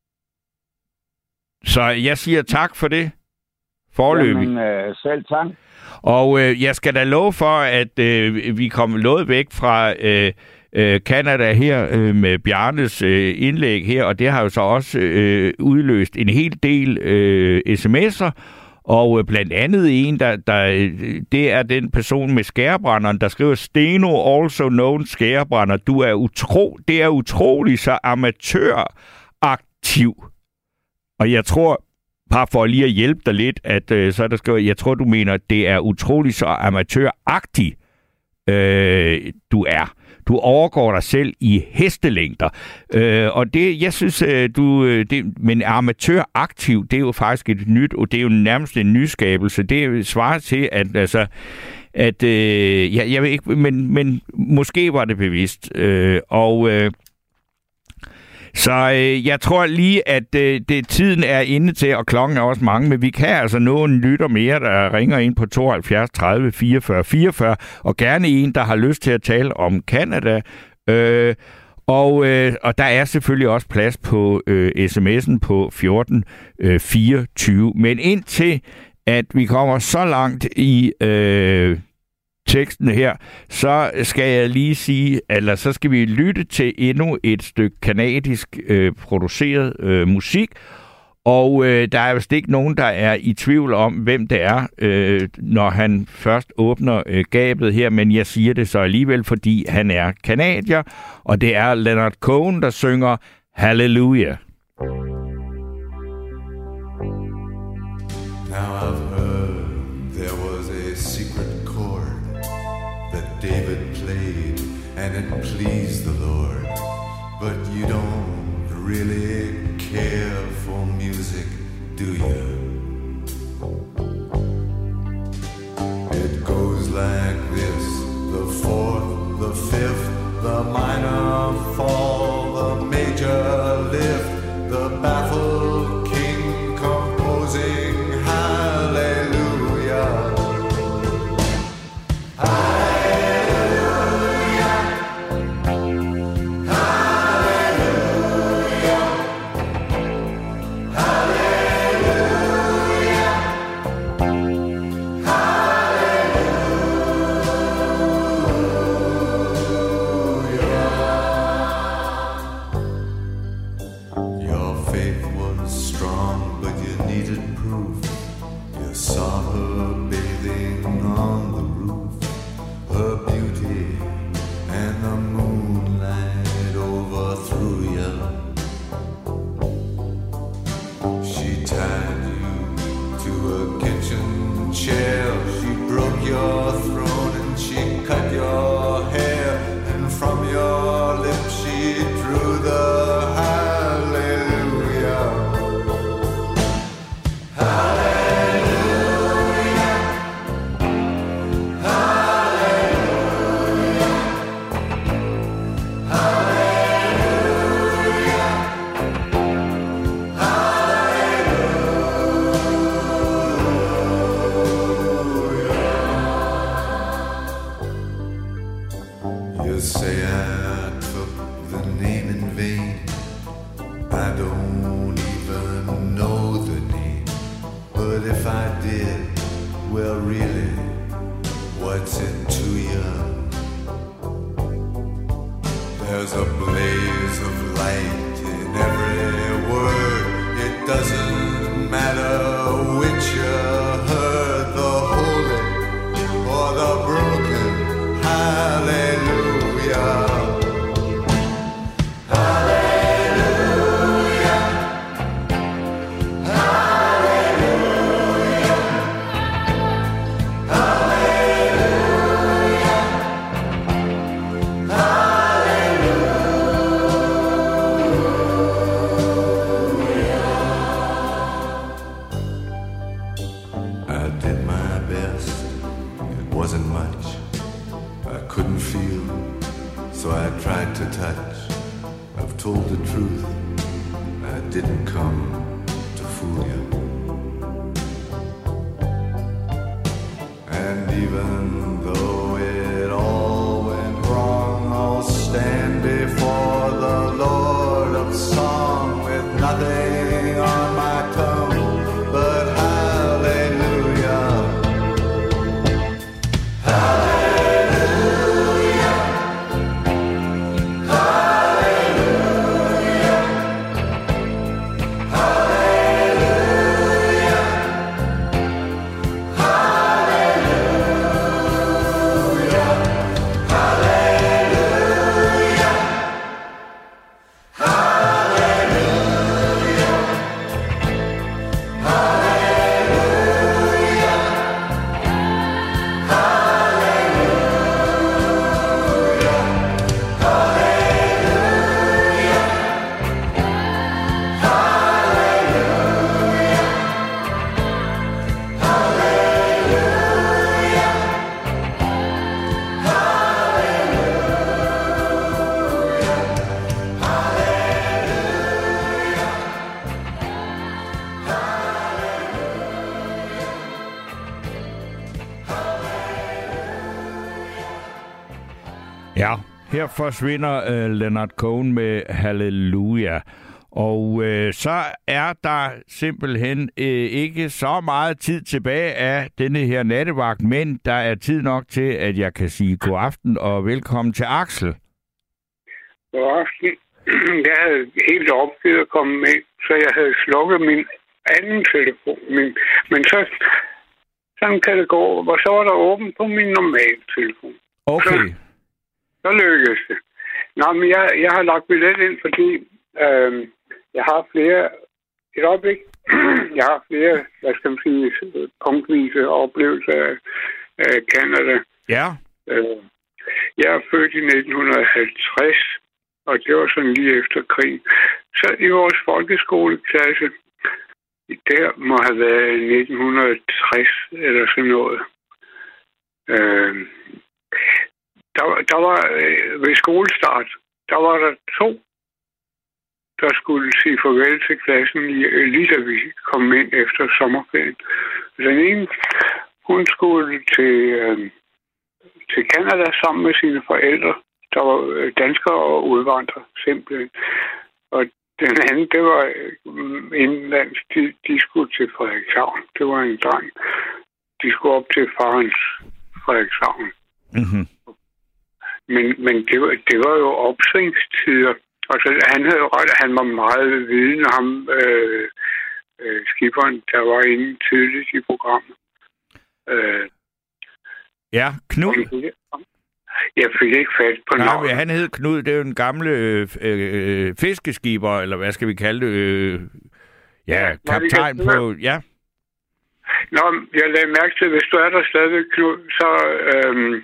Speaker 3: Så jeg siger tak for det. Foreløbig.
Speaker 12: Jamen, øh, selv tak.
Speaker 3: Og øh, jeg skal da love for, at øh, vi kommer noget væk fra... Øh, Canada her øh, med Bjarnes øh, indlæg her, og det har jo så også øh, udløst en hel del øh, sms'er, og øh, blandt andet en, der, der det er den person med skærebrænderen, der skriver, Steno, also known skærebrænder, du er utro, det er utroligt så amatøraktiv. Og jeg tror, bare for lige at hjælpe dig lidt, at øh, så er der skrevet, jeg tror, du mener, det er utroligt så amatøragtig, øh, du er. Du overgår dig selv i hestelængder. Øh, og det, jeg synes, du... Det, men amatøraktiv, det er jo faktisk et nyt, og det er jo nærmest en nyskabelse. Det svarer til, at altså... At, øh, jeg, jeg ved ikke, men, men måske var det bevidst. Øh, og... Øh, Så øh, jeg tror lige, at øh, det, tiden er inde til, og klokken er også mange, men vi kan altså nå en lytter mere, der ringer ind på tooghalvfjerds tredive fireogfyrre fireogfyrre, og gerne en, der har lyst til at tale om Canada. Øh, Og, øh, og der er selvfølgelig også plads på øh, sms'en på fjorten fireogtyve. Men indtil at vi kommer så langt i øh, teksten her, så skal jeg lige sige, eller så skal vi lytte til endnu et stykke kanadisk øh, produceret øh, musik. Og øh, der er vist ikke nogen, der er i tvivl om, hvem det er, øh, når han først åbner øh, gabet her. Men jeg siger det så alligevel, fordi han er kanadier, og det er Leonard Cohen, der synger Hallelujah.
Speaker 13: Now I've heard there was a secret chord that David played, and it pleased the Lord. But you don't really care for music, do you? It goes like this: the fourth, the fifth, the minor fall, the major lift, the baffled king composing hallelujah. Hallelujah. Hallelujah. Hallelujah. Hallelujah. Your faith was strong, but you needed proof. You saw her bathing on the roof, her beauty and the moonlight overthrew you. She tied you to a kitchen chair, she broke your throne and she cut your hair, and from your lips she drew the hallelujah. Hallelujah. Hallelujah. Hallelujah. Hallelujah. You say I took the name in vain. I don't even know the name. But if I did, well really, what's it to you? There's a blaze of light in every word. It doesn't matter which you heard, the holy or the broken. Hallelujah. Hallelujah. Hallelujah. Hallelujah. Hallelujah. I did my best. It wasn't much. I couldn't feel, so I tried to touch. I've told the truth. I didn't come to fool you. And even though it all went wrong, I'll stand before the Lord of song with nothing on my tongue but hallelujah. Hallelujah. Hallelujah. Hallelujah. Hallelujah. Hallelujah.
Speaker 3: Her forsvinder uh, Leonard Cohen med Halleluja. Og øh, så er der simpelthen øh, ikke så meget tid tilbage af denne her nattevagt, men der er tid nok til, at jeg kan sige god aften og velkommen til Axel.
Speaker 14: God aften. Jeg havde helt opgivet at komme med, så jeg havde slukket min anden telefon. Min, men så sådan kan det gå, og så var der åben på min normale telefon.
Speaker 3: Okay.
Speaker 14: Så, så lykkedes det. Nå, men jeg, jeg har lagt billet ind, fordi øh, jeg har flere, et øjeblik, jeg har flere, hvad skal man sige, punktvise oplevelser af, af Canada.
Speaker 3: Ja.
Speaker 14: Øh, jeg er født i nitten halvtreds, og det var sådan lige efter krig. Så i vores folkeskoleklasse, der må have været nitten tres eller sådan noget. Øh, der, der var øh, ved skolestart, der var der to, der skulle sige farvel til klassen, lige da vi kom ind efter sommerferien. Den ene, hun skulle til, øh, til Canada sammen med sine forældre, der var danskere og udvandrere, simpelthen. Og den anden, det var øh, indlands, de, de skulle til Frederikshavn. Det var en dreng. De skulle op til farens Frederikshavn.
Speaker 3: Mm-hmm.
Speaker 14: Men, men det, var, det var jo opsvingstider. Altså, han havde jo ret, han var meget vidende, ham øh, øh, skipperen, der var inde tidligt i programmet. Øh,
Speaker 3: ja, Knud.
Speaker 14: Jeg fik ikke fat på
Speaker 3: navnet. Han hed Knud, det er jo den gamle øh, øh, fiskeskiber, eller hvad skal vi kalde det? Øh, ja, kaptajn på... Ja.
Speaker 14: Nå, jeg lagde mærke til, hvis du er der stadig, Knud, så... Øh,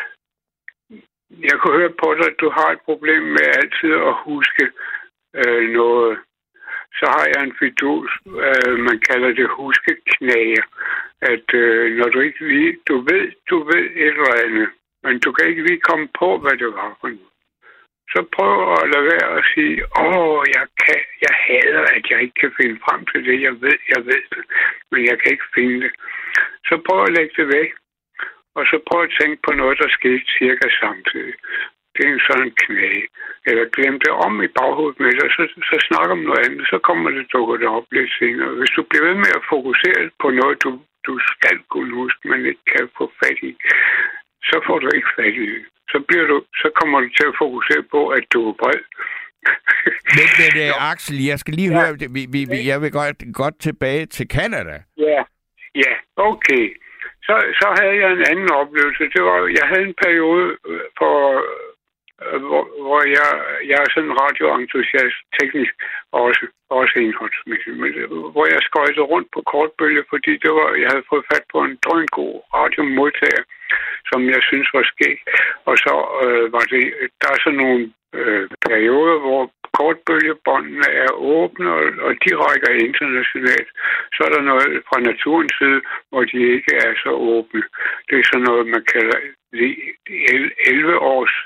Speaker 14: jeg kunne høre på dig, at du har et problem med altid at huske øh, noget. Så har jeg en fidus, øh, man kalder det huskeknager. At øh, når du ikke lige, du ved, du ved et eller andet, men du kan ikke lige komme på, hvad det var for noget. Så prøv at lade være at sige, åh, jeg, kan, jeg hader, at jeg ikke kan finde frem til det. Jeg ved, jeg ved det, men jeg kan ikke finde det. Så prøv at lægge det væk. Og så prøv at tænke på noget, der skete cirka samtidig. Det er en sådan knæge. Eller glem det om i baghovedet med dig, så, så snak om noget andet. Så kommer det dukker det op lidt senere. Hvis du bliver ved med at fokusere på noget, du, du skal kunne huske, men ikke kan få fat i, så får du ikke fat i det. Så, bliver du, så kommer du til at fokusere på, at du er bred.
Speaker 3: men, men uh, Axel, jeg skal lige ja. høre, vi, vi, vi, jeg vil godt, godt tilbage til Canada.
Speaker 14: Ja, ja, okay. Så, så havde jeg en anden oplevelse. Det var, jeg havde en periode, for, hvor, hvor jeg, jeg er sådan radioentusiast, teknisk også, også indholdsmæssigt, men hvor jeg skøjtede rundt på kortbølge, fordi det var, jeg havde fået fat på en drøngod radiomodtager, som jeg synes var skæg. Og så øh, var det, der er sådan nogle øh, perioder, hvor kortbølgebåndene er åbne, og, og de rækker internationalt. Så er der noget fra naturens side, hvor de ikke er så åbne. Det er sådan noget, man kalder elleve års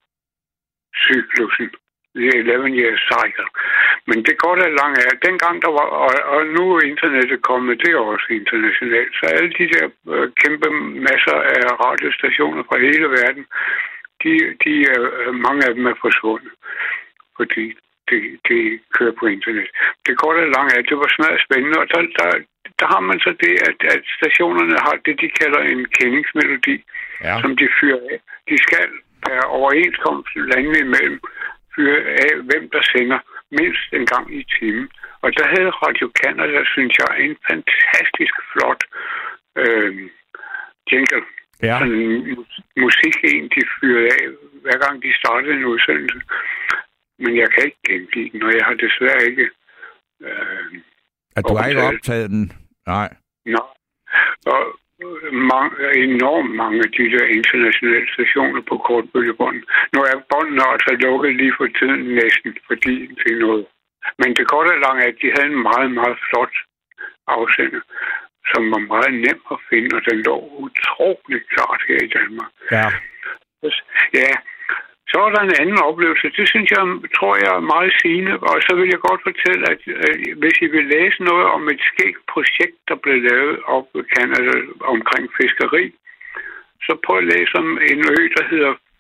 Speaker 14: cyklusen. The eleven year cycle. Men det går da langt af. Dengang der var, og, og nu er internettet kommet, det er også internationalt. Så alle de der øh, kæmpe masser af radiostationer fra hele verden, de, de er, mange af dem er forsvundet. Fordi det, det kører på internet. Det går da langt af. Det var smadret spændende, og der, der, der har man så det, at, at stationerne har det, de kalder en kendingsmelodi, ja. Som de fyrer af. De skal per overenskomst landene imellem fyre af, hvem der sender mindst en gang i timen. Og der havde Radio Canada, synes jeg, en fantastisk flot øh, jingle.
Speaker 3: Ja.
Speaker 14: Sådan en musik, en de fyrede af, hver gang de startede en udsendelse. Men jeg kan ikke gengive den, og jeg har desværre ikke... Øh,
Speaker 3: at du har ikke optaget den? Nej.
Speaker 14: Nå. Og mange, enormt mange af de der internationale stationer på kortbølgebånd. Nu er båndene altså lukket lige for tiden næsten, fordi det er noget. Men det går da langt, at de havde en meget, meget flot afsender, som var meget nem at finde, og den lå utroligt klart her i Danmark.
Speaker 3: Ja.
Speaker 14: Ja. Så er der en anden oplevelse. Det synes jeg, tror jeg er meget sigende. Og så vil jeg godt fortælle, at øh, hvis I vil læse noget om et skægt projekt, der blev lavet op i Canada omkring fiskeri, så prøv at læse om en ø, der hedder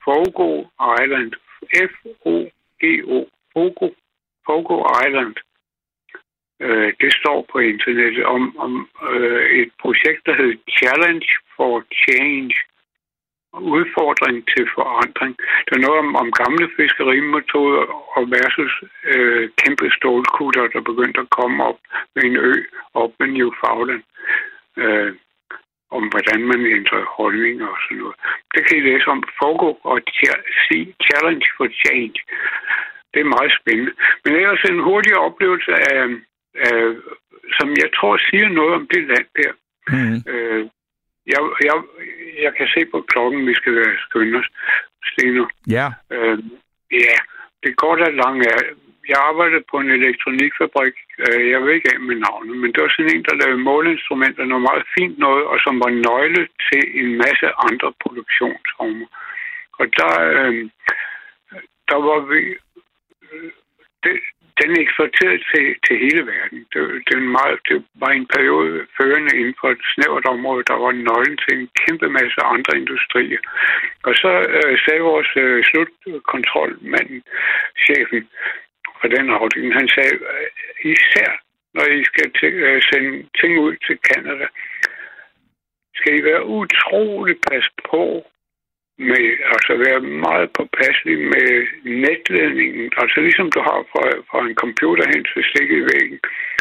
Speaker 14: Fogo Island. F O G O. Fogo. Fogo Island. Øh, det står på internettet om, om øh, et projekt, der hedder Challenge for Change. Udfordring til forandring. Det er noget om, om gamle fiskerimetoder og versus øh, kæmpe stålkutter, der begyndte at komme op med en ø op med Newfoundland. Øh, om hvordan man ændrer holdninger og sådan noget. Det kan I læse om. Fogo og Challenge for Change. Det er meget spændende. Men det er også en hurtig oplevelse af, af som jeg tror siger noget om det land der. Mm. Øh, jeg, jeg, jeg kan se på klokken, vi skal være skynde os senere.
Speaker 3: Ja.
Speaker 14: Øh, ja, det går da langt af. Jeg arbejdede på en elektronikfabrik. Jeg ved ikke af med navnet, men det var sådan en, der lavede måleinstrumenter, noget meget fint noget, og som var nøgle til en masse andre produktionsformer. Og der, øh, der var vi... Det, den eksporterede til, til hele verden. Det, det, meget, det var en periode førende inden for et snævert område, der var nøglen til en kæmpe masse andre industrier. Og så øh, sagde vores øh, slutkontrolmanden, chefen fra den afdeling, han sagde, især når I skal t- øh, sende ting ud til Canada, skal I være utroligt pas på med, altså være meget påpasselig med netledningen. Altså ligesom du har fra, fra en computer hen til stikket i væggen.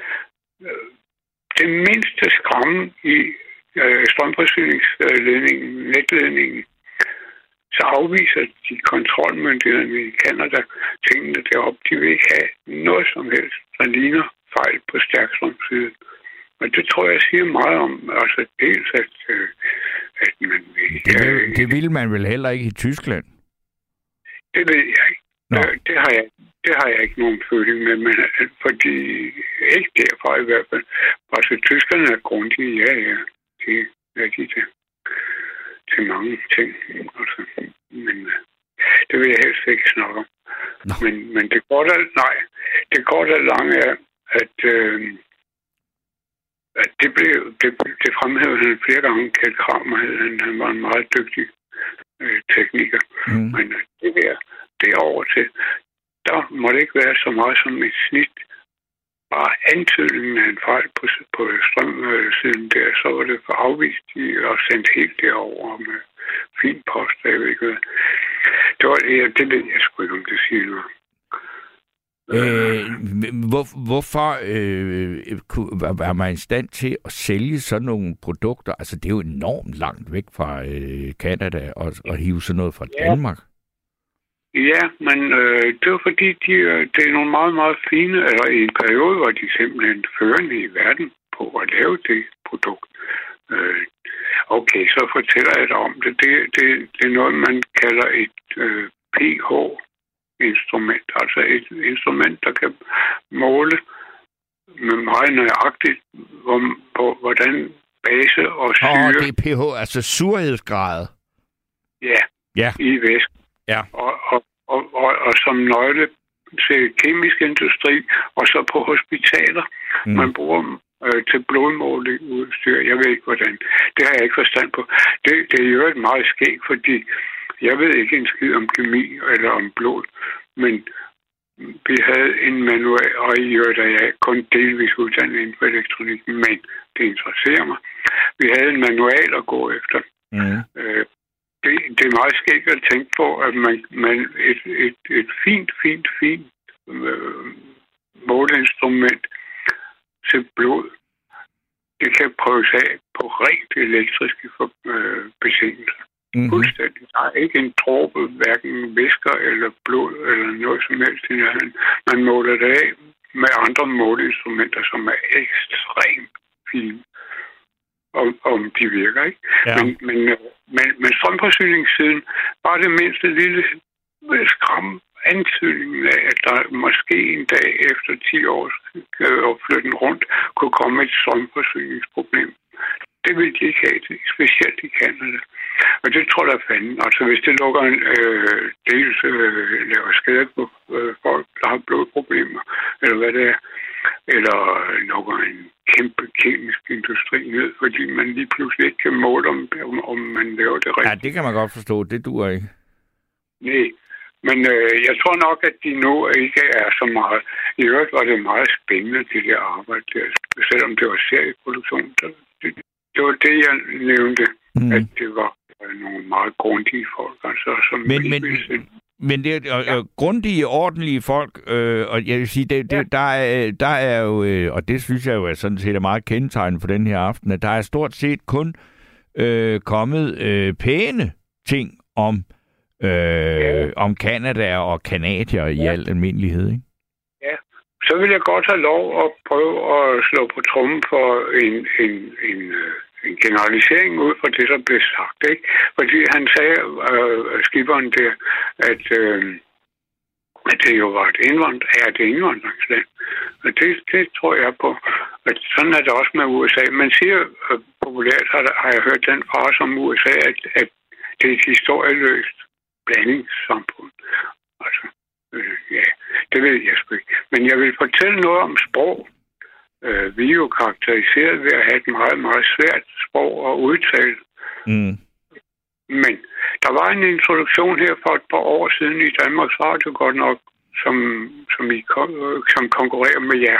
Speaker 14: Det mindste skræmme i øh, strømforsyningsledningen, netledningen, så afviser de kontrolmyndighederne i Canada tingene deroppe. De vil ikke have noget som helst, der ligner fejl på stærkstrømsiden. Og det tror jeg siger meget om, altså dels at, øh, at man vil...
Speaker 3: Det, vil, det ville man vel heller ikke i Tyskland?
Speaker 14: Det ved jeg ikke. Det, det, har jeg, det har jeg ikke nogen føling med, men fordi ikke derfra i hvert fald. Altså tyskerne er grundige, ja, ja. Det er de til, til mange ting. Altså, men det vil jeg helst ikke snakke om. Men, men det går da, nej, det går da langt af, at... Øh, at det, blev, det, det fremhævede han flere gange. Kjeld Kramer, han, han var en meget dygtig øh, tekniker. Mm. Men det der, derover til, der må det ikke være så meget som et snit. Bare antydningen af en fejl på, på strømsiden der, så var det for afvist og sendt helt derover med fin post, jeg ved ikke hvad. Det, var, ja, det ved jeg sgu ikke, om det siger noget.
Speaker 3: Øh, hvor, hvorfor øh, er man i stand til at sælge sådan nogle produkter? Altså, det er jo enormt langt væk fra øh, Canada og, og hive sådan noget fra
Speaker 14: ja.
Speaker 3: Danmark.
Speaker 14: Ja, men øh, det var fordi, de, det er nogle meget, meget fine, eller i en periode var de simpelthen førende i verden på at lave det produkt. Øh, okay, så fortæller jeg dig om det. Det, det, det er noget, man kalder et øh, P H instrument, altså et instrument, der kan måle med meget nøjagtigt, hvor, hvor, hvordan base og syre...
Speaker 3: Åh, oh, det er pH, altså surhedsgrad.
Speaker 14: Ja,
Speaker 3: ja.
Speaker 14: I væsken.
Speaker 3: Ja.
Speaker 14: Og, og, og, og, og som nøgle til kemisk industri, og så på hospitaler. Mm. Man bruger øh, til blodmåleudstyr. Jeg ved ikke, hvordan. Det har jeg ikke forstand på. Det, det er jo et meget skæg, fordi jeg ved ikke en skid om kemi eller om blod, men vi havde en manual, og i øvrigt er jeg kun delvis uddannet inden for elektronik, men det interesserer mig. Vi havde en manual at gå efter. Mm. Øh, det, det er meget skægt at tænke på, at man, man et, et, et fint, fint, fint øh, måleinstrument til blod, det kan prøves af på rent elektriske øh, betingelser. Mm-hmm. Fuldstændig. Der er ikke en dråbe, hverken væsker eller blod eller noget som helst i nærheden. Man måler det af med andre måleinstrumenter, som er ekstremt fine. Om, om de virker, ikke? Ja. Men, men, men, men strømforsyningssiden, bare det mindste lille skram antydningen af, at der måske en dag efter ti års flytten rundt kunne komme et strømforsyningsproblem. Det vil de ikke have, specielt i Canada. Og det tror jeg er fanden. Altså hvis det lukker en øh, dels øh, laver skade på øh, folk, der har blodproblemer, eller hvad det er, eller lukker en kæmpe kemisk industri ned, fordi man lige pludselig ikke kan måle, om, om, om man laver det rigtigt.
Speaker 3: Ja, det kan man godt forstå. Det duer ikke.
Speaker 14: Nej. Men øh, jeg tror nok, at de nu ikke er så meget. I øvrigt var det meget spændende, det der arbejde der. Selvom det var serieproduktion. Det, det var det, jeg nævnte. Mm. At det var nogle meget grundige folk. Altså, som
Speaker 3: men, men, men det er ja. øh, grundige, ordentlige folk. Øh, og jeg vil sige, det, det, ja. der, er, der er jo, øh, og det synes jeg jo er sådan set er meget kendetegnende for den her aften, at der er stort set kun øh, kommet øh, pæne ting om Øh, ja. om Canada og kanadier i ja. al almindelighed, ikke?
Speaker 14: Ja, så vil jeg godt have lov at prøve at slå på trommen for en, en, en, en generalisering ud fra det, der blev sagt, ikke? Fordi han sagde, øh, skiberen der, at, øh, at det jo var et indvand, er det indvandringsland. Og det, det tror jeg på. At sådan er det også med U S A. Man siger øh, populært, har, har jeg hørt den frase om U S A, at, at det er et historieløst blandingssamfund. Altså, øh, ja, det ved jeg sgu ikke. Men jeg vil fortælle noget om sprog. Øh, vi er jo karakteriseret ved at have et meget, meget svært sprog at udtale. Mm. Men der var en introduktion her for et par år siden i Danmarks Radio, godt nok, som, som, I, som konkurrerer med jer.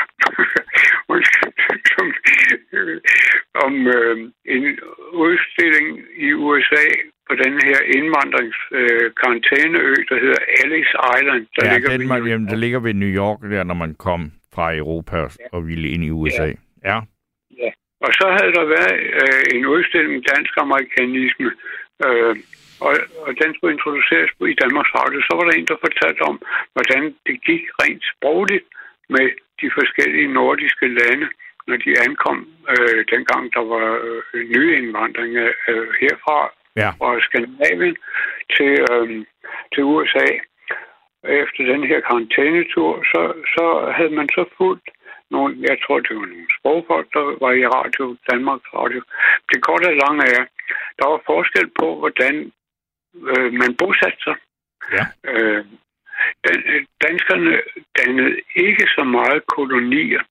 Speaker 14: som, øh, om øh, en udstilling i U S A på den her indvandringskarantæneø, øh, der hedder Ellis Island. Der
Speaker 3: ja,
Speaker 14: ligger
Speaker 3: den, man, jamen, der ligger ved New York, der, når man kom fra Europa ja. og ville ind i U S A. Ja. ja.
Speaker 14: ja. Og så havde der været øh, en udstilling, dansk-amerikanisme, øh, og, og den skulle introduceres i Danmarks Radio. Så var der en, der fortalte om, hvordan det gik rent sprogligt med de forskellige nordiske lande, når de ankom, øh, dengang der var øh, nye indvandringer øh, herfra, ja. fra Skandinavien til, øh, til U S A. Efter den her karantænetur, så, så havde man så fulgt nogle, jeg tror, det var nogle sprogfolk, der var i radio, Danmarks Radio. Det korte og lange er, der var forskel på, hvordan øh, man bosatte sig. Ja. Øh, dan, danskerne dannede ikke så meget kolonier,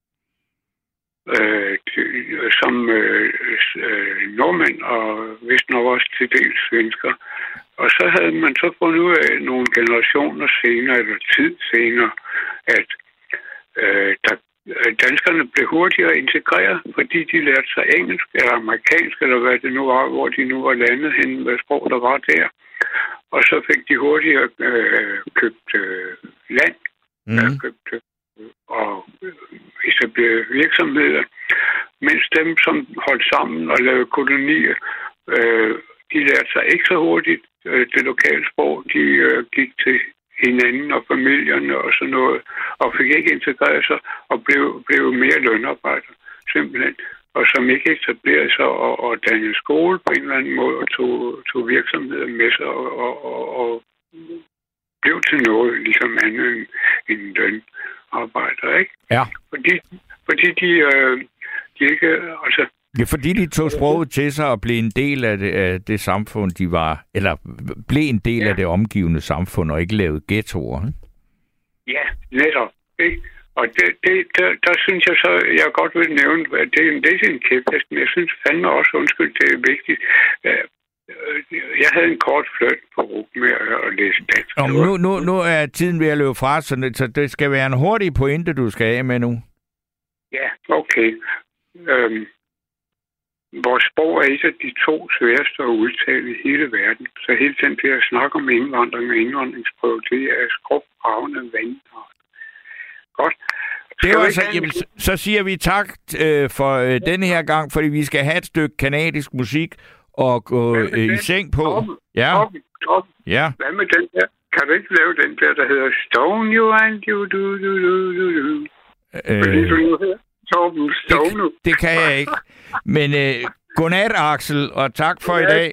Speaker 14: øh, som øh, øh, nordmænd og vist nok også til dels svensker. Og så havde man så fundet ud af nogle generationer senere, eller tid senere, at øh, der danskerne blev hurtigere integreret, fordi de lærte sig engelsk eller amerikansk, eller hvad det nu var, hvor de nu var landet hen, hvad sprog der var der. Og så fik de hurtigere øh, købt øh, land, mm. der købt øh, og etablerede virksomheder, mens dem, som holdt sammen og lavede kolonier, øh, de lærte sig ikke så hurtigt øh, det lokale sprog. De øh, gik til hinanden og familierne og sådan noget, og fik ikke integreret sig og blev, blev mere lønarbejder, simpelthen. Og som ikke etablerede sig og, og dannede skole på en eller anden måde og tog, tog virksomheder med sig og, og, og, og blev til noget ligesom andet end, end lønarbejder, ikke?
Speaker 3: Ja.
Speaker 14: Fordi, fordi de, øh, de ikke, altså...
Speaker 3: Ja, fordi de tog sproget til sig og blev en del af det, af det samfund, de var, eller blev en del ja. af det omgivende samfund, og ikke lavede ghettoer. Ikke?
Speaker 14: Ja, netop. Ikke? Og det, det, der, der synes jeg så, jeg godt vil nævne, at det er en lidt en kæphest, men jeg synes fandme også, undskyld, det er vigtigt. Jeg havde en kort fløjt på RUC med at læse dansk.
Speaker 3: Og nu, nu, nu er tiden ved at løbe fra, så det skal være en hurtig pointe, du skal af med nu.
Speaker 14: Ja, okay. Øhm, Vores sprog er et af de to sværeste at udtale i hele verden. Så hele den der snak om indvandring og indvandringsprøve, det er skrubravende vand. Godt.
Speaker 3: Det var så, jamen, så siger vi tak øh, for øh, denne her gang, fordi vi skal have et stykke kanadisk musik og gå øh, i seng på.
Speaker 14: Torben,
Speaker 3: ja.
Speaker 14: Torben, Torben.
Speaker 3: Ja.
Speaker 14: Hvad med den der? Kan du ikke lave den der, der hedder Stone You and You Do Do Do Do Do?
Speaker 3: Øh,
Speaker 14: fordi du nu her. Torben, Stone.
Speaker 3: Det, det kan jeg ikke. Men øh, godnat, Axel, og tak for godnat. I dag.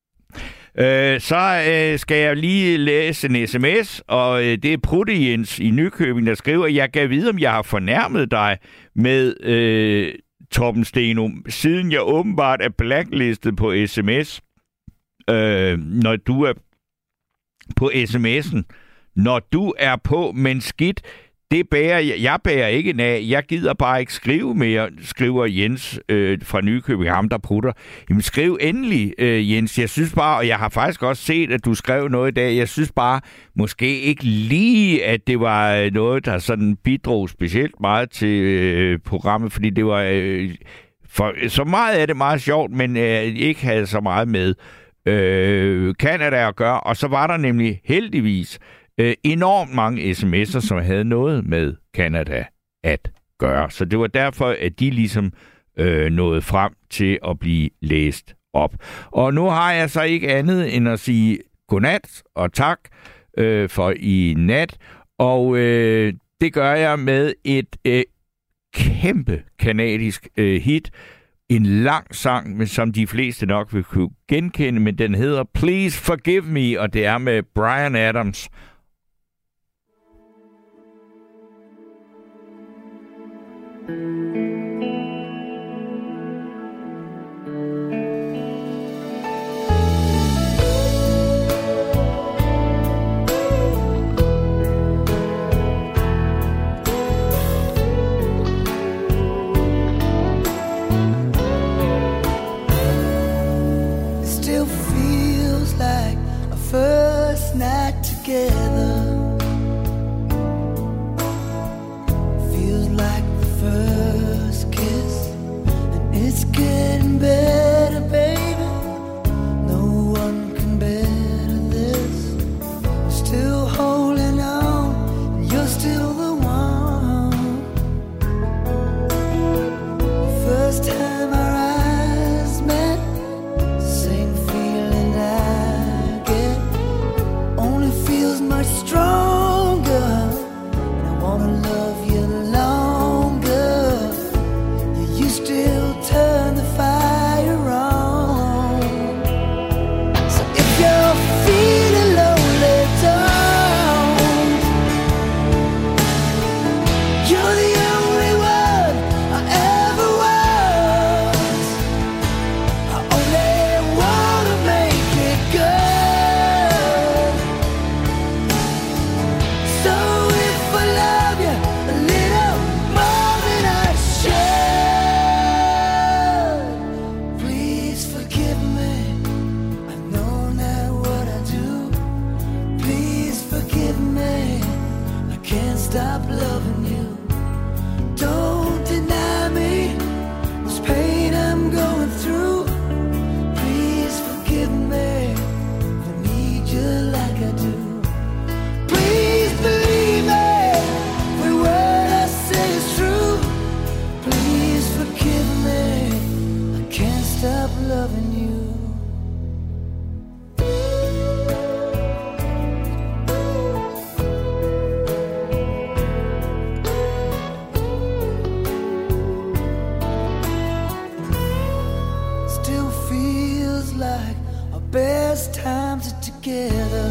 Speaker 3: Øh, så øh, skal jeg lige læse en sms, og øh, det er Prutte Jens i Nykøbing, der skriver, jeg kan vide, om jeg har fornærmet dig med øh, Torben Steno, siden jeg åbenbart er blacklistet på sms, øh, når du er på sms'en. Når du er på, men skidt, det bærer jeg. Jeg bærer ikke af. Jeg gider bare ikke skrive mere, skriver Jens øh, fra Nykøbing, ham der prutter. Jamen skriv endelig, øh, Jens. Jeg synes bare, og jeg har faktisk også set, at du skrev noget i dag. Jeg synes bare, måske ikke lige, at det var noget, der sådan bidrog specielt meget til øh, programmet, fordi det var... Øh, for, så meget er det meget sjovt, men øh, ikke havde så meget med øh, Canada at gøre. Og så var der nemlig heldigvis øh, enormt mange sms'er, som havde noget med Canada at gøre. Så det var derfor, at de ligesom øh, nåede frem til at blive læst op. Og nu har jeg så ikke andet end at sige godnat og tak øh, for i nat. Og øh, det gør jeg med et øh, kæmpe kanadisk øh, hit. En lang sang, men som de fleste nok vil kunne genkende, men den hedder Please Forgive Me, og det er med Bryan Adams.
Speaker 15: First night together feels like the first kiss, and it's getting better, baby. No one can better this. I'm still holding on, and you're still the one. First time our eyes met, same feeling I get. Only feels much stronger, and I wanna love you longer. You, you still turn the fire on. So if you're feeling lonely, don't. You're the only one I ever was. I only wanna make it good. So if I love you a little more than I should, please forgive me. I know not what I do. Please forgive me. I can't stop loving you. Don't deny me this pain I'm going through. Please forgive me. I need you like I do. Please believe me, every word I say is true. Please forgive me, I can't stop loving you. Still feels like our best times are together.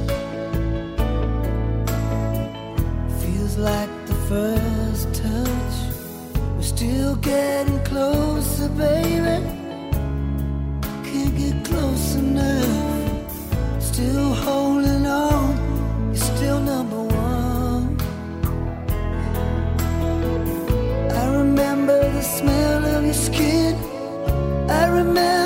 Speaker 15: Feels like the first touch. We're still getting closer, baby. Can't get close enough. Still holding on. You're still number one. I remember the smell of your skin. I remember